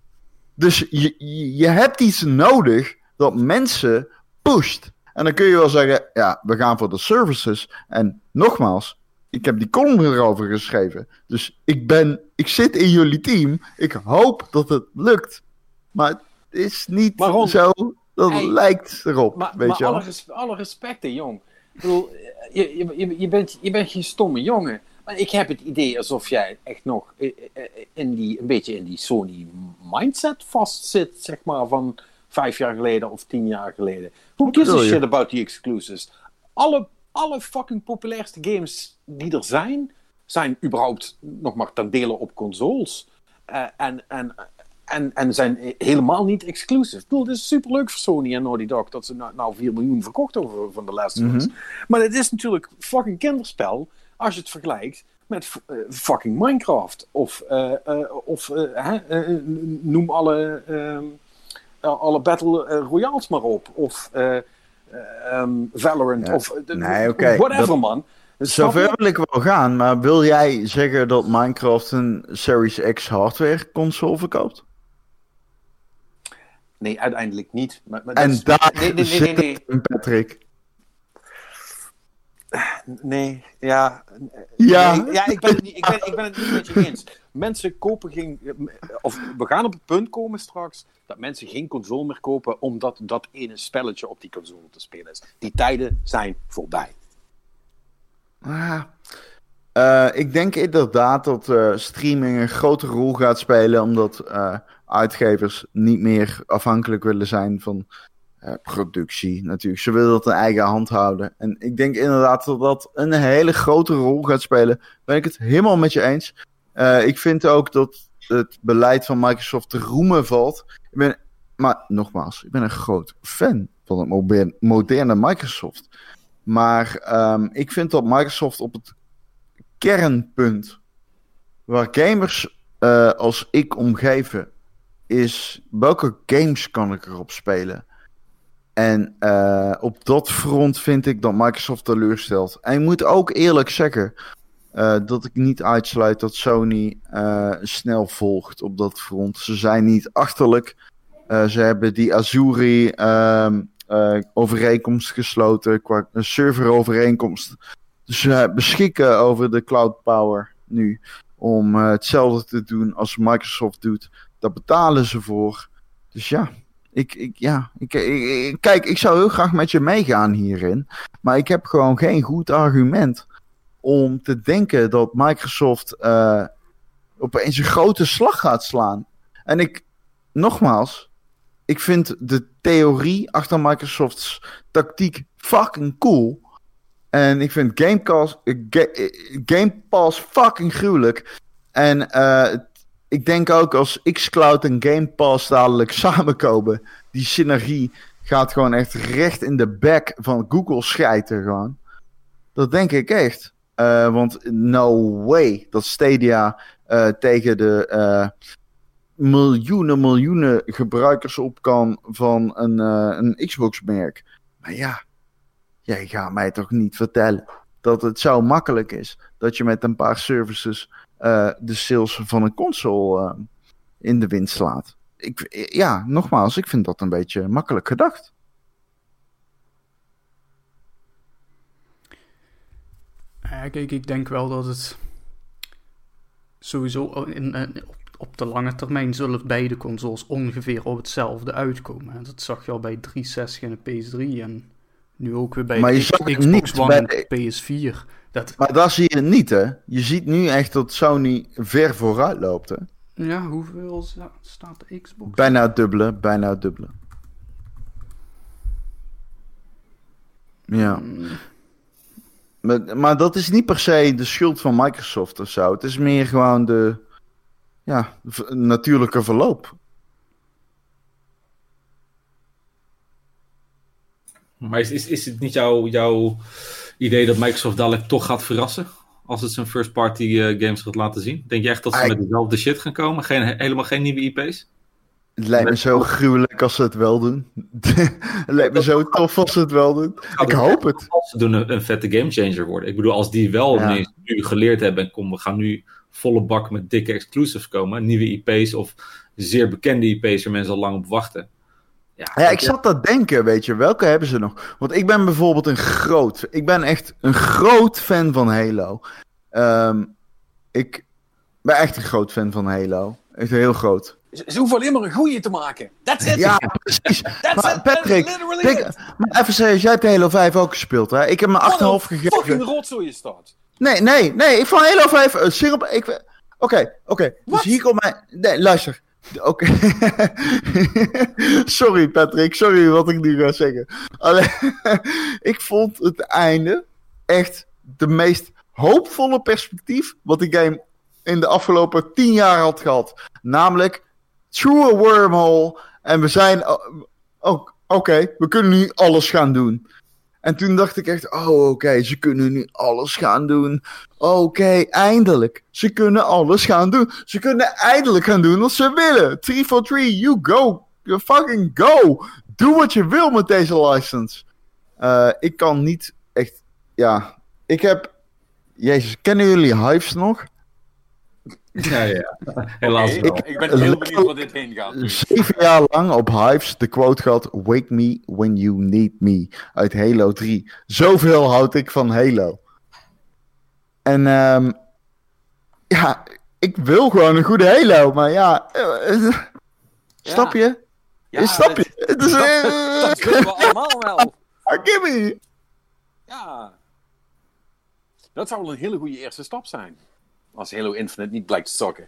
Dus je, je hebt iets nodig dat mensen pusht. En dan kun je wel zeggen, ja, we gaan voor de services. En nogmaals, ik heb die column erover geschreven. Dus ik ben, ik zit in jullie team. Ik hoop dat het lukt. Maar het is niet Waarom? zo, dat hey, lijkt erop. Maar, weet maar je wel? alle, res, alle respecten, jong. Ik bedoel, je, je, je, bent, je bent geen stomme jongen. Maar ik heb het idee alsof jij echt nog in die, een beetje in die Sony mindset vastzit, zeg maar, van... Vijf jaar geleden of tien jaar geleden. Who gives a shit about the exclusives? Alle, alle fucking populairste games die er zijn, zijn überhaupt nog maar ten dele op consoles. Uh, en, en, en, en zijn helemaal niet exclusive. Ik bedoel, het is superleuk voor Sony en Naughty Dog dat ze nou, nou vier miljoen verkocht over van The Last of Us. Mm-hmm. Maar het is natuurlijk fucking kinderspel als je het vergelijkt met uh, fucking Minecraft. Of, uh, uh, of uh, uh, noem alle... Uh, alle Battle uh, Royales maar op. Of uh, um, Valorant. Ja. Of uh, nee, okay. whatever, dat, man. Zover wil ik wel gaan. Maar wil jij zeggen dat Minecraft een Series X hardware console verkoopt? Nee, uiteindelijk niet. Maar, maar en is... daar nee, nee, nee, zit nee, nee. Patrick. Nee, ja. Ja, nee, ja ik, ben het niet, ik, ben, ik ben het niet met je eens. Mensen kopen geen... Of we gaan op het punt komen straks dat mensen geen console meer kopen omdat dat ene spelletje op die console te spelen is. Die tijden zijn voorbij. Ah, uh, ik denk inderdaad dat uh, streaming een grote rol gaat spelen, omdat uh, uitgevers niet meer afhankelijk willen zijn van uh, productie. Natuurlijk, ze willen dat in eigen hand houden. En ik denk inderdaad dat dat een hele grote rol gaat spelen. Ben ik het helemaal met je eens. Uh, ik vind ook dat het beleid van Microsoft te roemen valt. Ik ben, maar nogmaals, ik ben een groot fan van het moderne, moderne Microsoft. Maar um, ik vind dat Microsoft op het kernpunt waar gamers uh, als ik omgeven is welke games kan ik erop spelen. En uh, op dat front vind ik dat Microsoft teleurstelt. En ik moet ook eerlijk zeggen uh, dat ik niet uitsluit dat Sony uh, snel volgt op dat front. Ze zijn niet achterlijk. Uh, ze hebben die Azuri uh, uh, overeenkomst gesloten, qua serverovereenkomst. Dus ze beschikken over de cloud power nu om uh, hetzelfde te doen als Microsoft doet. Daar betalen ze voor. Dus ja, ik, ik, ja ik, ik, ik, kijk, ik zou heel graag met je meegaan hierin. Maar ik heb gewoon geen goed argument om te denken dat Microsoft uh, opeens een grote slag gaat slaan. En ik, nogmaals, ik vind de theorie achter Microsoft's tactiek fucking cool. En ik vind Game Pass, Ga- Game Pass fucking gruwelijk. En uh, ik denk ook als xCloud en Game Pass dadelijk samenkomen, die synergie gaat gewoon echt recht in de bek van Google schijten gewoon. Dat denk ik echt. Uh, want no way dat Stadia uh, tegen de uh, miljoenen, miljoenen gebruikers op kan van een, uh, een Xbox-merk. Maar ja, jij gaat mij toch niet vertellen dat het zo makkelijk is dat je met een paar services uh, de sales van een console uh, in de wind slaat. Ik, ja, nogmaals, ik vind dat een beetje makkelijk gedacht. Ja, kijk, ik denk wel dat het sowieso in, in, op, op de lange termijn zullen beide consoles ongeveer op hetzelfde uitkomen. Dat zag je al bij driehonderdzestig en de P S drie en nu ook weer bij maar de je Xbox niet One bij... en de P S vier. Dat... Maar dat zie je niet, hè? Je ziet nu echt dat Sony ver vooruit loopt, hè? Ja, hoeveel staat de Xbox? Bijna het dubbele, bijna het dubbele. Ja. Hmm. Maar, maar dat is niet per se de schuld van Microsoft of zo. Het is meer gewoon de ja, v- natuurlijke verloop. Maar is, is, is het niet jouw, jouw idee dat Microsoft dadelijk toch gaat verrassen? Als het zijn first-party uh, games gaat laten zien? Denk je echt dat ze I... met dezelfde shit gaan komen? Geen, helemaal geen nieuwe I P's? Het lijkt me zo gruwelijk als ze het wel doen. Het lijkt me zo tof als ze het wel doen. Ik hoop het. Als ze doen een, een vette gamechanger worden. Ik bedoel, als die wel ja. nu, nu geleerd hebben en kom, we gaan nu volle bak met dikke exclusives komen. Nieuwe I P's of zeer bekende I P's waar mensen al lang op wachten. Ja, ja, ik zat te denken, weet je, welke hebben ze nog? Want ik ben bijvoorbeeld een groot, ik ben echt een groot fan van Halo. Um, ik ben echt een groot fan van Halo. Echt heel groot. Ze hoeven alleen maar een goeie te maken. That's it. Ja, precies. That's maar it. Patrick, That's denk, maar even serieus, jij hebt Halo vijf ook gespeeld, hè? Ik heb me acht komma vijf gegeven. Fucking rotzooi is dat. Nee, nee, nee, ik vond Halo vijf, uh, serop, ik... Oké, okay, oké, okay. Dus hier komt mijn... Nee, luister. Oké. Okay. Sorry, Patrick, sorry wat ik nu ga zeggen. Alleen, ik vond het einde echt de meest hoopvolle perspectief wat die game in de afgelopen tien jaar had gehad. Namelijk, through a wormhole. En we zijn... Oh, oké, okay, we kunnen nu alles gaan doen. En toen dacht ik echt, oh oké, okay, ze kunnen nu alles gaan doen. Oké, okay, eindelijk. Ze kunnen alles gaan doen. Ze kunnen eindelijk gaan doen wat ze willen. three forty-three, you go. You fucking go. Doe wat je wil met deze license. Uh, ik kan niet echt... Ja, ik heb... Jezus, kennen jullie Hives nog? Ja, ja. Helaas okay, ik, ik ben heel benieuwd waar dit heen gaat. Zeven jaar lang op Hives de quote gehad: Wake me when you need me. Uit Halo drie. Zoveel houd ik van Halo. En um, ja, ik wil gewoon een goede Halo, maar ja, uh, uh, snap je? Ja, snap je? Het, dat, uh, dat willen we allemaal wel. Give me. Ja. Dat zou wel een hele goede eerste stap zijn. Als Halo Infinite niet blijkt te zakken.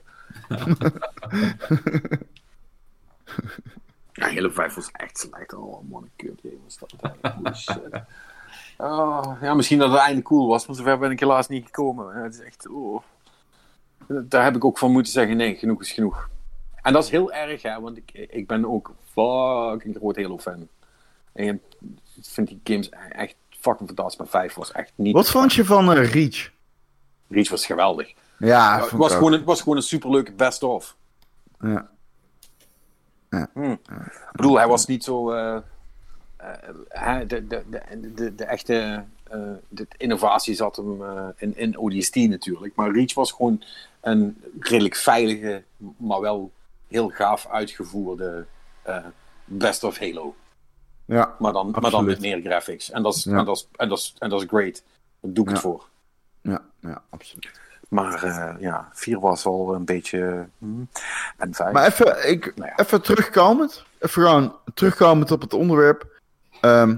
Ja, Halo vijf was echt slecht. Oh man, een kut game was dat. Holy shit. Oh, ja, misschien dat het einde cool was, maar zover ben ik helaas niet gekomen. Het is echt... Oh. Daar heb ik ook van moeten zeggen, nee, genoeg is genoeg. En dat is heel erg, hè, want ik, ik ben ook fucking groot Halo-fan. En ik vind die games echt fucking fantastisch, maar vijf was echt niet... Wat vond je van uh, Reach? Reach was geweldig. Ja, het was gewoon, een, was gewoon een superleuke best-of. Ja. Ja. Hm. Ik bedoel, hij was niet zo... Uh, uh, de, de, de, de, de echte... Uh, de innovatie zat hem uh, in, in O D S T natuurlijk. Maar Reach was gewoon een redelijk veilige, maar wel heel gaaf uitgevoerde uh, best of Halo. Ja, maar, dan, maar dan met meer graphics. En dat is, ja. en dat is, en dat is, en dat is great. Daar doe ik ja. het voor. Ja, ja, absoluut. Maar uh, ja, vier was al een beetje... Hmm, en vijf... Maar even, ik, nou ja. even terugkomend. Even gewoon terugkomend op het onderwerp. Um,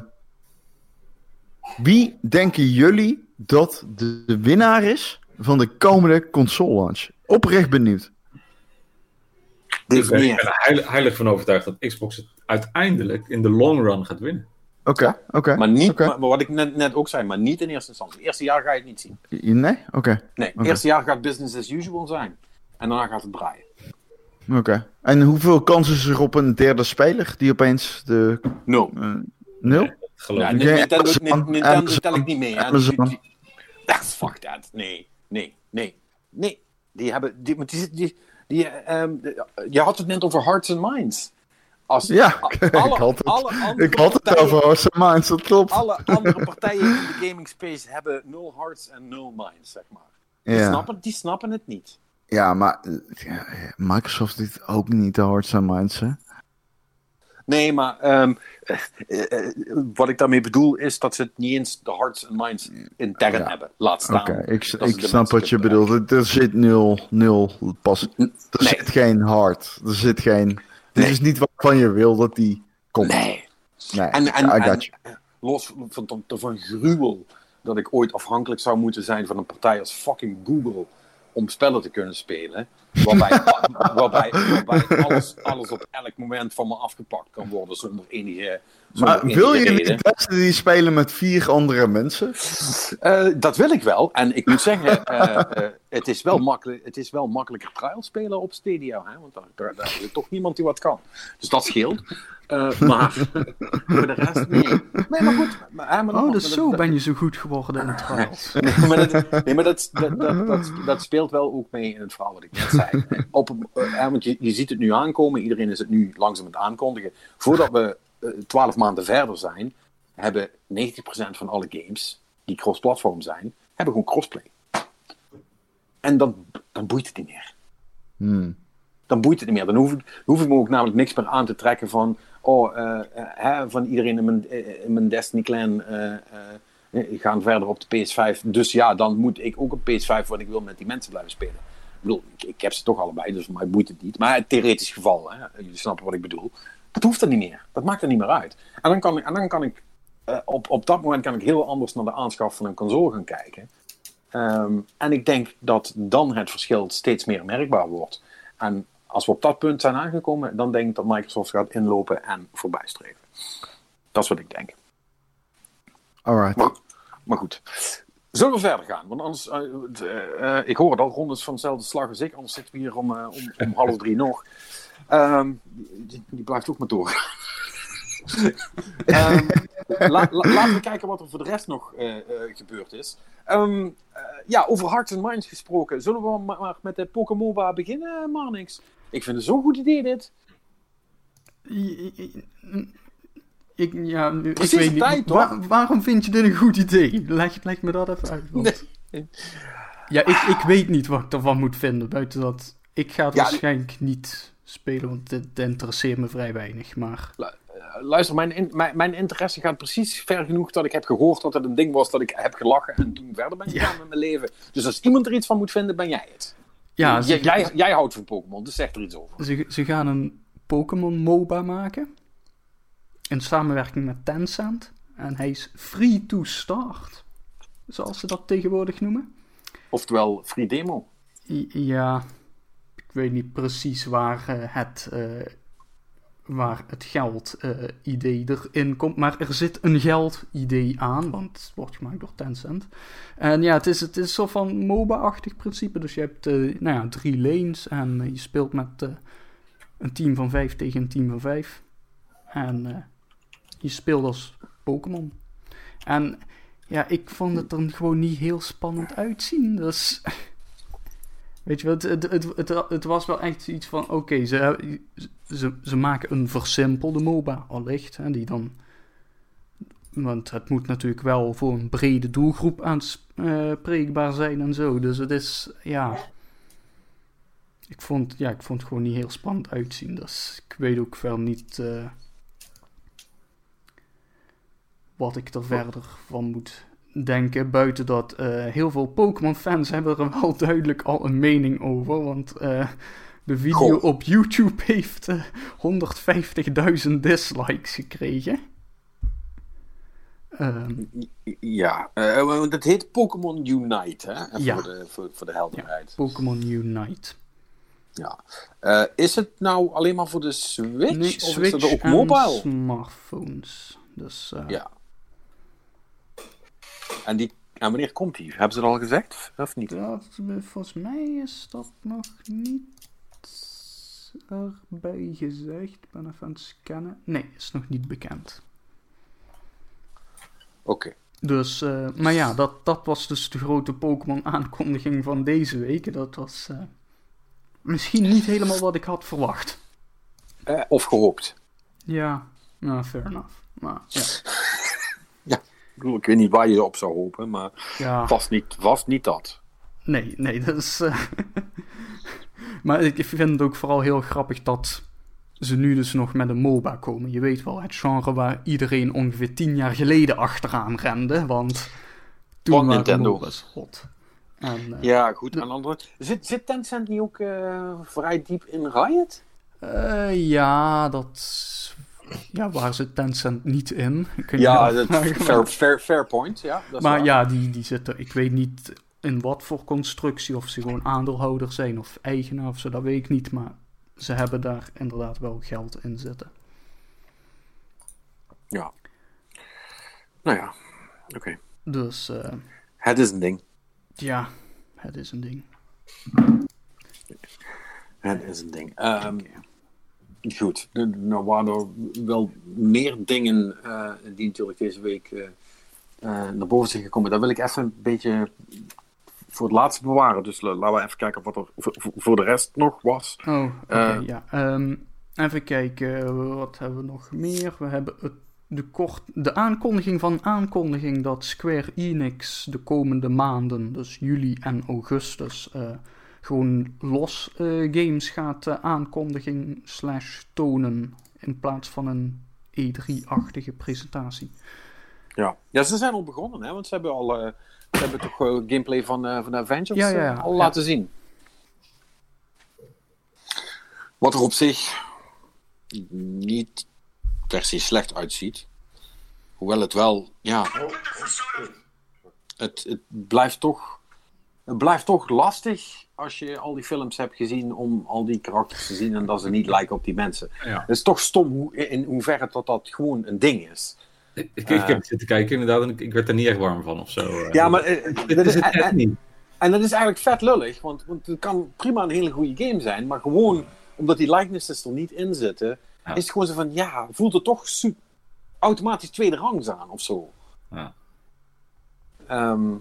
wie denken jullie dat de, de winnaar is van de komende console launch? Oprecht benieuwd. Ik ben er heilig, heilig van overtuigd dat Xbox het uiteindelijk in de long run gaat winnen. Oké, okay, oké. Okay, maar niet, okay. maar, maar wat ik net, net ook zei, maar niet in eerste instantie. Het eerste jaar ga je het niet zien. Nee? Oké. Okay. Nee, het okay. eerste jaar gaat business as usual zijn. En daarna gaat het draaien. Oké. Okay. En hoeveel kans is er op een derde speler die opeens de... Nul. Uh, nul? Nee, geloof ja, Nintendo, Amazon, Nintendo, Nintendo tel ik niet mee. Amazon. Ja, fuck that. Nee, nee, nee, nee. Die hebben... Die, die, die, die, um, de, je had het net over Hearts and Minds. Als, ja, a, ik alle, had het, alle ik had het partijen, over Hearts and Minds, dat klopt. Alle andere partijen in de gaming space hebben nul hearts en nul minds, zeg maar. Die, ja. snappen, die snappen het niet. Ja, maar ja, Microsoft doet ook niet de Hearts and Minds, hè? Nee, maar um, uh, uh, wat ik daarmee bedoel is dat ze het niet eens de hearts en minds intern ja. hebben. Laat staan. Oké, okay, ik, ik snap wat je bedoelt. Er, er zit nul, nul pas. Er nee. zit geen hart. Er zit geen... Dit nee. is niet wat van je wil dat die komt. Nee. Nee, en, en, I got you. En, los van, van, van gruwel dat ik ooit afhankelijk zou moeten zijn van een partij als fucking Google om spellen te kunnen spelen. Waarbij, waarbij, waarbij alles, alles op elk moment van me afgepakt kan worden zonder enige. Zonder maar enige wil je reden. niet beste die spelen met vier andere mensen? Uh, dat wil ik wel. En ik moet zeggen, uh, uh, het, is wel makkelijk, het is wel makkelijker trial spelen op Stadia. Hè? Want daar, daar, daar is toch niemand die wat kan. Dus dat scheelt. Uh, maar voor de rest, nee. Nee, maar goed. Maar, maar, oh, dus zo dat, ben je zo goed geworden in trials. Nee, maar, dat, nee, maar dat, dat, dat, dat, dat speelt wel ook mee in het verhaal wat ik net zei. Op, uh, want je, je ziet het nu aankomen. Iedereen is het nu langzaam aan het aankondigen. Voordat we twaalf uh, maanden verder zijn, hebben negentig procent van alle games die cross-platform zijn, hebben gewoon crossplay. En dan, dan boeit het niet meer. Hmm. Dan boeit het niet meer. Dan hoef ik, hoef ik me ook namelijk niks meer aan te trekken van oh, uh, uh, hè, van iedereen in mijn, in mijn Destiny clan uh, uh, gaan verder op de P S vijf. Dus ja, dan moet ik ook op P S vijf wat ik wil met die mensen blijven spelen. Ik bedoel, ik, ik heb ze toch allebei, dus voor mij boeit het niet. Maar het theoretisch geval, hè, jullie snappen wat ik bedoel. Dat hoeft er niet meer. Dat maakt er niet meer uit. En dan kan ik, en dan kan ik uh, op, op dat moment kan ik heel anders naar de aanschaf van een console gaan kijken. Um, en ik denk dat dan het verschil steeds meer merkbaar wordt. En als we op dat punt zijn aangekomen, dan denk ik dat Microsoft gaat inlopen en voorbijstreven. Dat is wat ik denk. Alright. Maar, maar goed. Zullen we verder gaan? Want anders, uh, uh, ik hoor het al, rondes van dezelfde slag als ik. Anders zitten we hier om, uh, om, om half drie nog. Um, die, die blijft ook maar door. um, la, la, laten we kijken wat er voor de rest nog uh, uh, gebeurd is. Um, uh, ja, over Hearts and Minds gesproken. Zullen we maar, maar met de Pokémon beginnen, Marnix? Ik vind het zo'n goed idee, dit. Ik, ja, Precies ik weet niet. tijd, Waar, waarom vind je dit een goed idee? Leg, leg me dat even uit. Want... Nee. Ja, ik, ik weet niet wat ik ervan moet vinden. Buiten dat, ik ga het ja, waarschijnlijk niet spelen, want dit interesseert me vrij weinig. Maar... Luister, mijn, in, mijn, mijn interesse gaat precies ver genoeg dat ik heb gehoord dat het een ding was dat ik heb gelachen en toen verder ben gegaan ja. met mijn leven. Dus als iemand er iets van moet vinden, ben jij het. Ja, J- ze, jij, jij houdt van Pokémon, dus zeg er iets over. Ze, ze gaan een Pokémon MOBA maken. In samenwerking met Tencent. En hij is free to start. zoals ze dat tegenwoordig noemen. Oftewel free demo. I- ja, ik weet niet precies waar uh, het... Uh, waar het geld-idee uh, erin komt. Maar er zit een geld-idee aan, want het wordt gemaakt door Tencent. En ja, het is, het is een soort van MOBA-achtig principe. Dus je hebt uh, nou ja, drie lanes en uh, je speelt met uh, een team van vijf tegen een team van vijf. En uh, je speelt als Pokémon. En ja, ik vond het er gewoon niet heel spannend uitzien. Dus... Weet je wel, het, het, het, het, het was wel echt iets van... Oké, okay, ze, ze, ze maken een versimpelde MOBA, allicht. Hè, die dan... Want het moet natuurlijk wel voor een brede doelgroep aanspreekbaar zijn en zo. Dus het is, ja... Ik vond, ja, ik vond het gewoon niet heel spannend uitzien. Dus ik weet ook wel niet... Uh, wat ik er verder van moet... denken, buiten dat uh, heel veel Pokémon-fans hebben er wel duidelijk al een mening over, want uh, de video Goh. op YouTube heeft uh, honderdvijftigduizend dislikes gekregen. Um, ja, uh, dat heet Pokémon Unite, hè? Even ja. Voor de, voor, voor de helderheid. Ja, Pokémon Unite. Ja. Uh, is het nou alleen maar voor de Switch? Nee, of Switch is het ook en mobile? smartphones. Dus, uh, ja. En, die, en wanneer komt die? Hebben ze dat al gezegd? Of niet? Dat, volgens mij is dat nog niet erbij gezegd. Ik ben even aan het scannen. Nee, is nog niet bekend. Oké. Okay. Dus, uh, maar ja, dat, dat was dus de grote Pokémon aankondiging van deze week. Dat was uh, misschien niet helemaal wat ik had verwacht. Uh, of gehoopt. Ja, nou, fair enough. Maar, ja. ja. Ik bedoel, ik weet niet waar je op zou hopen, maar ja. vast, niet, vast niet dat. Nee, nee, dat is... Uh... maar ik vind het ook vooral heel grappig dat ze nu dus nog met een MOBA komen. Je weet wel, het genre waar iedereen ongeveer tien jaar geleden achteraan rende, want toen Van waren Nintendo. MOBA's hot. En, uh... ja, goed. De... Aan de andere... zit, zit Tencent niet ook uh, vrij diep in Riot? Uh, ja, dat... Ja, waar zit Tencent niet in? Kun je ja, dat fair, fair, fair point. Ja, dat is maar waar. ja, die, die zitten... Ik weet niet in wat voor constructie, of ze gewoon aandeelhouder zijn of eigenaar of zo, dat weet ik niet. Maar ze hebben daar inderdaad wel geld in zitten. Ja. Nou ja, oké. Okay. Dus... Uh, het is een ding. Ja, het is een ding. Het is een ding. Um, okay. Goed, nou waren er wel meer dingen uh, die natuurlijk deze week uh, uh, naar boven zijn gekomen. Daar wil ik even een beetje voor het laatste bewaren. Dus uh, laten we even kijken wat er voor, voor de rest nog was. Oh, oké, okay, uh, ja. Um, even kijken, wat hebben we nog meer? We hebben het, de, kort, de aankondiging van aankondiging dat Square Enix de komende maanden, dus juli en augustus... Uh, gewoon los uh, games gaat uh, aankondiging slash tonen in plaats van een E drie-achtige presentatie. Ja. ja, ze zijn al begonnen, hè? Want ze hebben al uh, ze hebben toch uh, gameplay van, uh, van Avengers ja, ja, ja. Uh, al ja. laten zien. Wat er op zich niet per se slecht uitziet. Hoewel het wel, ja, het, het blijft toch, het blijft toch lastig als je al die films hebt gezien om al die karakters te zien en dat ze niet lijken op die mensen. Ja. Het is toch stom hoe, in hoeverre dat dat gewoon een ding is. Ik, ik, uh, ik heb zitten kijken inderdaad en ik, ik werd er niet echt warm van of zo. Ja, maar uh, dit, dit is het echt niet. En dat is eigenlijk vet lullig, want, want het kan prima een hele goede game zijn, maar gewoon omdat die likenesses er niet in zitten, ja. is het gewoon zo van, ja, voelt het toch su- automatisch tweede rangs aan of zo. Ja. Um,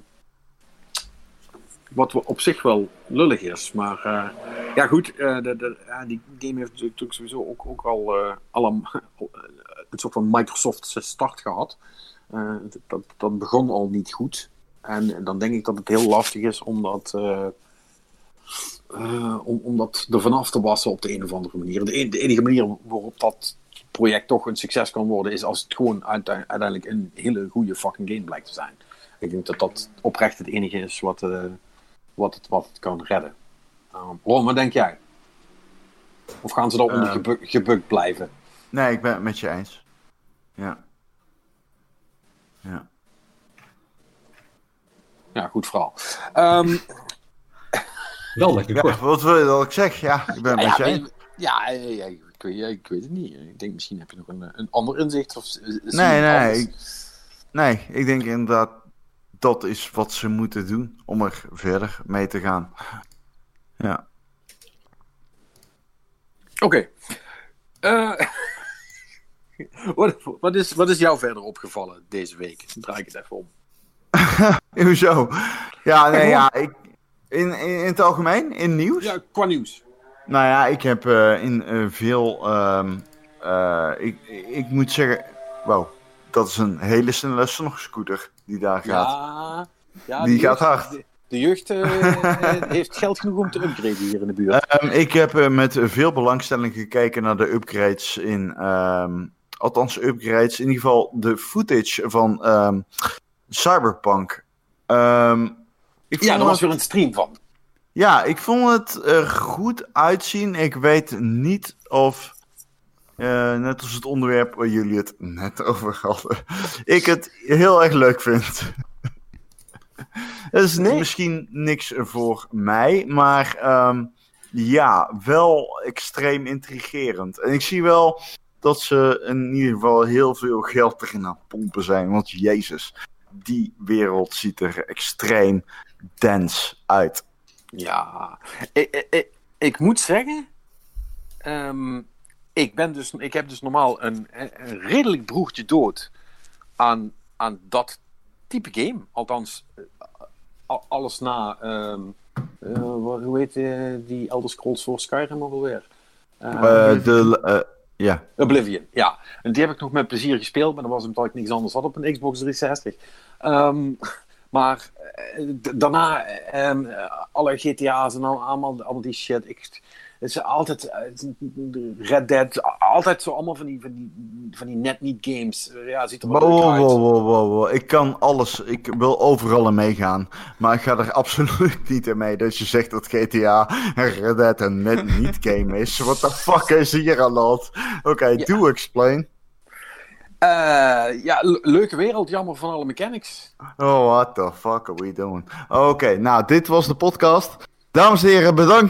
wat op zich wel lullig is, maar uh, ja goed, uh, de, de, uh, die game heeft natuurlijk sowieso ook, ook al, uh, al een, een soort van Microsoft start gehad. Uh, dat, dat begon al niet goed. En dan denk ik dat het heel lastig is om dat, uh, uh, om, om dat er vanaf te wassen op de een of andere manier. De, en, de enige manier waarop dat project toch een succes kan worden is als het gewoon uiteindelijk een hele goede fucking game blijkt te zijn. Ik denk dat dat oprecht het enige is wat, uh, wat, het, wat het kan redden. Um, Ron, wat denk jij? Of gaan ze daar onder uh, gebu- gebukt blijven? Nee, ik ben het met je eens. Ja. Ja. Ja, goed verhaal. Um, Wel lekker Ja, kort. wat wil je dat ik zeg? Ja, ik ben het met ja, je ja, eens. ja, ja, ja, ik, weet, ja, ik weet het niet. Ik denk misschien heb je nog een, een ander inzicht. Of, zie je Nee, het nee, anders? ik, nee, ik denk inderdaad dat is wat ze moeten doen om er verder mee te gaan. Ja. Oké. Okay. Uh, wat, wat, is, wat is jou verder opgevallen deze week? Dan draai ik het even om. Hoezo? Ja, nee, ja, ik, in, in, in het algemeen, in nieuws? Ja, qua nieuws. Nou ja, ik heb uh, in uh, veel, um, uh, ik, ik moet zeggen, wow, dat is een hele snelle scooter die daar gaat. Ja, ja die de gaat jeugd, hard. De, de jeugd uh, heeft geld genoeg om te upgraden hier in de buurt. Um, ik heb uh, met veel belangstelling gekeken naar de upgrades in, um, althans upgrades, in ieder geval de footage van um, Cyberpunk. Um, ik ja, daar was het... weer een stream van. Ja, ik vond het er goed uitzien. Ik weet niet of, uh, net als het onderwerp waar jullie het net over hadden, ik het heel erg leuk vind. Het is nee. misschien niks voor mij, maar um, ja, wel extreem intrigerend. En ik zie wel dat ze in ieder geval heel veel geld erin aan pompen zijn. Want jezus, die wereld ziet er extreem dense uit. Ja, ik, ik, ik moet zeggen, um, ik, ben dus, ik heb dus normaal een, een redelijk broertje dood aan, aan dat type game. Althans, alles na, um, uh, hoe heet uh, die Elder Scrolls voor Skyrim ook alweer? Uh, uh, de, uh, yeah. Oblivion, ja. En die heb ik nog met plezier gespeeld, maar dat was omdat ik niks anders had op een Xbox driehonderdzestig. Um, Maar uh, d- daarna um, uh, alle G T A's en al, allemaal, allemaal die shit. Ik, het is altijd uh, Red Dead, altijd zo allemaal van die, van die, van die net niet games. Uh, ja, ziet er wel wow, leuk uit. Wow, wow, wow, wow. Ik kan alles, ik wil overal in meegaan. Maar ik ga er absoluut niet in mee dat je zegt dat G T A en Red Dead een net niet game is. What the fuck is hier aan de hand? Oké, okay, ja. Do explain. Uh, ja, le- leuke wereld, jammer van alle mechanics. Oh, what the fuck are we doing? Oké, okay, nou, dit was de podcast. Dames en heren, bedankt.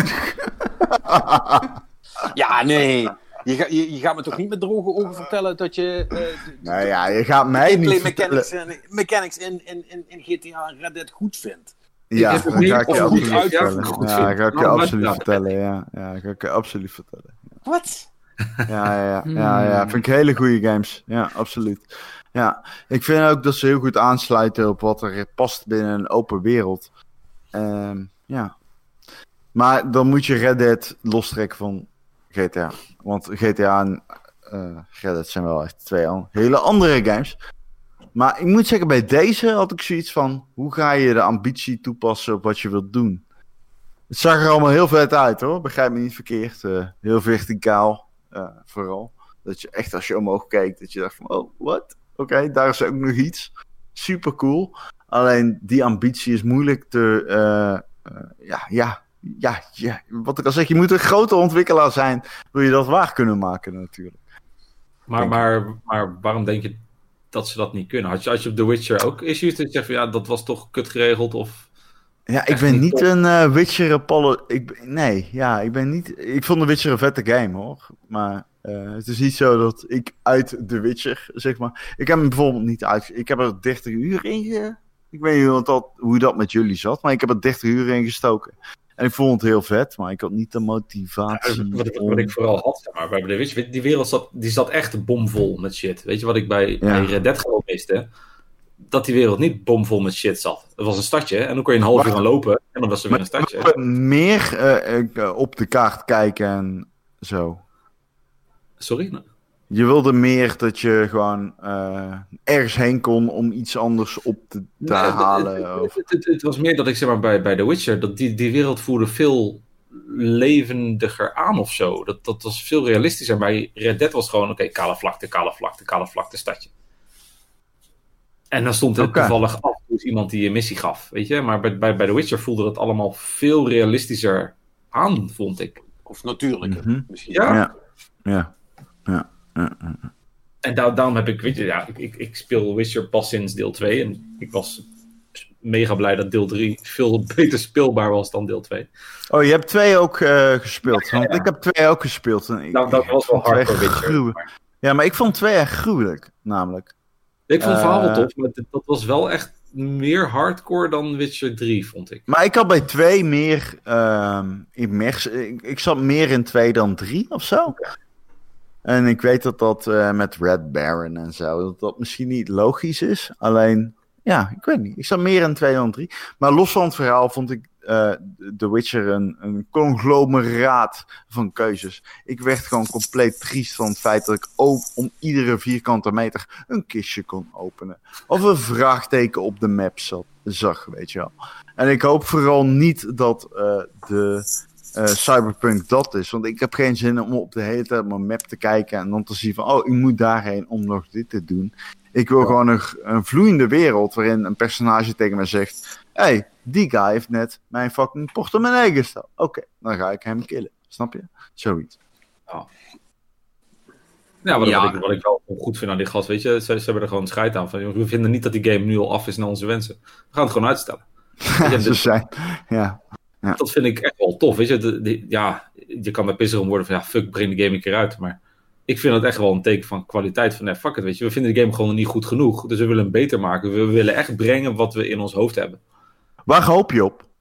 Ja, nee. Je, ga, je, je gaat me toch niet met droge ogen vertellen dat je... Uh, nou ja, je gaat mij niet mechanics, en, mechanics in, in, in, in G T A en Red Dead goed vindt. Ja, dat ga ik je absoluut vertellen. Ja, ga ik je absoluut vertellen. Ja, ja, ga ik je absoluut vertellen. Wat? Ja, ja, ja, ja, ja, vind ik hele goede games. Ja, absoluut. Ja, ik vind ook dat ze heel goed aansluiten op wat er past binnen een open wereld. Um, ja. Maar dan moet je Red Dead lostrekken van G T A. Want G T A en uh, Red Dead zijn wel echt twee an- hele andere games. Maar ik moet zeggen, bij deze had ik zoiets van, hoe ga je de ambitie toepassen op wat je wilt doen? Het zag er allemaal heel vet uit, hoor. Begrijp me niet verkeerd. Uh, heel verticaal. Uh, vooral. Dat je echt als je omhoog kijkt, dat je dacht van, oh, wat? Oké, okay, daar is ook nog iets. Super cool. Alleen die ambitie is moeilijk te, uh, uh, ja, ja, ja, ja, wat ik al zeg, je moet een grote ontwikkelaar zijn, wil je dat waar kunnen maken natuurlijk. Maar, maar, maar waarom denk je dat ze dat niet kunnen? Had je, als je op The Witcher ook issues, dat je zegt van, ja, dat was toch kut geregeld of... Ja, ik ben niet, niet een uh, Witcher Apollo. Ik, nee, ja, ik ben niet. Ik vond The Witcher een vette game, hoor. Maar uh, het is niet zo dat ik uit The Witcher, zeg maar. Ik heb hem bijvoorbeeld niet uit. Ik heb er dertig uur in ge... Ik weet niet dat, hoe dat met jullie zat, maar ik heb er dertig uur in gestoken. En ik vond het heel vet, maar ik had niet de motivatie. Ja, wat, ik, wat ik vooral had, zeg maar, bij The Witcher, die wereld zat, die zat echt bomvol met shit. Weet je wat ik bij, ja. bij Red Dead gewoon miste? Dat die wereld niet bomvol met shit zat. Het was een stadje en dan kon je een half uur gaan lopen en dan was er weer een stadje. Meer uh, op de kaart kijken en zo. Sorry? Je wilde meer dat je gewoon uh, ergens heen kon om iets anders op te, te nee, halen. Het, of... het, het, het was meer dat ik zeg maar bij, bij The Witcher, dat die, die wereld voelde veel levendiger aan of zo. Dat, dat was veel realistischer. Bij Red Dead was gewoon, oké, okay, kale vlakte, kale vlakte, kale vlakte, stadje. En dan stond er okay. toevallig af dus iemand die een missie gaf, weet je. Maar bij, bij, bij The Witcher voelde het allemaal veel realistischer aan, vond ik. Of natuurlijker, mm-hmm. misschien. Ja, ja, ja. ja, ja, ja. En da- daarom heb ik, weet je, ja, ik, ik, ik speel Witcher pas sinds deel twee. En ik was mega blij dat deel drie veel beter speelbaar was dan deel twee. Oh, je hebt twee ook uh, gespeeld. Want ja, ja. ik heb twee ook gespeeld. En ik, nou, dat was wel hardcore Witcher. Maar... Ja, maar ik vond twee echt gruwelijk, namelijk. Ik vond het verhaal wel tof, maar dat was wel echt meer hardcore dan Witcher drie, vond ik. Maar ik had bij twee meer uh, immersie. Ik, ik zat meer in twee dan drie of zo. Okay. En ik weet dat dat uh, met Red Baron en zo, dat dat misschien niet logisch is. Alleen, ja, ik weet niet. Ik zat meer in twee dan drie. Maar los van het verhaal vond ik uh, The Witcher een, een conglomeraat van keuzes. Ik werd gewoon compleet triest van het feit dat ik ook om iedere vierkante meter een kistje kon openen. Of een vraagteken op de map zat, zag, weet je wel. En ik hoop vooral niet dat uh, de... Uh, Cyberpunk dat is, want ik heb geen zin om op de hele tijd op mijn map te kijken en dan te zien van, oh, ik moet daarheen om nog dit te doen. Ik wil ja. gewoon een, een vloeiende wereld waarin een personage tegen mij zegt, hé, hey, die guy heeft net mijn fucking portemonnee gestolen. Oké, okay, dan ga ik hem killen. Snap je? Zoiets. Ja, ja, wat, ja. Wat, ik, wat ik wel goed vind aan die gast, weet je, ze, ze hebben er gewoon scheid aan van, we vinden niet dat die game nu al af is naar onze wensen. We gaan het gewoon uitstellen. Ja, ze zijn, ja. Ja. Dat vind ik echt wel tof, weet je. De, de, ja, je kan daar pissig om worden van, ja, fuck, breng de game een keer uit. Maar ik vind het echt wel een teken van kwaliteit van, nee, fuck it, weet je. We vinden de game gewoon niet goed genoeg, dus we willen hem beter maken. We willen echt brengen wat we in ons hoofd hebben. Waar hoop je op?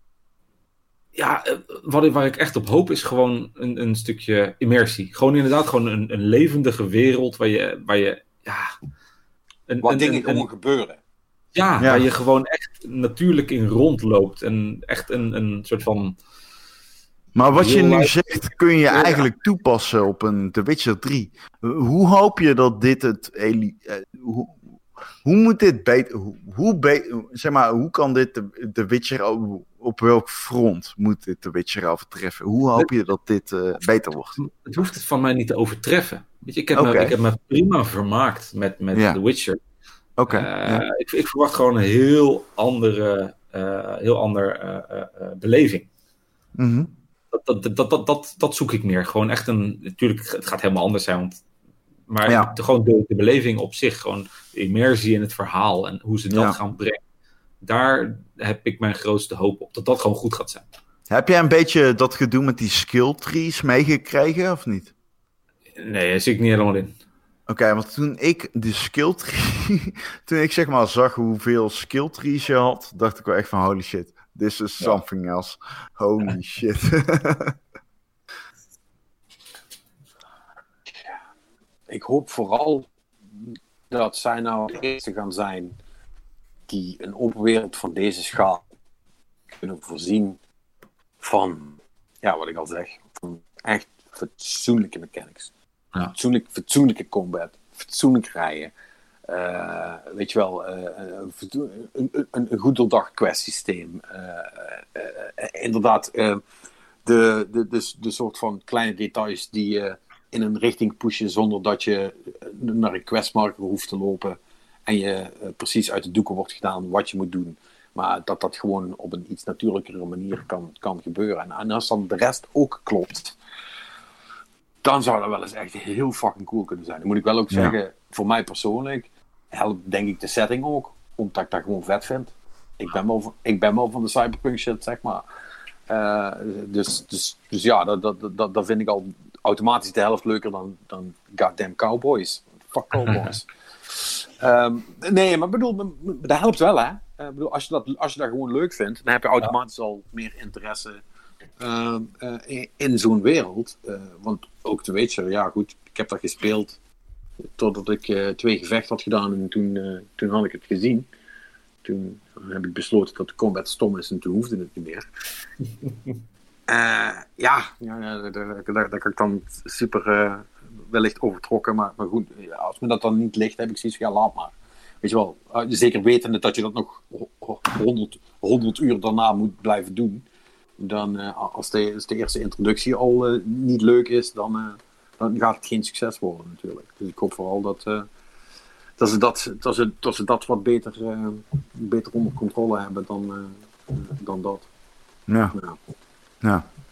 Ja, wat ik, waar ik echt op hoop is gewoon een, een stukje immersie. Gewoon inderdaad gewoon een, een levendige wereld waar je, waar je ja... Een, waar een, dingen een, gewoon een, gebeuren. Ja, ja, waar je gewoon echt natuurlijk in rondloopt. En echt een, een soort van... Maar wat je nu zegt, kun je ja. eigenlijk toepassen op een The Witcher drie. Hoe hoop je dat dit het... Uh, hoe, hoe moet dit beter... Hoe, hoe, be, zeg maar, hoe kan dit de, The Witcher... Op welk front moet dit The Witcher overtreffen? Hoe hoop je dat dit uh, beter wordt? Het hoeft het van mij niet te overtreffen. Weet je, ik, heb okay. me, ik heb me prima vermaakt met, met ja. The Witcher. Oké. Okay, uh, ja. ik, ik verwacht gewoon een heel andere, uh, heel ander uh, uh, beleving. Mm-hmm. Dat, dat, dat, dat, dat, dat zoek ik meer. Gewoon echt een... Natuurlijk, het gaat helemaal anders zijn. Want, maar ja. de, gewoon de, de beleving op zich. Gewoon de immersie in het verhaal. En hoe ze dat ja. gaan brengen. Daar heb ik mijn grootste hoop op. Dat dat gewoon goed gaat zijn. Heb jij een beetje dat gedoe met die skill trees meegekregen of niet? Nee, daar zit ik niet helemaal in. Oké, okay, want toen ik de skill tree... toen ik zeg maar zag hoeveel skill trees je had... dacht ik wel echt van holy shit. This is ja. something else. Holy shit. Ik hoop vooral dat zij nou de eerste gaan zijn... die een open wereld van deze schaal kunnen voorzien van, ja, wat ik al zeg, van echt fatsoenlijke mechanics. Ja. Fatsoenlijk, fatsoenlijke combat, fatsoenlijk rijden. Uh, weet je wel, uh, een, een, een goed doordacht quest systeem. Uh, uh, uh, inderdaad, uh, de, de, de, de soort van kleine details die je uh, in een richting pushen zonder dat je naar een questmarker hoeft te lopen. En je uh, precies uit de doeken wordt gedaan wat je moet doen. Maar dat dat gewoon op een iets natuurlijkere manier kan, kan gebeuren. En, en als dan de rest ook klopt, dan zou dat wel eens echt heel fucking cool kunnen zijn. Dan moet ik wel ook ja. zeggen, voor mij persoonlijk helpt denk ik de setting ook. Omdat ik dat gewoon vet vind. Ik ben wel van, ik ben wel van de cyberpunk shit, zeg maar. Uh, dus, dus, dus ja, dat, dat, dat, dat vind ik al automatisch de helft leuker dan, dan goddamn cowboys. Fuck cowboys. Um, nee, maar bedoel, dat helpt wel, hè? Uh, bedoel, als, je dat, als je dat gewoon leuk vindt, dan heb je automatisch al meer interesse uh, uh, in, in zo'n wereld. Uh, want ook The Witcher, ja goed, ik heb dat gespeeld totdat ik uh, twee gevechten had gedaan en toen, uh, toen had ik het gezien. Toen heb ik besloten dat de combat stom is en toen hoefde het niet meer. Uh, ja, ja daar, daar, daar, daar kan ik dan super... Uh, wellicht overtrokken, maar, maar goed, als me dat dan niet ligt, heb ik zoiets van, ja, laat maar. Weet je wel, zeker wetende dat je dat nog honderd, honderd uur daarna moet blijven doen, dan uh, als, de, als de eerste introductie al uh, niet leuk is, dan, uh, dan gaat het geen succes worden natuurlijk. Dus ik hoop vooral dat, uh, dat, ze, dat, dat, ze, dat ze dat wat beter, uh, beter onder controle hebben dan, uh, dan dat. Ja. ja. ja.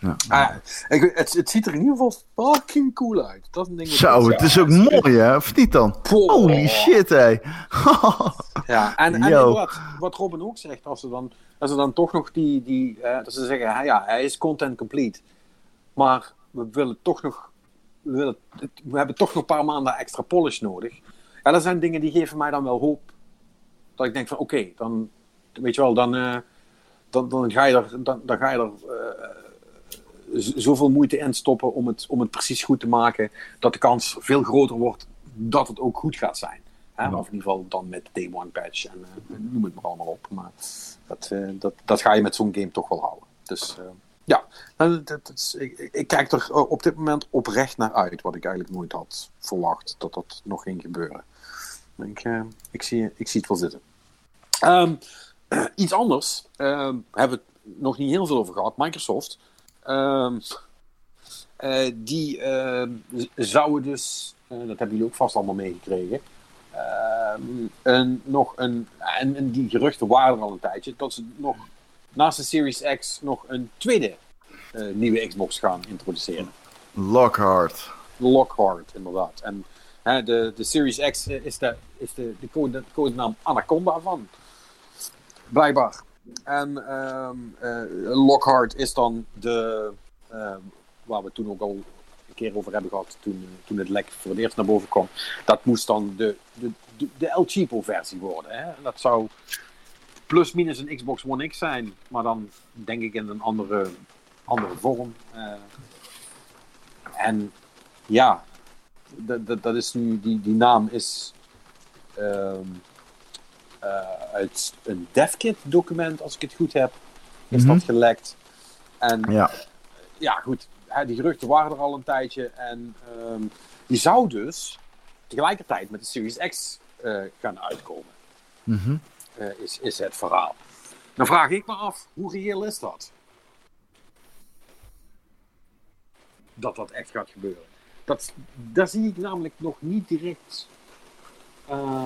Ja. Ah, ik, het, het ziet er in ieder geval fucking cool uit. Dat is een ding wat Zo, ik- het is ook mooi, hè? Of niet dan? Poh. Holy shit, hé. Ja, en, en Yo. inderdaad, wat Robin ook zegt, als ze dan, als ze dan toch nog die, die eh, dat ze zeggen, ja, ja, hij is content complete, maar we willen toch nog, we, willen, we hebben toch nog een paar maanden extra polish nodig. Ja, dat zijn dingen die geven mij dan wel hoop. Dat ik denk van, oké, okay, dan, weet je wel, dan, uh, dan, dan ga je er, dan, dan ga je er uh, z- zoveel moeite in stoppen om het, om het precies goed te maken, dat de kans veel groter wordt dat het ook goed gaat zijn. Hè? Of in ieder geval dan met Day One Patch en uh, noem het maar allemaal op. Maar dat, uh, dat, dat ga je met zo'n game toch wel houden. Dus uh, ja, dat, dat is, ik, ik kijk er op dit moment oprecht naar uit, wat ik eigenlijk nooit had verwacht dat dat nog ging gebeuren. Ik, uh, ik, zie, ik zie het wel zitten. Um, uh, iets anders, uh, hebben we het nog niet heel veel over gehad. Microsoft, uh, uh, die uh, zouden dus, uh, dat hebben jullie ook vast allemaal meegekregen, uh, een, nog een, en, en die geruchten waren er al een tijdje, dat ze nog naast de Series X nog een tweede uh, nieuwe Xbox gaan introduceren. Lockhart. Lockhart, inderdaad. En hè, de, de Series X is de, is de, de, code, de codenaam Anaconda van. Blijkbaar. En um, uh, Lockhart is dan de, uh, waar we toen ook al een keer over hebben gehad, toen, toen het lek voor het eerst naar boven kwam. Dat moest dan de, de, de, de El Cheapo versie worden. Hè? Dat zou plus minus een Xbox One X zijn, maar dan denk ik in een andere, andere vorm. Uh, en ja, dat, dat, dat is nu, die, die naam is um, uh, uit een DevKit document, als ik het goed heb, is Mm-hmm. dat gelekt. En Ja. ja, goed, die geruchten waren er al een tijdje en um, die zou dus tegelijkertijd met de Series X uh, gaan uitkomen. Mm-hmm. Uh, is, is het verhaal. Dan vraag ik me af, hoe reëel is dat? Dat dat echt gaat gebeuren. Dat, daar zie ik namelijk nog niet direct... Uh,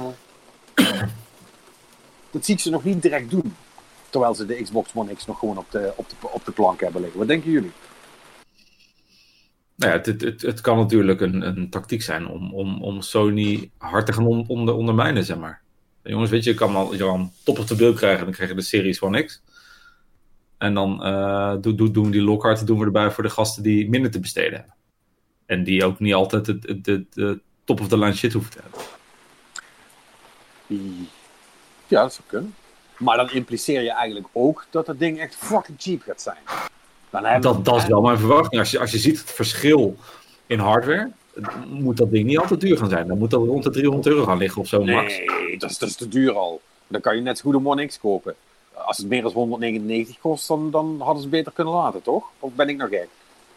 dat zie ik ze nog niet direct doen. Terwijl ze de Xbox One X nog gewoon op de, op de, op de plank hebben liggen. Wat denken jullie? Nou ja, het, het, het kan natuurlijk een, een tactiek zijn om, om, om Sony hard te gaan on, onder, ondermijnen, zeg maar. Jongens, weet je, je kan al je kan top of the bill krijgen en dan krijg je de Series One X. En dan uh, do, do, doen we die Lockhart doen we erbij voor de gasten die minder te besteden hebben. En die ook niet altijd de, de, de top of the line shit hoeven te hebben. Ja, dat zou kunnen. Maar dan impliceer je eigenlijk ook dat het ding echt fucking cheap gaat zijn. Dan hebben dat, we, dat is wel mijn verwachting. Als je, als je ziet het verschil in hardware, moet dat ding niet altijd duur gaan zijn. Dan moet dat rond de driehonderd euro gaan liggen of zo, max. Nee, dat is, dat is te duur al. Dan kan je net zo goed een One X kopen. Als het meer dan honderdnegenennegentig kost, dan, dan hadden ze het beter kunnen laten, toch? Of ben ik nog gek?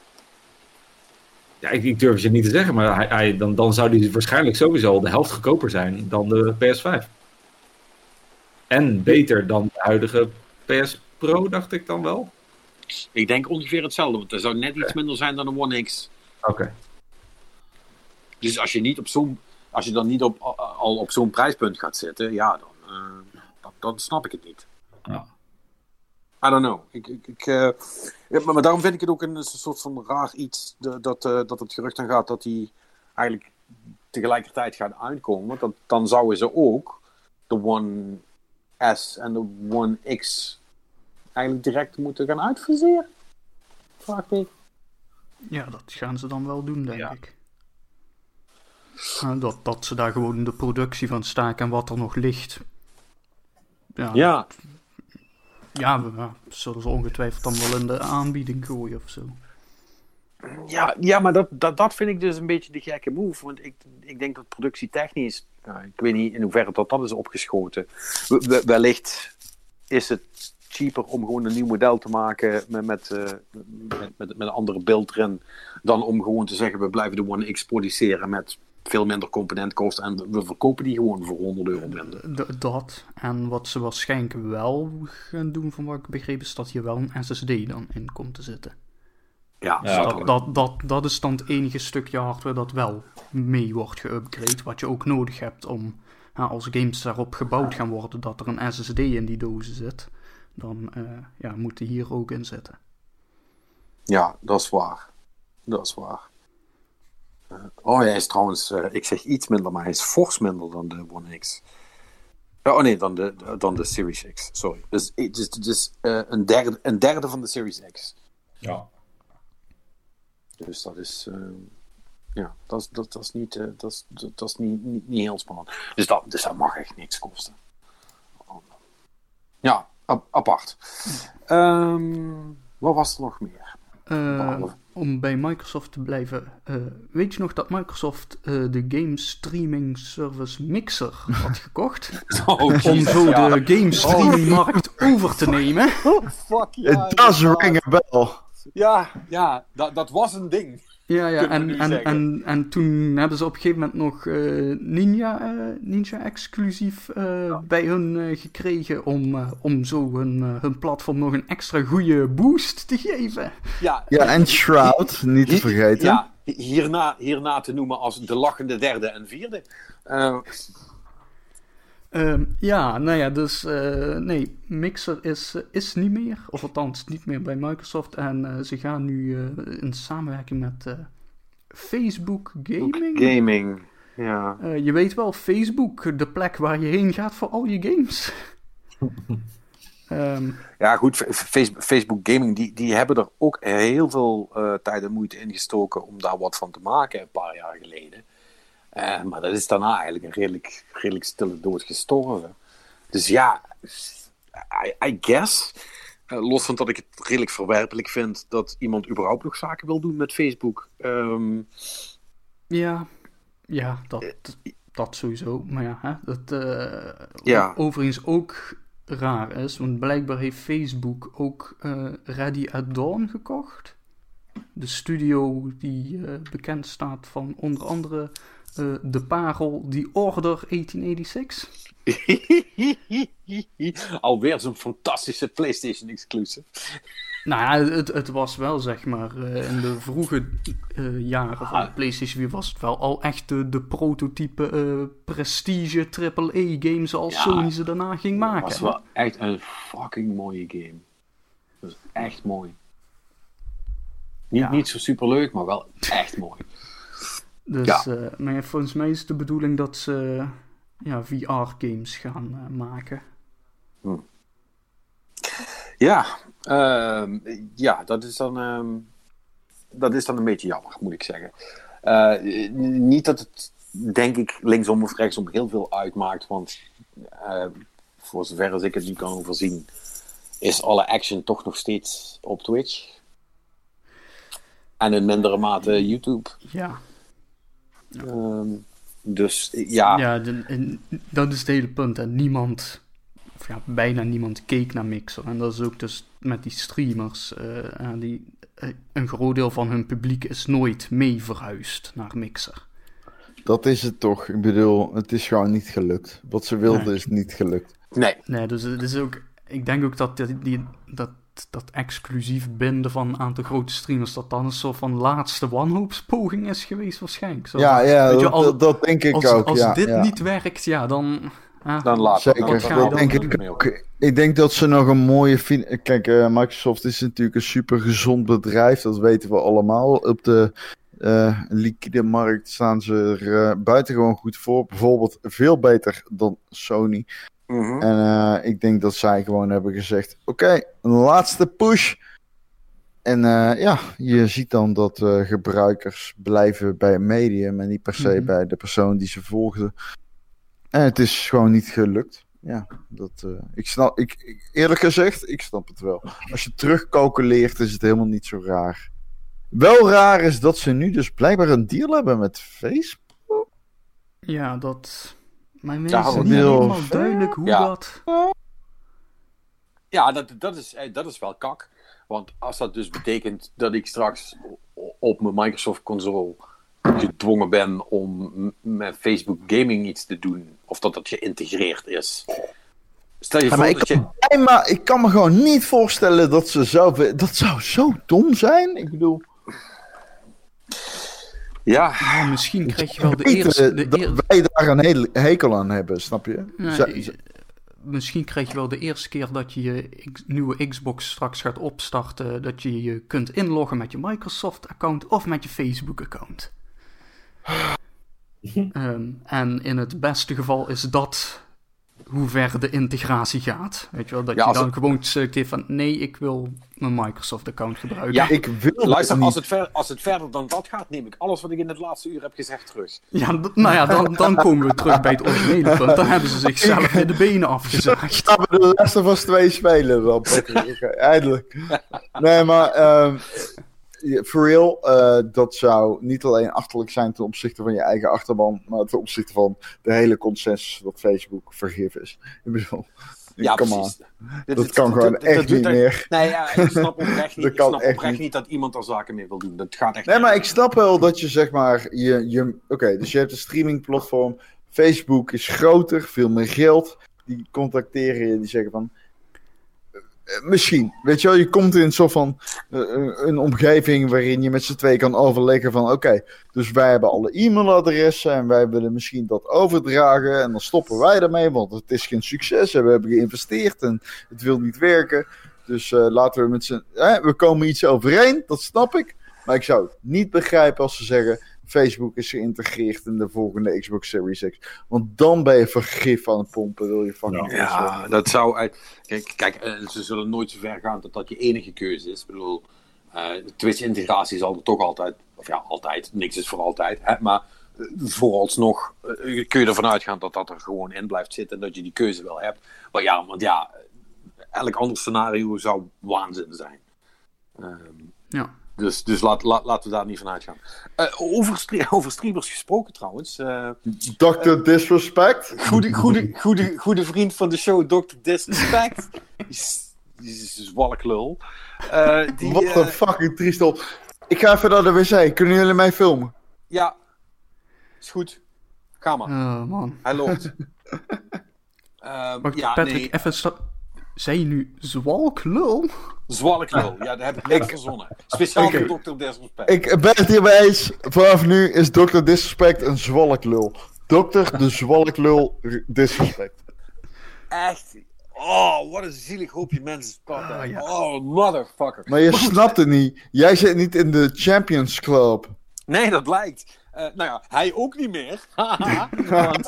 Ja, ik, ik durf het je niet te zeggen, maar hij, hij, dan, dan zou die waarschijnlijk sowieso de helft goedkoper zijn dan de P S vijf. En beter dan de huidige P S Pro, dacht ik dan wel. Ik denk ongeveer hetzelfde, want er zou net iets minder zijn dan een One X. Oké. Okay. Dus als je, niet op zo'n, als je dan niet op, al op zo'n prijspunt gaat zitten, ja, dan, uh, dan, dan snap ik het niet. Ja. I don't know. Ik, ik, ik, uh, ja, maar, maar daarom vind ik het ook een, een soort van raar iets dat, dat, uh, dat het gerucht aan gaat dat die eigenlijk tegelijkertijd gaan uitkomen. Want dan, dan zouden ze ook de One S en de One X eigenlijk direct moeten gaan uitfaseren. Vraag ik. Ja, dat gaan ze dan wel doen, denk ja. ik. Uh, dat, dat ze daar gewoon de productie van staken en wat er nog ligt. Ja. Ja. Ja, we, ja, zullen ze ongetwijfeld dan wel in de aanbieding gooien of zo. Ja, ja maar dat, dat, dat vind ik dus een beetje de gekke move. Want ik, ik denk dat productietechnisch, nou, ik weet niet in hoeverre dat, dat is opgeschoten. We, wellicht is het cheaper om gewoon een nieuw model te maken met, met, uh, met, met, met een andere beeld erin, dan om gewoon te zeggen we blijven de One X produceren met veel minder componentkosten en we verkopen die gewoon voor honderd euro minder. D- dat. En wat ze waarschijnlijk wel gaan doen, van wat ik begreep, is dat hier wel een S S D dan in komt te zitten. Ja, dus ja dat, dat, dat, dat is dan het enige stukje hardware dat wel mee wordt geüpgrade, wat je ook nodig hebt om, ja, als games daarop gebouwd gaan worden, dat er een S S D in die dozen zit, dan uh, ja, moet die hier ook in zitten. Ja, dat is waar. Dat is waar. Uh, oh, hij is trouwens, uh, ik zeg iets minder, maar hij is fors minder dan de One X. Uh, oh nee, dan de, dan de Series X, sorry. Dus, dus, dus uh, een, derde, een derde van de Series X. Ja. Dus dat is... Uh, ja, dat is, dat, dat is, niet, uh, dat is, dat, dat is niet, niet, niet heel spannend. Dus dat, dus dat mag echt niks kosten. Ja, ap- apart. Um, wat was er nog meer? Uh, om bij Microsoft te blijven. Uh, weet je nog dat Microsoft uh, de game streaming service Mixer had gekocht? Oh, om Jesus, zo ja. de game streaming markt oh. over te nemen? Oh, fuck ja. It does ring a bell. Ja, ja dat, dat was een ding. Ja, ja en, en, en, en toen hebben ze op een gegeven moment nog uh, Ninja, uh, Ninja exclusief uh, ja. bij hun uh, gekregen om, uh, om zo hun, uh, hun platform nog een extra goede boost te geven. Ja, ja en Shroud, niet te vergeten. Ja, hierna, hierna te noemen als de lachende derde en vierde. Uh, Um, ja, nou ja, dus uh, nee, Mixer is, uh, is niet meer, of althans niet meer bij Microsoft. En uh, ze gaan nu uh, in samenwerking met uh, Facebook Gaming. Gaming, ja. Uh, je weet wel, Facebook, de plek waar je heen gaat voor al je games. um, ja, goed, Facebook, Facebook Gaming, die, die hebben er ook heel veel uh, tijd en moeite in gestoken om daar wat van te maken een paar jaar geleden. Uh, maar dat is daarna eigenlijk een redelijk, redelijk stille dood gestorven. Dus ja, I, I guess, uh, los van dat ik het redelijk verwerpelijk vind dat iemand überhaupt nog zaken wil doen met Facebook. Um, ja, ja dat, dat sowieso. Maar ja, hè, dat uh, ja. overigens ook raar is, want blijkbaar heeft Facebook ook uh, Ready at Dawn gekocht. De studio die uh, bekend staat van onder andere... Uh, de parel The Order achttien eenennegentig. Alweer zo'n fantastische PlayStation exclusive. Nou ja, het, het was wel zeg maar uh, in de vroege uh, jaren van de PlayStation vier was het wel al echt de, de prototype uh, prestige triple A game zoals ja, Sony ze daarna ging maken. Het was wel echt een fucking mooie game. Dat was echt mooi. Niet, ja. niet zo superleuk, maar wel echt mooi. Dus ja. uh, maar ja, volgens mij is het de bedoeling dat ze ja, V R-games gaan uh, maken. Hm. Ja, uh, ja, dat is dan um, dat is dan een beetje jammer, moet ik zeggen. Uh, niet dat het, denk ik, linksom of rechtsom heel veel uitmaakt, want uh, voor zover als ik het nu kan overzien, is alle action toch nog steeds op Twitch. En in mindere mate YouTube. Ja. Ja. Um, dus ja. Ja, de, en, dat is het hele punt. En niemand, of ja, bijna niemand keek naar Mixer. En dat is ook dus met die streamers. Uh, die, uh, een groot deel van hun publiek is nooit mee verhuisd naar Mixer. Dat is het toch. Ik bedoel, het is gewoon niet gelukt. Wat ze wilden nee. is niet gelukt. Nee. Nee, dus het is ook. Ik denk ook dat die, die, dat. dat exclusief binden van een aantal grote streamers, dat dan een soort van laatste wanhoopspoging is geweest waarschijnlijk. Zo, ja, ja je, dat, als, dat, dat denk ik als, ook. Als ja, dit ja. niet werkt, ja, dan... Ah, dan laat Zeker, dan, dat dan denk ik ook. Ik denk dat ze nog een mooie... Fin- Kijk, uh, Microsoft is natuurlijk een super gezond bedrijf, dat weten we allemaal. Op de uh, liquide markt staan ze er uh, buitengewoon goed voor. Bijvoorbeeld veel beter dan Sony. Mm-hmm. En uh, ik denk dat zij gewoon hebben gezegd, oké, okay, een laatste push... En uh, ja, je ziet dan dat uh, gebruikers blijven bij een medium en niet per se mm-hmm. bij de persoon die ze volgden. En het is gewoon niet gelukt. Ja, dat, uh, ik snap, ik, ik, eerlijk gezegd, ik snap het wel. Als je terugcalculeert is het helemaal niet zo raar. Wel raar is dat ze nu dus blijkbaar een deal hebben met Facebook. Ja, dat... Mijn mensen ja, is niet helemaal duidelijk hoe ja. dat... Ja, dat, dat, is, dat is wel kak. Want als dat dus betekent dat ik straks op mijn Microsoft console gedwongen ben om met Facebook Gaming iets te doen, of dat dat geïntegreerd is. Stel je ja, voor maar dat ik je... Kan, nee, maar ik kan me gewoon niet voorstellen dat ze zelf... Dat zou zo dom zijn, ik bedoel... Ja. ja misschien krijg je wel de eerste... De dat eer... wij daar een hele hekel aan hebben, snap je? Nee, Z- misschien krijg je wel de eerste keer dat je je X- nieuwe Xbox straks gaat opstarten, dat je je kunt inloggen met je Microsoft-account of met je Facebook-account. um, en in het beste geval is dat hoe ver de integratie gaat. Weet je wel, dat Ja, je als dan het- gewoon selecteert van nee, ik wil mijn Microsoft-account gebruiken. Ja, Ik wil Luister, niet. als het, ver, als het verder dan dat gaat, neem ik alles wat ik in het laatste uur heb gezegd terug. Ja, d- nou ja, dan, dan komen we terug bij het originele punt. Dan hebben ze zichzelf in de benen afgezaagd. Gaan we de Last of Us twee spelen dan? Oké, eindelijk. Nee, maar ehm for real, eh, dat zou niet alleen achterlijk zijn ten opzichte van je eigen achterban, maar ten opzichte van de hele consensus dat Facebook vergif is. Ik bedoel, Ja, come on. precies. Dit- Dat dit- kan dit- gewoon dit- echt dat doet niet er- meer. Nee, ja, ik snap oprecht niet, Dat ik kan snap echt oprecht niet. niet dat iemand er zaken mee wil doen. Dat gaat echt Nee, maar ik snap wel dat je zeg maar, je, je, oké, dus je hebt een streamingplatform, Facebook is groter, veel meer geld, die contacteren je, die zeggen van, eh, misschien, weet je wel, je komt in een soort van, eh, een omgeving waarin je met z'n twee kan overleggen van, oké, dus wij hebben alle e-mailadressen en wij willen misschien dat overdragen en dan stoppen wij daarmee, want het is geen succes en we hebben geïnvesteerd en het wil niet werken. Dus eh, laten we met z'n... Eh, we komen iets overeen, dat snap ik. Maar ik zou het niet begrijpen als ze zeggen, Facebook is geïntegreerd in de volgende Xbox Series X. Want dan ben je vergif aan het pompen, wil je fucking... Ja, dat zou uit... Kijk, kijk eh, ze zullen nooit zo ver gaan dat dat je enige keuze is. Ik bedoel, eh, Twitch-integratie zal er toch altijd... Of ja, altijd. Niks is voor altijd. Hè, maar eh, vooralsnog eh, kun je ervan uitgaan dat dat er gewoon in blijft zitten. En dat je die keuze wel hebt. Maar ja, want ja... Elk ander scenario zou waanzin zijn. Ehm, Ja. dus dus laat, laat, laten we daar niet van uitgaan. Uh, over, stre- over streamers gesproken trouwens. Uh, dokter Disrespect? goede, goede, goede, goede vriend van de show, dokter Disrespect. Die is, die is een zwalklul. Uh, die, Wat een uh, fucking triest op. Ik ga even naar de wc. Kunnen jullie mij filmen? Ja, is goed. Ga maar. Oh, man. Hij loopt. Uh, Wacht, ja, Patrick, nee. even... sta- Zei je nu zwalklul? Zwalklul. Ja, dat heb ik net verzonnen. Speciaal Ik- voor dokter Disrespect. Ik ben het hierbij eens. Vanaf nu is dokter Disrespect een zwalklul. dokter de zwalklul Disrespect. Echt. Oh, wat een zielig hoopje mensen. Ah, ja. Oh, motherfucker. Maar je snapt het niet. Jij zit niet in de Champions Club. Nee, dat lijkt. Uh, nou ja, hij ook niet meer. Want,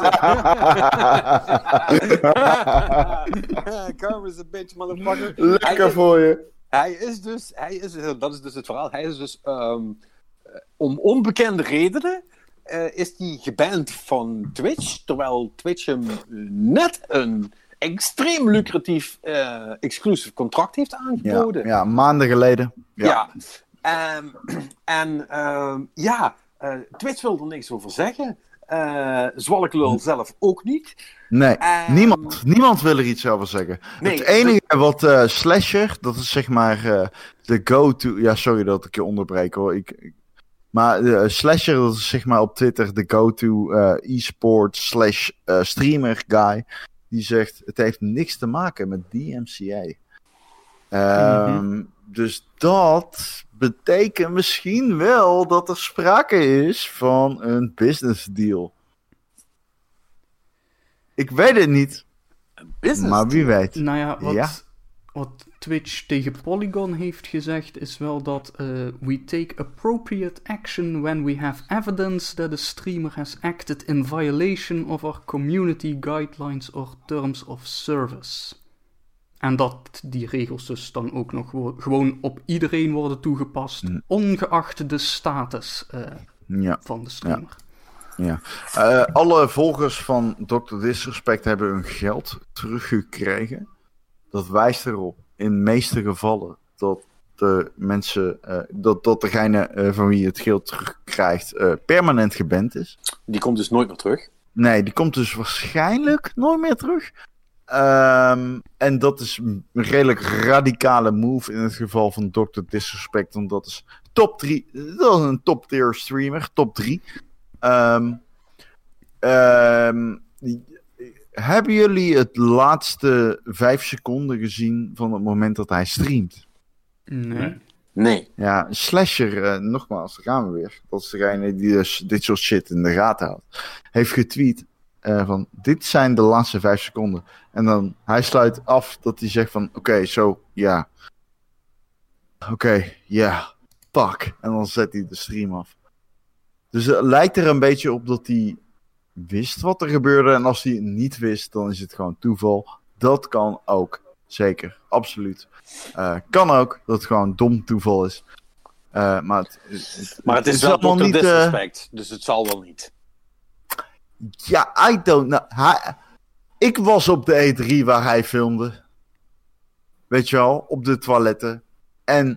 uh, Karma is een bitch, motherfucker. Lekker hij, voor je. hij is dus, hij is, dat is dus het verhaal. Hij is dus um, om onbekende redenen uh, is hij geband van Twitch, terwijl Twitch hem net een extreem lucratief uh, exclusive contract heeft aangeboden. Ja, ja maanden geleden. Ja. ja. Um, en um, ja, uh, Twitch wil er niks over zeggen. Uh, Zwalklul zelf ook niet. Nee, um, niemand, niemand wil er iets over zeggen. Nee, het enige de... wat uh, Slasher, dat is zeg maar uh, de go-to... Ja, sorry dat ik je onderbreek hoor. Ik, ik... Maar uh, Slasher, dat is zeg maar op Twitter de go-to uh, e-sport slash uh, streamer guy. Die zegt, het heeft niks te maken met D M C A. Um, mm-hmm. Dus dat betekent misschien wel dat er sprake is van een business deal. Ik weet het niet. Een business maar wie deal? weet. Nou ja, wat, ja. wat Twitch tegen Polygon heeft gezegd is wel dat uh, we take appropriate action when we have evidence that a streamer has acted in violation of our community guidelines or terms of service. En dat die regels dus dan ook nog wo- gewoon op iedereen worden toegepast, mm. ongeacht de status uh, ja. van de streamer. Ja. Ja. Uh, alle volgers van dokter Disrespect hebben hun geld teruggekregen. Dat wijst erop, in de meeste gevallen, dat de mensen, uh, dat, dat degene uh, van wie het geld terugkrijgt uh, permanent geband is. Die komt dus nooit meer terug? Nee, die komt dus waarschijnlijk nooit meer terug. Um, en dat is een redelijk radicale move in het geval van dokter Disrespect. Want dat is top drie. Dat is een top tier streamer. Top drie. Um, um, hebben jullie het laatste vijf seconden gezien van het moment dat hij streamt? Nee. Nee. Ja, Slasher, uh, nogmaals, daar gaan we weer. Dat is degene die dus dit soort shit in de gaten houdt. Heeft getweet. uh, van dit zijn de laatste vijf seconden. En dan hij sluit af dat hij zegt van oké, okay, zo, so, ja. Oké, okay, ja, yeah, fuck. En dan zet hij de stream af. Dus het lijkt er een beetje op dat hij wist wat er gebeurde. En als hij het niet wist, dan is het gewoon toeval. Dat kan ook. Zeker, absoluut. Uh, kan ook dat het gewoon dom toeval is. Uh, maar, het, het, maar het is, het is wel dokter Disrespect, uh, dus het zal wel niet. Ja, I don't know. Hij, ik was op de E drie waar hij filmde. Weet je wel, op de toiletten. En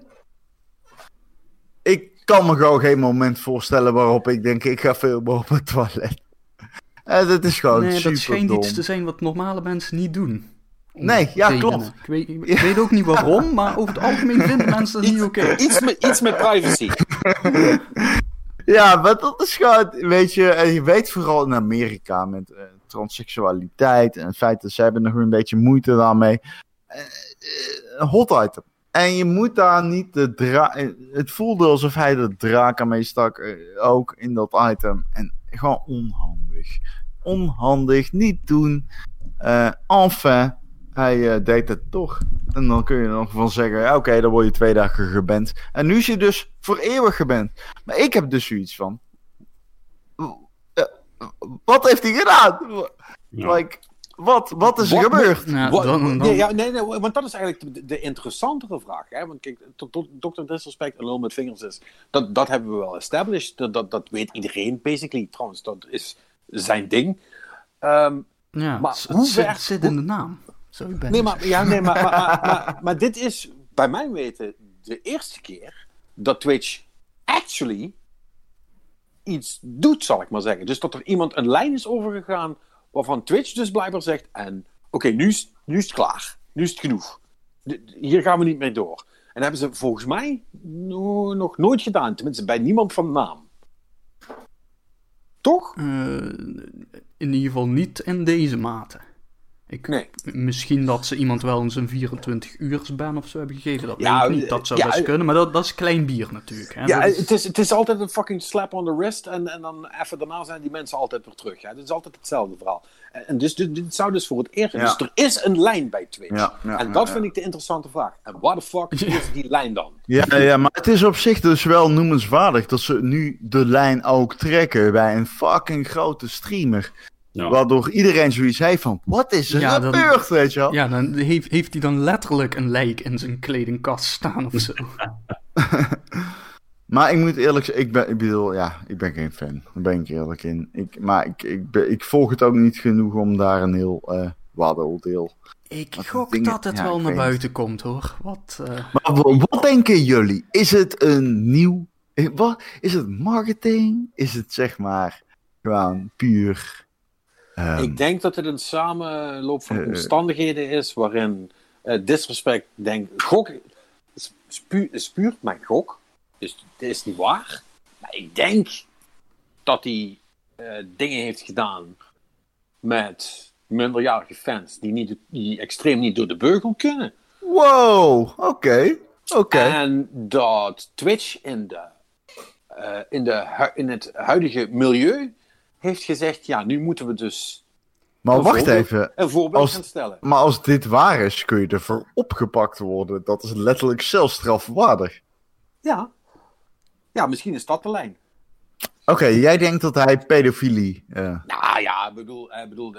ik kan me gewoon geen moment voorstellen waarop ik denk, ik ga filmen op het toilet. En dat is gewoon nee, super dat schijnt dom. iets te zijn wat normale mensen niet doen. Nee, ja, redenen. Klopt. Ik weet, ik ja. weet ook niet waarom, maar over het algemeen vinden mensen dat niet oké. Okay. Iets, met, iets met privacy. Ja, maar dat is gewoon, weet je, en je weet vooral in Amerika met uh, transseksualiteit en het feit dat ze hebben nog een beetje moeite daarmee. Uh, uh, hot item. En je moet daar niet de draak... Het voelde alsof hij de draak aan mee stak, uh, ook in dat item. En gewoon onhandig. Onhandig, niet doen. Uh, enfin, hij uh, deed het toch. En dan kun je er nog van zeggen, ja, oké, okay, dan word je twee dagen geband. En nu is je dus voor eeuwig geband. Maar ik heb dus zoiets van... Uh, wat heeft hij gedaan? Ja. Like... Wat, wat is er wat, gebeurd? Ja, wat, dan, dan... Nee, ja, nee, nee, want dat is eigenlijk de, de interessantere vraag. Hè? Want kijk, dokter Disrespect en lul met vingers is... Dat, dat hebben we wel established. Dat, dat, dat weet iedereen, basically. Trouwens, dat is zijn ding. Um, ja, maar het, hoe het ver, zit in de naam. Zo, ik ben nee, maar, ja, nee maar, maar, maar, maar, maar dit is, bij mijn weten, de eerste keer... dat Twitch actually iets doet, zal ik maar zeggen. Dus dat er iemand een lijn is overgegaan... waarvan Twitch dus blijkbaar zegt... en oké, okay, nu, nu is het klaar. Nu is het genoeg. De, hier gaan we niet meer door. En dat hebben ze volgens mij no, nog nooit gedaan. Tenminste, bij niemand van naam. Toch? Uh, in ieder geval niet in deze mate. Ik, nee. Misschien dat ze iemand wel eens een vierentwintig uurs ban of zo hebben gegeven. Dat ja, weet ik niet. Dat zou ja, best kunnen. Maar dat, dat is klein bier natuurlijk. Hè? Ja, is... het, is, het is altijd een fucking slap on the wrist. En, en dan even daarna zijn die mensen altijd weer terug. Het is altijd hetzelfde verhaal. En dus dit, dit zou dus voor het eerst... Ja. Dus er is een lijn bij Twitch. Ja, ja, en dat ja, vind ja. ik de interessante vraag. En what the fuck is die lijn dan? Ja, ja, maar het is op zich dus wel noemenswaardig... dat ze nu de lijn ook trekken bij een fucking grote streamer... Ja. Waardoor iedereen zoiets heeft van, wat is er ja, gebeurd, dan, weet je wel? Ja, dan heeft, heeft hij dan letterlijk een lijk in zijn kledingkast staan of zo. Maar ik moet eerlijk zeggen, ik, ben, ik bedoel, ja, ik ben geen fan. Daar ben ik eerlijk in. Ik, maar ik, ik, ben, ik volg het ook niet genoeg om daar een heel uh, waardeoordeel... Ik gok dingen, dat het ja, wel naar buiten komt, hoor. Wat, uh... Maar wat, wat denken jullie? Is het een nieuw... Wat, is het marketing? Is het, zeg maar, gewoon puur... Um, ik denk dat het een samenloop van uh, omstandigheden is waarin uh, Disrespect denkt, gok, spu, spuurt mijn gok, dus dit is niet waar, maar ik denk dat hij uh, dingen heeft gedaan met minderjarige fans die, niet, die extreem niet door de beugel kunnen. Wow, oké, okay. oké. Okay. En dat Twitch in, de, uh, in, de, in het huidige milieu heeft gezegd, ja, nu moeten we dus... Maar wacht voorbeeld, even. Een voorbeeld als, gaan stellen. Maar als dit waar is, kun je ervoor opgepakt worden. Dat is letterlijk zelfstrafwaardig. Ja. Ja, misschien is dat de lijn. Oké, okay, jij denkt dat hij pedofilie... Uh... Nou ja, ik bedoel... Ik bedoel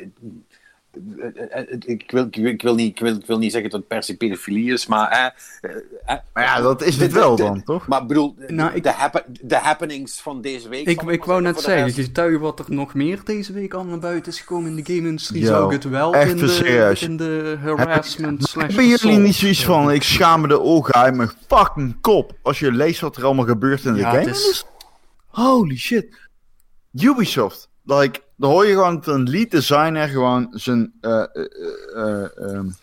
ik, wil, ik, wil, ik, wil niet, ik, wil, ik wil niet zeggen dat het per se pedofilie is, maar... Uh, uh, maar ja, dat is het wel dan, toch? Maar ik bedoel, nou, de, ik, de, happen, de happenings van deze week... Ik, ik wou net zeggen, rest... getuige wat er nog meer deze week al naar buiten is gekomen in de game-industrie, zou ik het wel in de, in de harassment Heb, slash Hebben jullie niet zoiets van, ik schaam me de ogen uit mijn fucking kop, als je leest wat er allemaal gebeurt in de ja, game? Is... Holy shit. Ubisoft. Like, dan hoor je gewoon dat een lead designer gewoon zijn... Uh, uh, uh, um,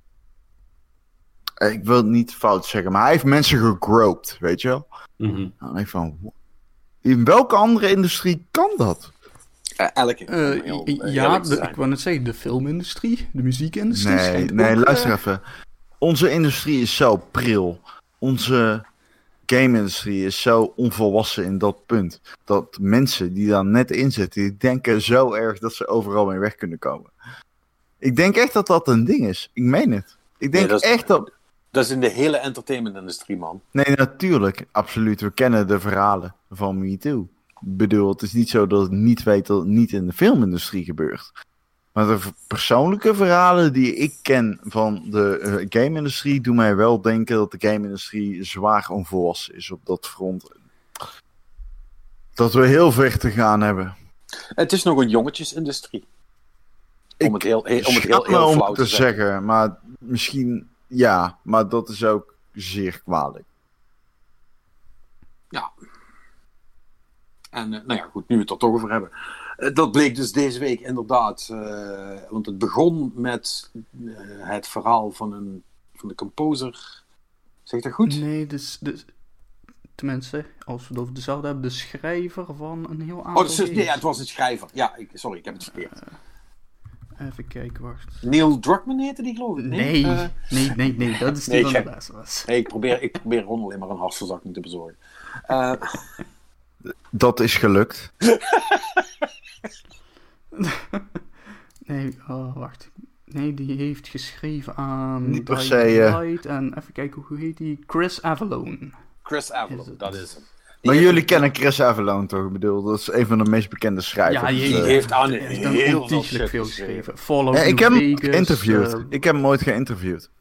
ik wil het niet fout zeggen, maar hij heeft mensen gegroped, weet je wel? Mm-hmm. Dan denk ik van... In welke andere industrie kan dat? Uh, elke. Uh, heel, uh, ja, de, ik wou net zeggen, de filmindustrie, de muziekindustrie. Nee, nee, ook, luister uh... even. Onze industrie is zo pril. Onze game-industrie is zo onvolwassen in dat punt. Dat mensen die daar net in zitten, die denken zo erg dat ze overal mee weg kunnen komen. Ik denk echt dat dat een ding is. Ik meen het. Ik denk Nee, dat is- echt dat... Dat is in de hele entertainment-industrie, man. Nee, natuurlijk. Absoluut. We kennen de verhalen van Me Too. Ik bedoel, het is niet zo dat ik niet weet dat het niet in de filmindustrie gebeurt. Maar de v- persoonlijke verhalen die ik ken van de uh, game-industrie doen mij wel denken dat de game-industrie zwaar onvolwassen is op dat front. Dat we heel ver te gaan hebben. Het is nog een jongetjesindustrie. Om Ik het heel, heel, om het heel, Schaam me heel om flauw te te zeggen. zeggen, maar misschien ja, maar dat is ook zeer kwalijk. Ja. En uh, nou ja, goed, nu we het er toch over hebben. Uh, dat bleek dus deze week inderdaad. Uh, want het begon met uh, het verhaal van, een, van de composer. Zeg ik dat goed? Nee, dus, dus tenminste, als we het over dezelfde hebben, de schrijver van een heel aantal Oh, dus, games. nee, ja, het was een schrijver. Ja, ik, sorry, ik heb het verkeerd. Uh, even kijken, wacht. Neil Druckmann heette die, geloof ik? Nee, Uh, nee, nee, nee, dat is nee, die van de check. beste was. nee ik, probeer, ik probeer Ron alleen maar een hartverzakking te bezorgen. Uh, Dat is gelukt. Nee, oh, wacht. Nee, die heeft geschreven aan Niet per Dying se, eh. Light en even kijken, hoe heet die? Chris Avalone. Chris Is Avalon, het? dat is hem. Maar Die jullie heeft- kennen Chris Avalone toch? Ik bedoel, dat is een van de meest bekende schrijvers. Ja, die Die Eh, heeft aan Hij heeft heel dan veel ontiegelijk shit veel geschreven. geschreven. Fallout ja, ik New heb hem Vegas, geïnterviewd. eh, Ik heb hem ooit geïnterviewd.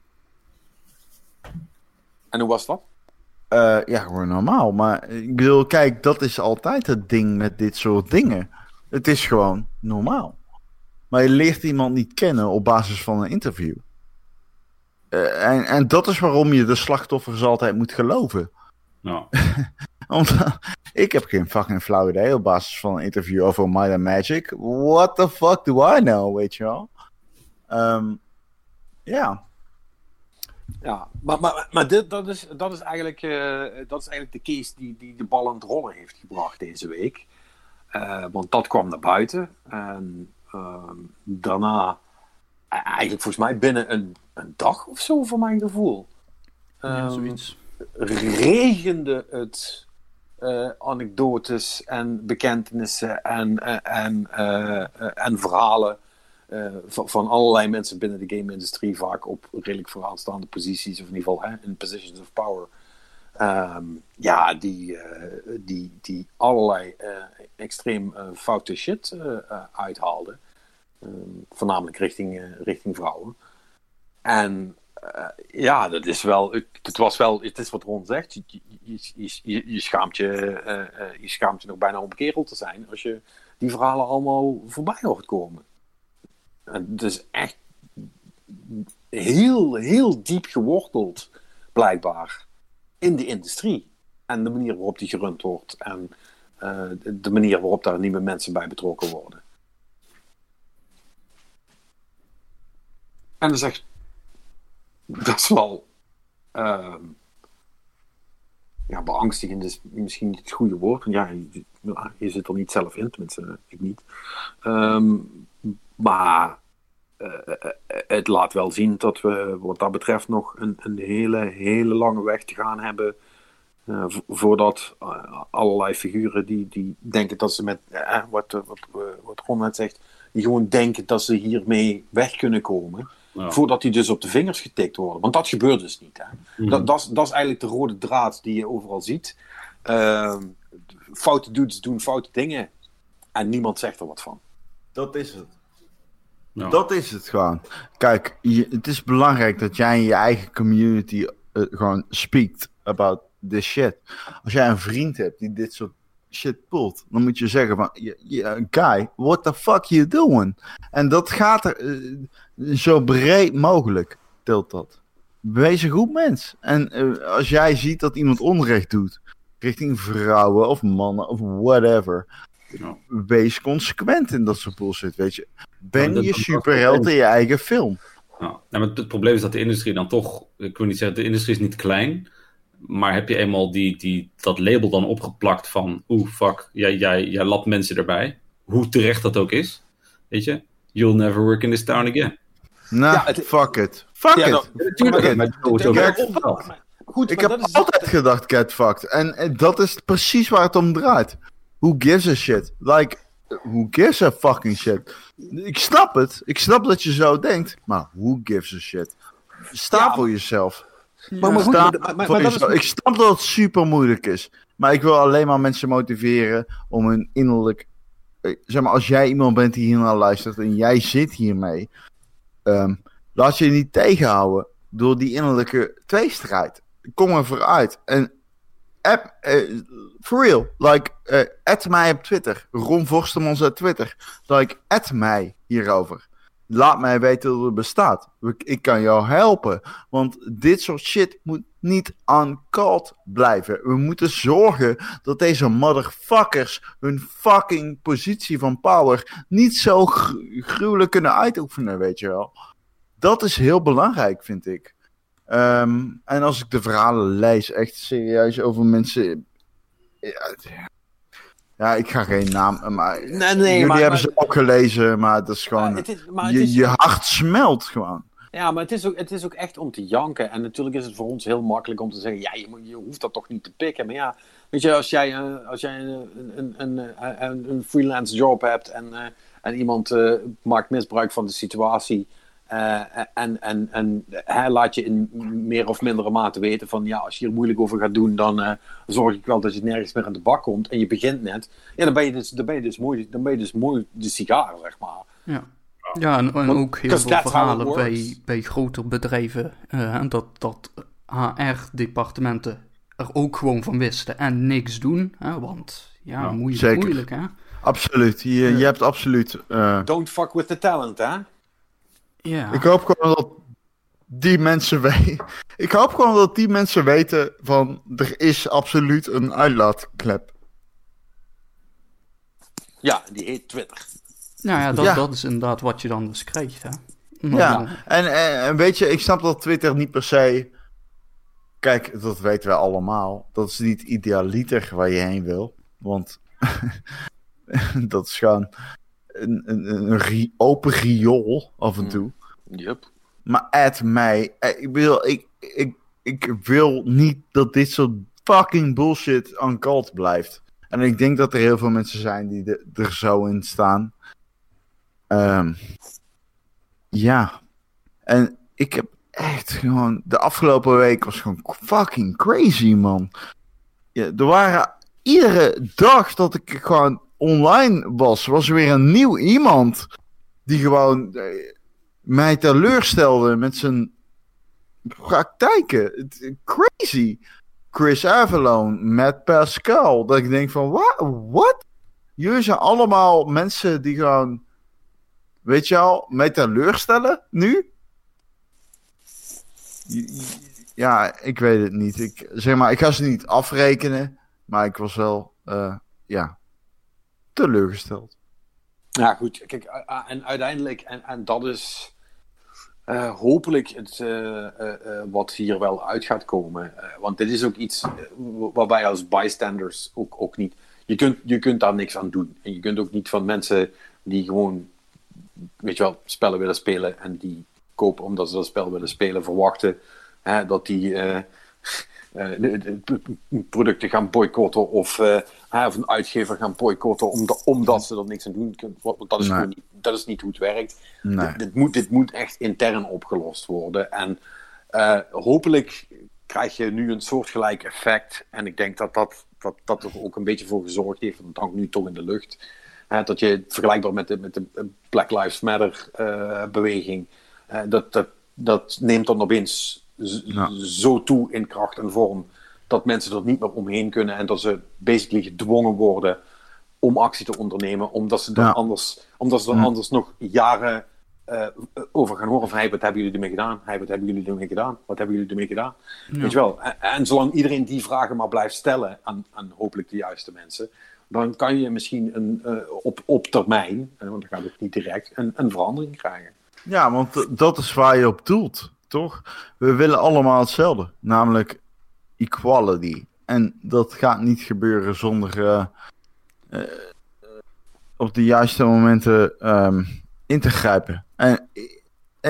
En hoe was dat? Eh, ja, gewoon normaal. Maar ik bedoel, kijk, dat is altijd het ding met dit soort dingen. Het is gewoon normaal. Maar je leert iemand niet kennen op basis van een interview. Eh, en, en dat is waarom je de slachtoffers altijd moet geloven. Nou, Omdat ik heb geen fucking flauw idee op basis van een interview over Might and Magic. What the fuck do I know, weet je wel? Ehm, Ja. Ja, maar, maar, maar dit, dat, is, dat, is eigenlijk, uh, dat is eigenlijk de case die, die de bal aan het rollen heeft gebracht deze week. Uh, want dat kwam naar buiten. En uh, daarna, eigenlijk volgens mij binnen een, een dag of zo, voor mijn gevoel. ja, Um, zoiets. regende het uh, anekdotes en bekentenissen en, uh, en, uh, uh, en verhalen uh, van, van allerlei mensen binnen de game-industrie, vaak op redelijk vooraanstaande posities, of in ieder geval hè, in positions of power. Um, ja, die, uh, die, die allerlei uh, extreem uh, foute shit uh, uh, uithaalden. Um, voornamelijk richting, uh, richting vrouwen. En Uh, ja, dat is wel, het, het was wel, het is wat Ron zegt, je, je, je, je, je, schaamt je, uh, uh, je schaamt je nog bijna om kerel te zijn als je die verhalen allemaal voorbij hoort komen. En het is echt heel, heel diep geworteld, blijkbaar, in de industrie. En de manier waarop die gerund wordt en uh, de, de manier waarop daar nieuwe mensen bij betrokken worden. En dat is echt dat is wel uh, ja, beangstigend is misschien niet het goede woord. Want ja, je, je zit er niet zelf in, tenminste ik niet. Um, maar uh, het laat wel zien dat we wat dat betreft nog een, een hele, hele lange weg te gaan hebben. Uh, vo- voordat uh, allerlei figuren die, die denken dat ze met, uh, wat, wat, uh, wat Ron net zegt, die gewoon denken dat ze hiermee weg kunnen komen. ja. Voordat die dus op de vingers getikt worden. Want dat gebeurt dus niet. Hè? Mhm. Dat, dat, is, dat is eigenlijk de rode draad die je overal ziet. Uh, foute dudes doen foute dingen. En niemand zegt er wat van. Dat is het. Ja. Dat is het gewoon. Kijk, je, het is belangrijk dat jij in je eigen community uh, gewoon speakt about this shit. Als jij een vriend hebt die dit soort shit pult, dan moet je zeggen van, yeah, yeah, guy, what the fuck you doing? En dat gaat er uh, zo breed mogelijk, tilt dat. Wees een goed mens. En uh, als jij ziet dat iemand onrecht doet, richting vrouwen of mannen of whatever, Ja. wees consequent in dat soort bullshit, weet je. Ben Ja, dat- je dat- superheld in je eigen film? Ja. Nou, maar het probleem is dat de industrie dan toch, ik wil niet zeggen, de industrie is niet klein, maar heb je eenmaal die, die, dat label dan opgeplakt van, oeh, fuck, jij, jij, jij lapt mensen erbij, hoe terecht dat ook is, weet je, you'll never work in this town again. Nou, Ja, het- fuck it. Fuck Ja, it. dat- Tuurlijk, maar maar dat- zo, zo dat- werkt maar- het wel. maar- goed, Ik maar heb dat is... altijd gedacht catfucked. En, en dat is precies waar het om draait. Who gives a shit? Like, who gives a fucking shit? Ik snap het. Ik snap dat je zo denkt. Maar who gives a shit? Sta Ja, voor jezelf. Maar, maar goed, Sta maar, maar, voor maar dat jezelf. is... Ik snap dat het super moeilijk is. Maar ik wil alleen maar mensen motiveren om hun innerlijk... eh, Zeg maar, als jij iemand bent die hiernaar luistert en jij zit hiermee... Um, laat je niet tegenhouden door die innerlijke tweestrijd. Kom er vooruit. En app, uh, for real, like, uh, add mij op Twitter. Ron Vorstemans op Twitter. Like, add mij hierover. Laat mij weten dat het bestaat. Ik kan jou helpen. Want dit soort shit moet niet uncalled blijven. We moeten zorgen dat deze motherfuckers hun fucking positie van power niet zo gru- gruwelijk kunnen uitoefenen, weet je wel. Dat is heel belangrijk, vind ik. Um, en als ik de verhalen lees, echt serieus over mensen... Ja, ja ik ga geen naam... Maar Nee, nee, jullie maar, hebben maar, ze ook gelezen, maar het is gewoon... uh, het is, maar het je, is, je hart smelt gewoon. Ja, maar het is, ook, het is ook echt om te janken. En natuurlijk is het voor ons heel makkelijk om te zeggen... Ja, je, moet, je hoeft dat toch niet te pikken. Maar ja, weet je, als jij, uh, als jij een, een, een, een, een freelance job hebt... en, uh, en iemand uh, maakt misbruik van de situatie... Uh, en en, en hij laat je in meer of mindere mate weten van... ja, als je hier moeilijk over gaat doen... dan uh, zorg ik wel dat je nergens meer aan de bak komt. En je begint net. Ja, dan ben je dus, dan ben je dus, mooi, dan ben je dus mooi de sigaar, zeg maar. Ja. Ja, en, en ook heel Because veel that's how it verhalen bij, works. bij grotere bedrijven. Uh, dat, dat H R-departementen er ook gewoon van wisten en niks doen. Hè, want ja, Ja, moeilijk, zeker. moeilijk hè. Absoluut. Je, je hebt absoluut... Uh... Don't fuck with the talent, hè? Ja. Ik hoop gewoon dat die mensen weten... Ik hoop gewoon dat die mensen weten van... Er is absoluut een uitlaatklep. Ja, die heet Twitter. Nou ja dat, Ja. dat is inderdaad wat je dan dus krijgt, hè. Ja, en, en, en weet je, ik snap dat Twitter niet per se... Kijk, dat weten we allemaal. Dat is niet idealiter waar je heen wil. Want dat is gewoon een, een, een ri- open riool af en toe. Yep. Maar add mij. Ik wil, ik, ik, ik wil niet dat dit soort fucking bullshit uncalled blijft. En ik denk dat er heel veel mensen zijn die de, er zo in staan. Um, ja. En ik heb echt gewoon... De afgelopen week was gewoon fucking crazy, man. Ja, er waren... Iedere dag dat ik gewoon online was, was er weer een nieuw iemand die gewoon eh, mij teleurstelde met zijn praktijken. Het- Crazy. Chris Avalone, Matt Pascal. Dat ik denk van, wat? What? Jullie zijn allemaal mensen die gewoon, weet je al, mij teleurstellen nu? Ja, ik weet het niet. Ik, zeg maar, ik ga ze niet afrekenen, maar ik was wel, uh, ja, teleurgesteld. Ja, goed. Kijk, uh, en uiteindelijk, en, en dat is uh, hopelijk het, uh, uh, uh, wat hier wel uit gaat komen. Uh, want dit is ook iets uh, waar wij als bystanders ook, ook niet... Je kunt, je kunt daar niks aan doen. En je kunt ook niet van mensen die gewoon, weet je wel, spellen willen spelen en die kopen omdat ze dat spel willen spelen, verwachten hè, dat die uh, uh, de, de producten gaan boycotten of, uh, of een uitgever gaan boycotten omdat, omdat ze er niks aan doen. Want dat is, Nee. gewoon niet, dat is niet hoe het werkt. Nee. Dit, dit, moet, dit moet echt intern opgelost worden. En uh, hopelijk krijg je nu een soortgelijk effect. En ik denk dat dat, dat, dat er ook een beetje voor gezorgd heeft, want het hangt nu toch in de lucht. Hè, dat je vergelijkbaar met de, met de Black Lives Matter uh, beweging, uh, dat, dat, dat neemt dan opeens z- Ja. zo toe in kracht en vorm dat mensen er niet meer omheen kunnen en dat ze basically gedwongen worden om actie te ondernemen, omdat ze dan, Ja. anders, omdat ze dan Ja. anders nog jaren uh, over gaan horen van hey, wat hebben jullie ermee gedaan? Hey, wat hebben jullie ermee gedaan? Wat hebben jullie ermee gedaan? Ja. Weet je wel? En, en zolang iedereen die vragen maar blijft stellen aan, aan hopelijk de juiste mensen, dan kan je misschien een, uh, op, op termijn, uh, want dan gaat het niet direct, een, een verandering krijgen. Ja, want uh, dat is waar je op doelt, toch? We willen allemaal hetzelfde, namelijk equality. En dat gaat niet gebeuren zonder uh, uh, op de juiste momenten um, in te grijpen. En echt,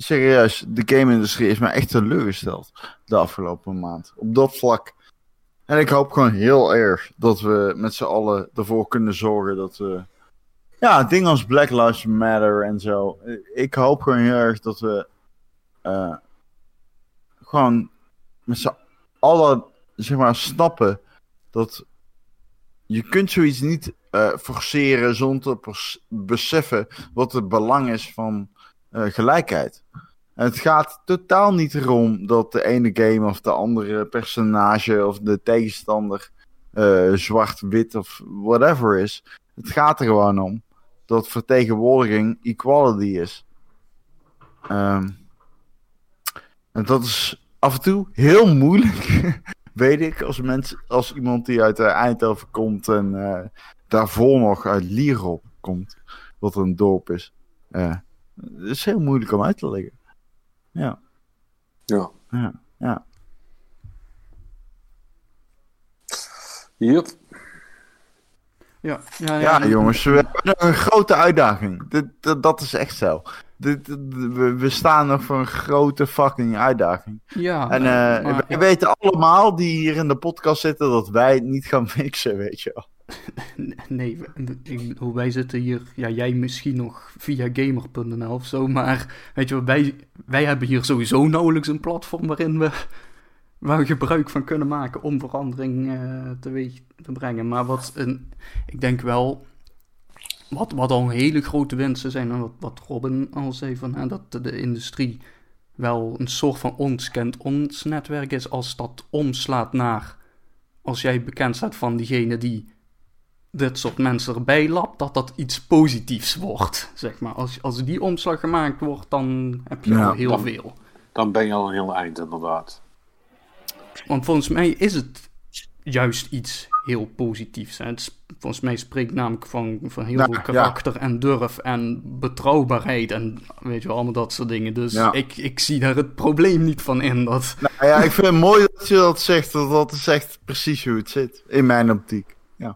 serieus, de game-industrie is mij echt teleurgesteld de afgelopen maand. Op dat vlak. En ik hoop gewoon heel erg dat we met z'n allen ervoor kunnen zorgen dat we... Ja, dingen als Black Lives Matter en zo. Ik hoop gewoon heel erg dat we... Uh, gewoon met z'n allen, zeg maar, snappen dat je kunt zoiets niet uh, forceren zonder te pers- beseffen wat het belang is van uh, gelijkheid. En het gaat totaal niet erom dat de ene game of de andere personage of de tegenstander uh, zwart, wit of whatever is. Het gaat er gewoon om dat vertegenwoordiging equality is. Um, en dat is af en toe heel moeilijk, weet ik, als, mens, als iemand die uit uh, Eindhoven komt en uh, daarvoor nog uit Lierop komt, wat een dorp is. Uh, het is heel moeilijk om uit te leggen. Ja. Ja. Ja. Ja. Yep. Ja, ja, ja, ja, jongens, we hebben nog een grote uitdaging. Dit, dit, dat is echt zo. Dit, dit, we, we staan nog voor een grote fucking uitdaging. Ja, en uh, maar, wij weten allemaal die hier in de podcast zitten dat wij het niet gaan fixen, weet je wel. Nee, hoe wij zitten hier, ja, jij misschien nog via gamer punt n l of zo, maar weet je wat, wij, wij hebben hier sowieso nauwelijks een platform waarin we, waar we gebruik van kunnen maken om verandering uh, teweeg te brengen. Maar wat een, ik denk wel, wat, wat al hele grote wensen zijn, en wat, wat Robin al zei, van, hè, dat de, de industrie wel een soort van ons kent, ons netwerk is, als dat omslaat naar, als jij bekend staat van diegene die dit soort mensen erbij lapt, dat dat iets positiefs wordt, zeg maar. Als, als die omslag gemaakt wordt, dan heb je ja, al heel dan, veel. Dan ben je al een heel eind, inderdaad. Want volgens mij is het juist iets heel positiefs. Hè? Het is, volgens mij spreekt namelijk van, van heel nou, veel karakter ja. en durf en betrouwbaarheid en weet je wel, allemaal dat soort dingen. Dus ja. ik, ik zie daar het probleem niet van in. Dat... Nou ja, ik vind het mooi dat je dat zegt, dat dat is echt precies hoe het zit, in mijn optiek. Ja.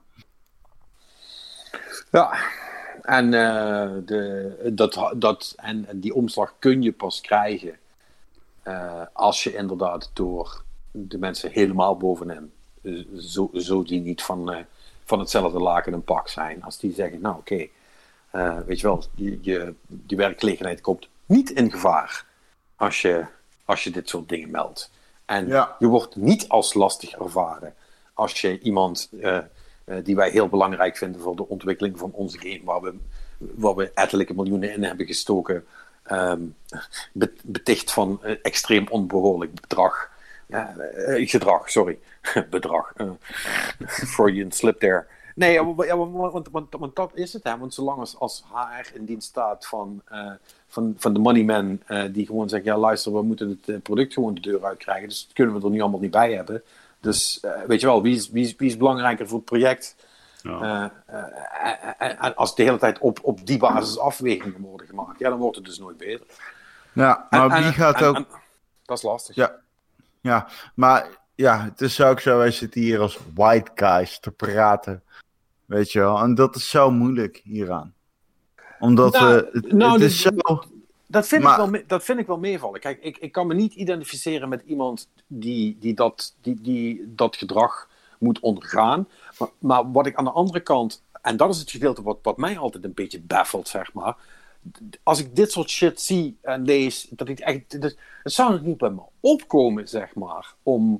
Ja, en, uh, de, dat, dat, en die omslag kun je pas krijgen uh, als je inderdaad door de mensen helemaal bovenin, zo, zo die niet van, uh, van hetzelfde laken een pak zijn, als die zeggen, nou oké, okay, uh, weet je wel, je, je, je werkgelegenheid komt niet in gevaar als je, als je dit soort dingen meldt. En ja. je wordt niet als lastig ervaren als je iemand... Uh, Uh, die wij heel belangrijk vinden voor de ontwikkeling van onze game, waar we, waar we ettelijke miljoenen in hebben gestoken, um, beticht van uh, extreem onbehoorlijk bedrag, uh, uh, gedrag, sorry, bedrag, uh, Freudian slip there. Nee, ja, want, want, want, want dat is het, hè? Want zolang als, als H R in dienst staat van, uh, van, van de moneyman, uh, die gewoon zegt, ja luister, we moeten het product gewoon de deur uitkrijgen, dus dat kunnen we er nu allemaal niet bij hebben. Dus uh, weet je wel, wie is, wie, is, wie is belangrijker voor het project? Ja. Uh, uh, en als de hele tijd op, op die basis afwegingen worden gemaakt, ja, dan wordt het dus nooit beter. Ja, maar en, wie en, gaat en, ook... En, dat is lastig. Ja, ja, maar ja, het is ook zo, wij zitten hier als white guys te praten, weet je wel. En dat is zo moeilijk hieraan. Omdat nou, we... Het, nou, het is de, zo... Dat vind, maar... ik wel, dat vind ik wel meevallen. Kijk, ik, ik kan me niet identificeren met iemand die, die, dat, die, die dat gedrag moet ondergaan. Maar, maar wat ik aan de andere kant, en dat is het gedeelte wat, wat mij altijd een beetje baffelt, zeg maar. Als ik dit soort shit zie en lees, dat ik echt, dat, het zou nog niet bij me opkomen, zeg maar, om...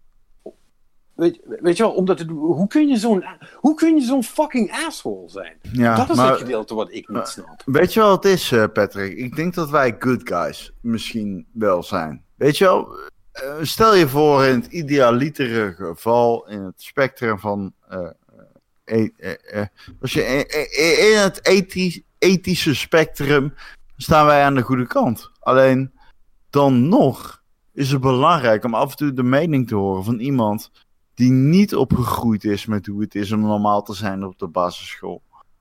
Weet, weet je wel, omdat het, hoe kun je zo'n hoe kun je zo'n fucking asshole zijn? Ja, dat is maar, het gedeelte wat ik niet snap. Weet je wel wat het is, uh, Patrick? Ik denk dat wij good guys misschien wel zijn. Weet je wel, uh, stel je voor in het idealietere geval, in het spectrum van... Uh, uh, uh, uh, als je in, in, in het ethisch, ethische spectrum staan wij aan de goede kant. Alleen, dan nog is het belangrijk om af en toe de mening te horen van iemand... die niet opgegroeid is met hoe het is om normaal te zijn op de basisschool.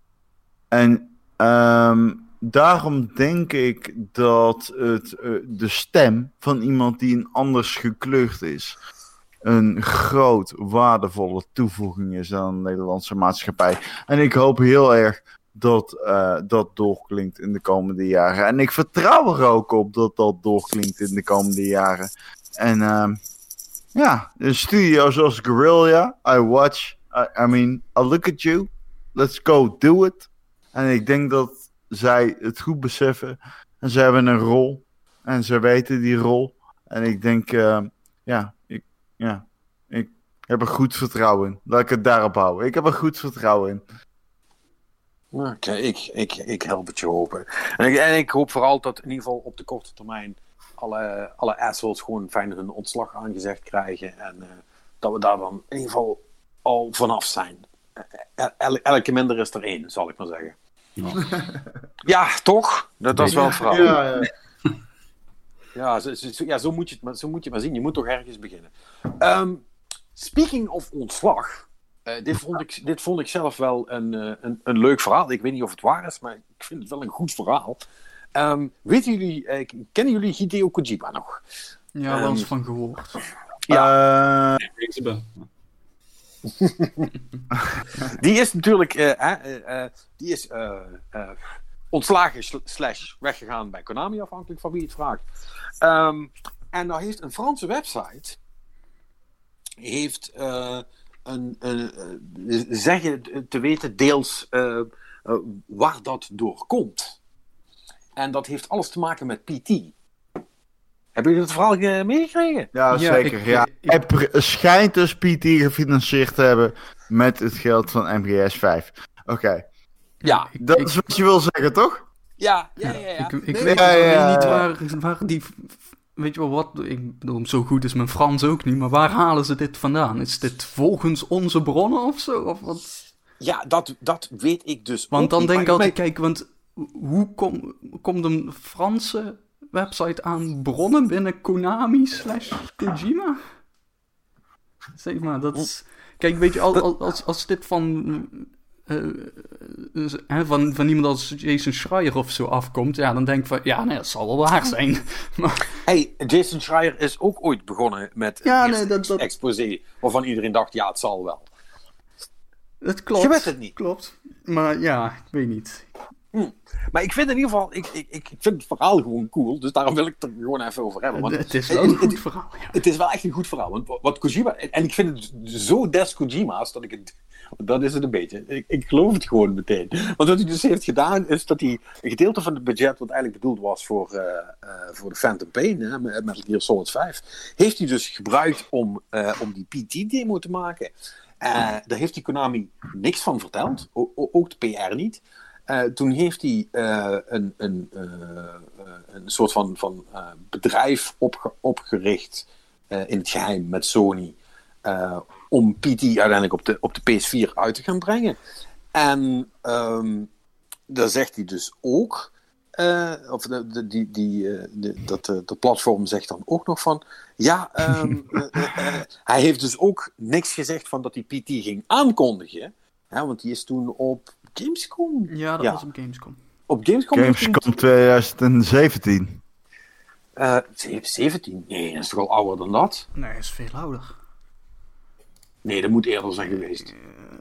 En um, daarom denk ik dat het, uh, de stem van iemand die een anders gekleurd is... een groot, waardevolle toevoeging is aan de Nederlandse maatschappij. En ik hoop heel erg dat uh, dat doorklinkt in de komende jaren. En ik vertrouw er ook op dat dat doorklinkt in de komende jaren. En uh, ja, een studio zoals Guerrilla, I watch, I, I mean, I look at you, let's go do it. En ik denk dat zij het goed beseffen. En ze hebben een rol. En ze weten die rol. En ik denk, uh, ja, ik, ja, ik heb er goed vertrouwen in. Laat ik het daarop houden. Ik heb er goed vertrouwen in. Oké, okay, ik, ik, ik help het je hopen. En ik, en ik hoop vooral dat in ieder geval op de korte termijn alle, alle assholes gewoon fijn hun ontslag aangezegd krijgen. En uh, dat we daar dan in ieder geval al vanaf zijn. El, elke minder is er één, zal ik maar zeggen. Ja, ja toch? Dat, dat is wel het verhaal. Ja, ja. Ja, zo, zo, ja zo, moet je het, zo moet je het maar zien. Je moet toch ergens beginnen. Um, speaking of ontslag. Uh, dit, vond ik, dit vond ik zelf wel een, uh, een, een leuk verhaal. Ik weet niet of het waar is, maar ik vind het wel een goed verhaal. Um, weten jullie, uh, kennen jullie Hideo Kojima nog? Ja, wel um, eens van gehoord. Ja. Uh, die is natuurlijk uh, uh, uh, die is, uh, uh, ontslagen slash weggegaan bij Konami, afhankelijk van wie het vraagt. Um, en nou heeft een Franse website heeft uh, een, een, uh, zeggen te weten deels uh, uh, waar dat door komt. En dat heeft alles te maken met P T. Hebben jullie het verhaal uh, meegekregen? Ja, ja, zeker. Ik, ja. Ik, ik... Hij schijnt dus P T gefinancierd te hebben met het geld van M G S vijf. Oké. Okay. Ja. Dat ik, is wat je wil zeggen, toch? Ja, ja, ja. ja. Ik, ik nee, weet ja, ja, ja, niet waar, waar die... Weet je wel wat? Ik bedoel, zo goed is mijn Frans ook niet, maar waar halen ze dit vandaan? Is dit volgens onze bronnen of zo? Of wat? Ja, dat, dat weet ik dus Want ook dan niet, denk ik altijd, mij... kijk, want hoe kom, komt een Franse website aan bronnen binnen Konami slash Kojima? Zeg maar, dat is... Kijk, weet je, als, als, als dit van... Uh, uh, van, van iemand als Jason Schreier of zo afkomt, ja, dan denk ik van, ja, nee, dat zal wel waar zijn. Maar... Hey, Jason Schreier is ook ooit begonnen met ja, een nee, dat, dat... exposé, waarvan iedereen dacht, ja, het zal wel. Dat klopt. Je weet het niet. Klopt. Maar ja, ik weet niet. Hm. Maar ik vind in ieder geval, ik, ik, ik vind het verhaal gewoon cool, dus daarom wil ik het er gewoon even over hebben. Want het is wel een goed verhaal, ja. Het is wel echt een goed verhaal, want wat Kojima, en ik vind het zo des Kojima's, dat ik het, dat is het een beetje, ik, ik geloof het gewoon meteen. Want wat hij dus heeft gedaan, is dat hij een gedeelte van het budget, wat eigenlijk bedoeld was voor, uh, uh, voor de Phantom Pain, hè, met Metal Gear Solid vijf, heeft hij dus gebruikt om, uh, om die P T-demo te maken. Uh, daar heeft hij Konami niks van verteld, o- ook de P R niet. Uh, toen heeft hij uh, een, een, uh, uh, een soort van, van uh, bedrijf opge- opgericht uh, in het geheim met Sony uh, om P T uiteindelijk op de, op de P S vier uit te gaan brengen. En um, daar zegt hij dus ook, uh, of de, de, die, die, uh, de, dat uh, de platform zegt dan ook nog van, ja, um, uh, uh, uh, hij heeft dus ook niks gezegd van dat hij P T ging aankondigen, hè, want die is toen op Gamescom? Ja, dat ja. was op Gamescom. Op Gamescom? Gamescom twintig zeventien. Uh, zeventien? Nee, dat is toch al ouder dan dat? Nee, dat is veel ouder. Nee, dat moet eerder zijn geweest.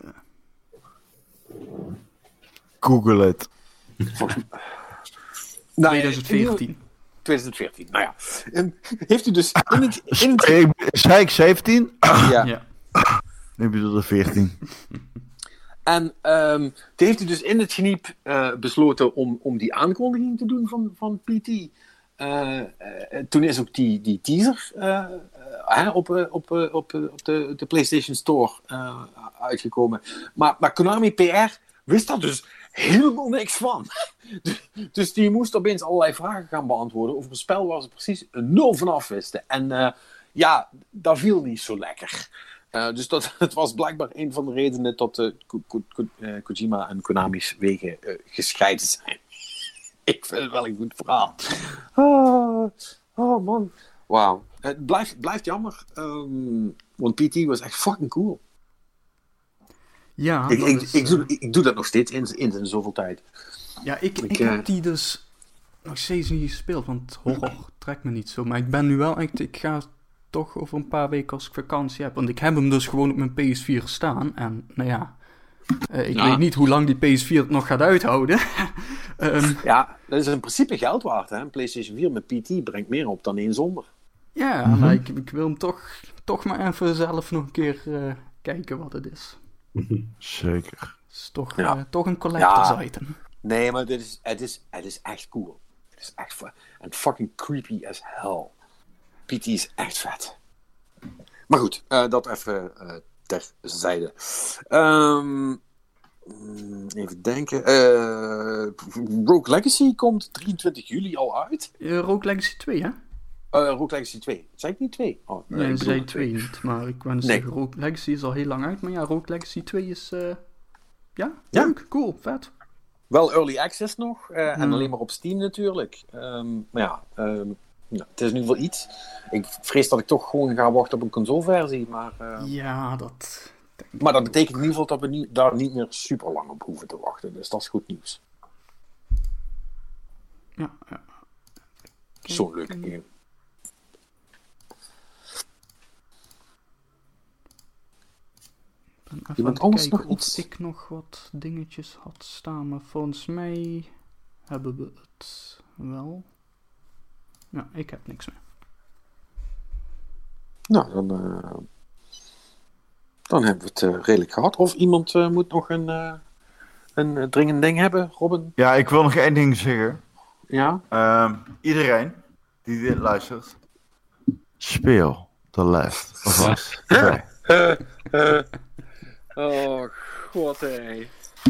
Uh... Google het. Volgens... twintig veertien. twintig veertien, nou ja. Um, heeft u dus in het... In het... Zei ik zeventien? Ja. ja. Ik bedoelde veertien. En um, toen heeft hij dus in het geniep uh, besloten om, om die aankondiging te doen van, van P T. Uh, uh, toen is ook die, die teaser uh, uh, op, uh, op, uh, op, uh, op de, de PlayStation Store uh, uitgekomen. Maar, maar Konami P R wist daar dus helemaal niks van. dus, dus die moest opeens allerlei vragen gaan beantwoorden over een spel waar ze precies nul vanaf wisten. En uh, ja, dat viel niet zo lekker. Uh, dus dat, het was blijkbaar een van de redenen dat uh, Ko- Ko- Ko- uh, Kojima en Konami's wegen uh, gescheiden zijn. Ik vind het wel een goed verhaal. Oh, oh man. Wauw. Het blijft, blijft jammer. Um, want P T was echt fucking cool. Ja, ik, ik, is, ik, doe, ik, ik doe dat nog steeds in, in, in zoveel tijd. Ja, ik, ik, ik uh... heb die dus nog steeds niet gespeeld, want horror trekt me niet zo. Maar ik ben nu wel echt, ik ga toch over een paar weken als ik vakantie heb. Want ik heb hem dus gewoon op mijn P S vier staan. En nou ja, Uh, ik Ja. weet niet hoe lang die P S vier het nog gaat uithouden. um, Ja, dat is in principe geld waard. Hè? Een PlayStation vier met P T brengt meer op dan één zonder. ja, Mhm. maar ik, ik wil hem toch, toch maar even zelf nog een keer uh, kijken wat het is. Zeker. Het is toch, Ja. uh, toch een collector's Ja. item. Nee, maar dit is, het, is, het is echt cool. Het is echt fu- en fucking creepy as hell. P T is echt vet. Maar goed, uh, dat even uh, terzijde. Um, even denken. Uh, Rogue Legacy komt drieëntwintig juli al uit. Uh, Rogue Legacy twee, hè? Uh, Rogue Legacy twee. Zei ik niet twee? Oh, Nee, ik ik bedoel zei twee niet, maar ik wou net Nee. zeggen, Rogue Legacy is al heel lang uit. Maar ja, Rogue Legacy twee is, uh, ja, Ja. leuk, cool, vet. Wel early access nog. Uh, en Hmm. alleen maar op Steam natuurlijk. Um, maar ja, um, ja, het is in ieder geval iets. Ik vrees dat ik toch gewoon ga wachten op een consoleversie. Maar, uh, Ja, dat... denk maar dat ik betekent in ook. ieder geval dat we niet, daar niet meer super lang op hoeven te wachten. Dus dat is goed nieuws. Ja, ja. Zo'n leuke Kijken. game. Ik ben even Iemand aan het anders kijken nog of iets? ik nog wat dingetjes had staan, maar volgens mij hebben we het wel. Ja, ik heb niks meer. Nou, dan, uh, dan hebben we het uh, redelijk gehad. Of iemand uh, moet nog een, uh, een uh, dringend ding hebben, Robin? Ja, ik wil nog één ding zeggen. Ja? Uh, iedereen die dit luistert, speel The Last of Us twee. Uh, uh, oh, god, hé.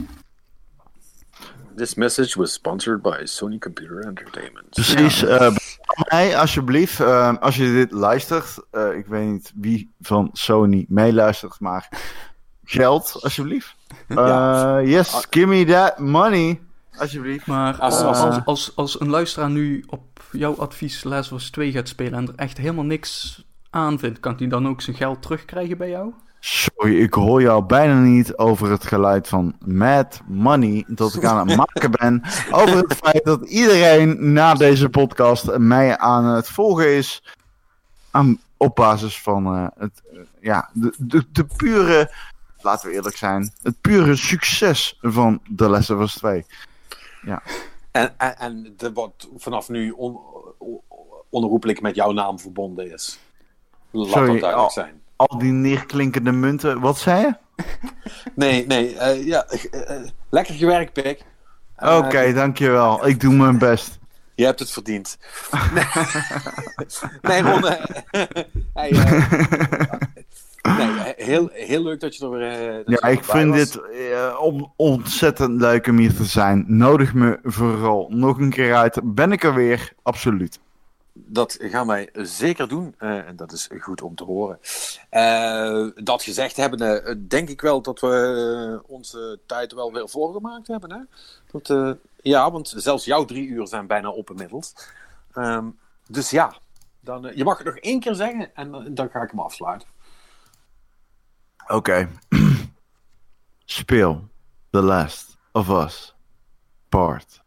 This message was sponsored by Sony Computer Entertainment. Precies. Ja. Uh, mij, alsjeblieft, uh, als je dit luistert, uh, ik weet niet wie van Sony meeluistert, maar geld, alsjeblieft. Uh, ja. Yes, give me that money, alsjeblieft. Maar als, als, uh, als, als, als een luisteraar nu op jouw advies Last of Us twee gaat spelen en er echt helemaal niks aan vindt, kan hij dan ook zijn geld terugkrijgen bij jou? Sorry, ik hoor jou bijna niet over het geluid van Mad Money dat ik aan het maken ben. Over het feit dat iedereen na deze podcast mij aan het volgen is. Aan, op basis van uh, het, uh, ja, de, de, de pure, laten we eerlijk zijn, het pure succes van The Last of Us twee. Ja. En, en, en de, wat vanaf nu on, on, onherroepelijk met jouw naam verbonden is. Laat Sorry, dat duidelijk al, zijn. Al die neerklinkende munten, wat zei je? Nee, nee, uh, ja, uh, lekker gewerkt, Pik. Uh, Oké, okay, dankjewel. Ik doe mijn best. Je hebt het verdiend. Nee, nee Ron. Uh, hey, uh, nee, heel, heel leuk dat je er weer uh, ja, ik vind was. dit uh, on- ontzettend leuk om hier te zijn. Nodig me vooral nog een keer uit. Ben ik er weer? Absoluut. Dat gaan wij zeker doen. Uh, en dat is goed om te horen. Uh, dat gezegd hebbende, uh, denk ik wel dat we uh, onze tijd wel weer voorgemaakt hebben. Hè? Dat, uh, ja, want zelfs jouw drie uur zijn bijna op inmiddels. Um, dus ja, dan, uh, je mag het nog één keer zeggen en uh, dan ga ik hem afsluiten. Oké. Okay. Speel The Last of Us Part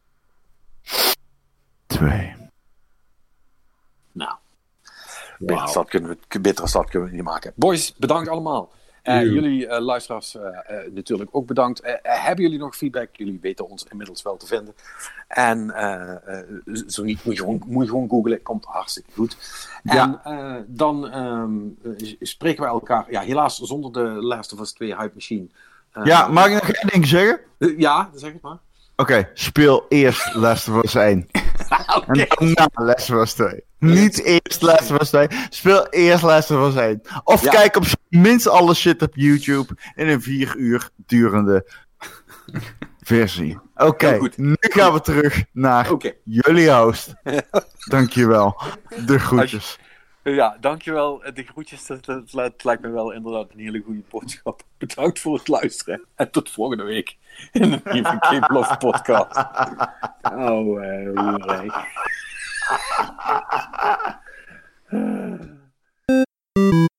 twee. Nou, wow. betere stad kunnen we, betere stad kunnen we niet maken. Boys, bedankt allemaal. Uh, jullie uh, luisteraars uh, uh, natuurlijk ook bedankt. Uh, uh, hebben jullie nog feedback? Jullie weten ons inmiddels wel te vinden. En uh, uh, zo niet, moet je gewoon, moet je gewoon googlen. Komt hartstikke goed. Ja. En uh, dan um, uh, spreken we elkaar, ja, helaas zonder de Last of Us twee Hype Machine. Uh, ja, mag ik nog één ding zeggen? Uh, ja, zeg het maar. Oké, okay, speel eerst Last of Us één. Okay. En daarna Last of Us twee. Niet eerst Last of Us twee. Speel eerst Last of Us één. Of ja. Kijk op minst alle shit op YouTube in een vier uur durende versie. Oké, okay, nu gaan we terug naar okay. jullie host. Dankjewel. De groetjes. Ja, dankjewel. De groetjes, dat, dat, dat lijkt me wel inderdaad een hele goede boodschap. Bedankt voor het luisteren. En tot volgende week in een nieuwe Game Love podcast. Oh, uh,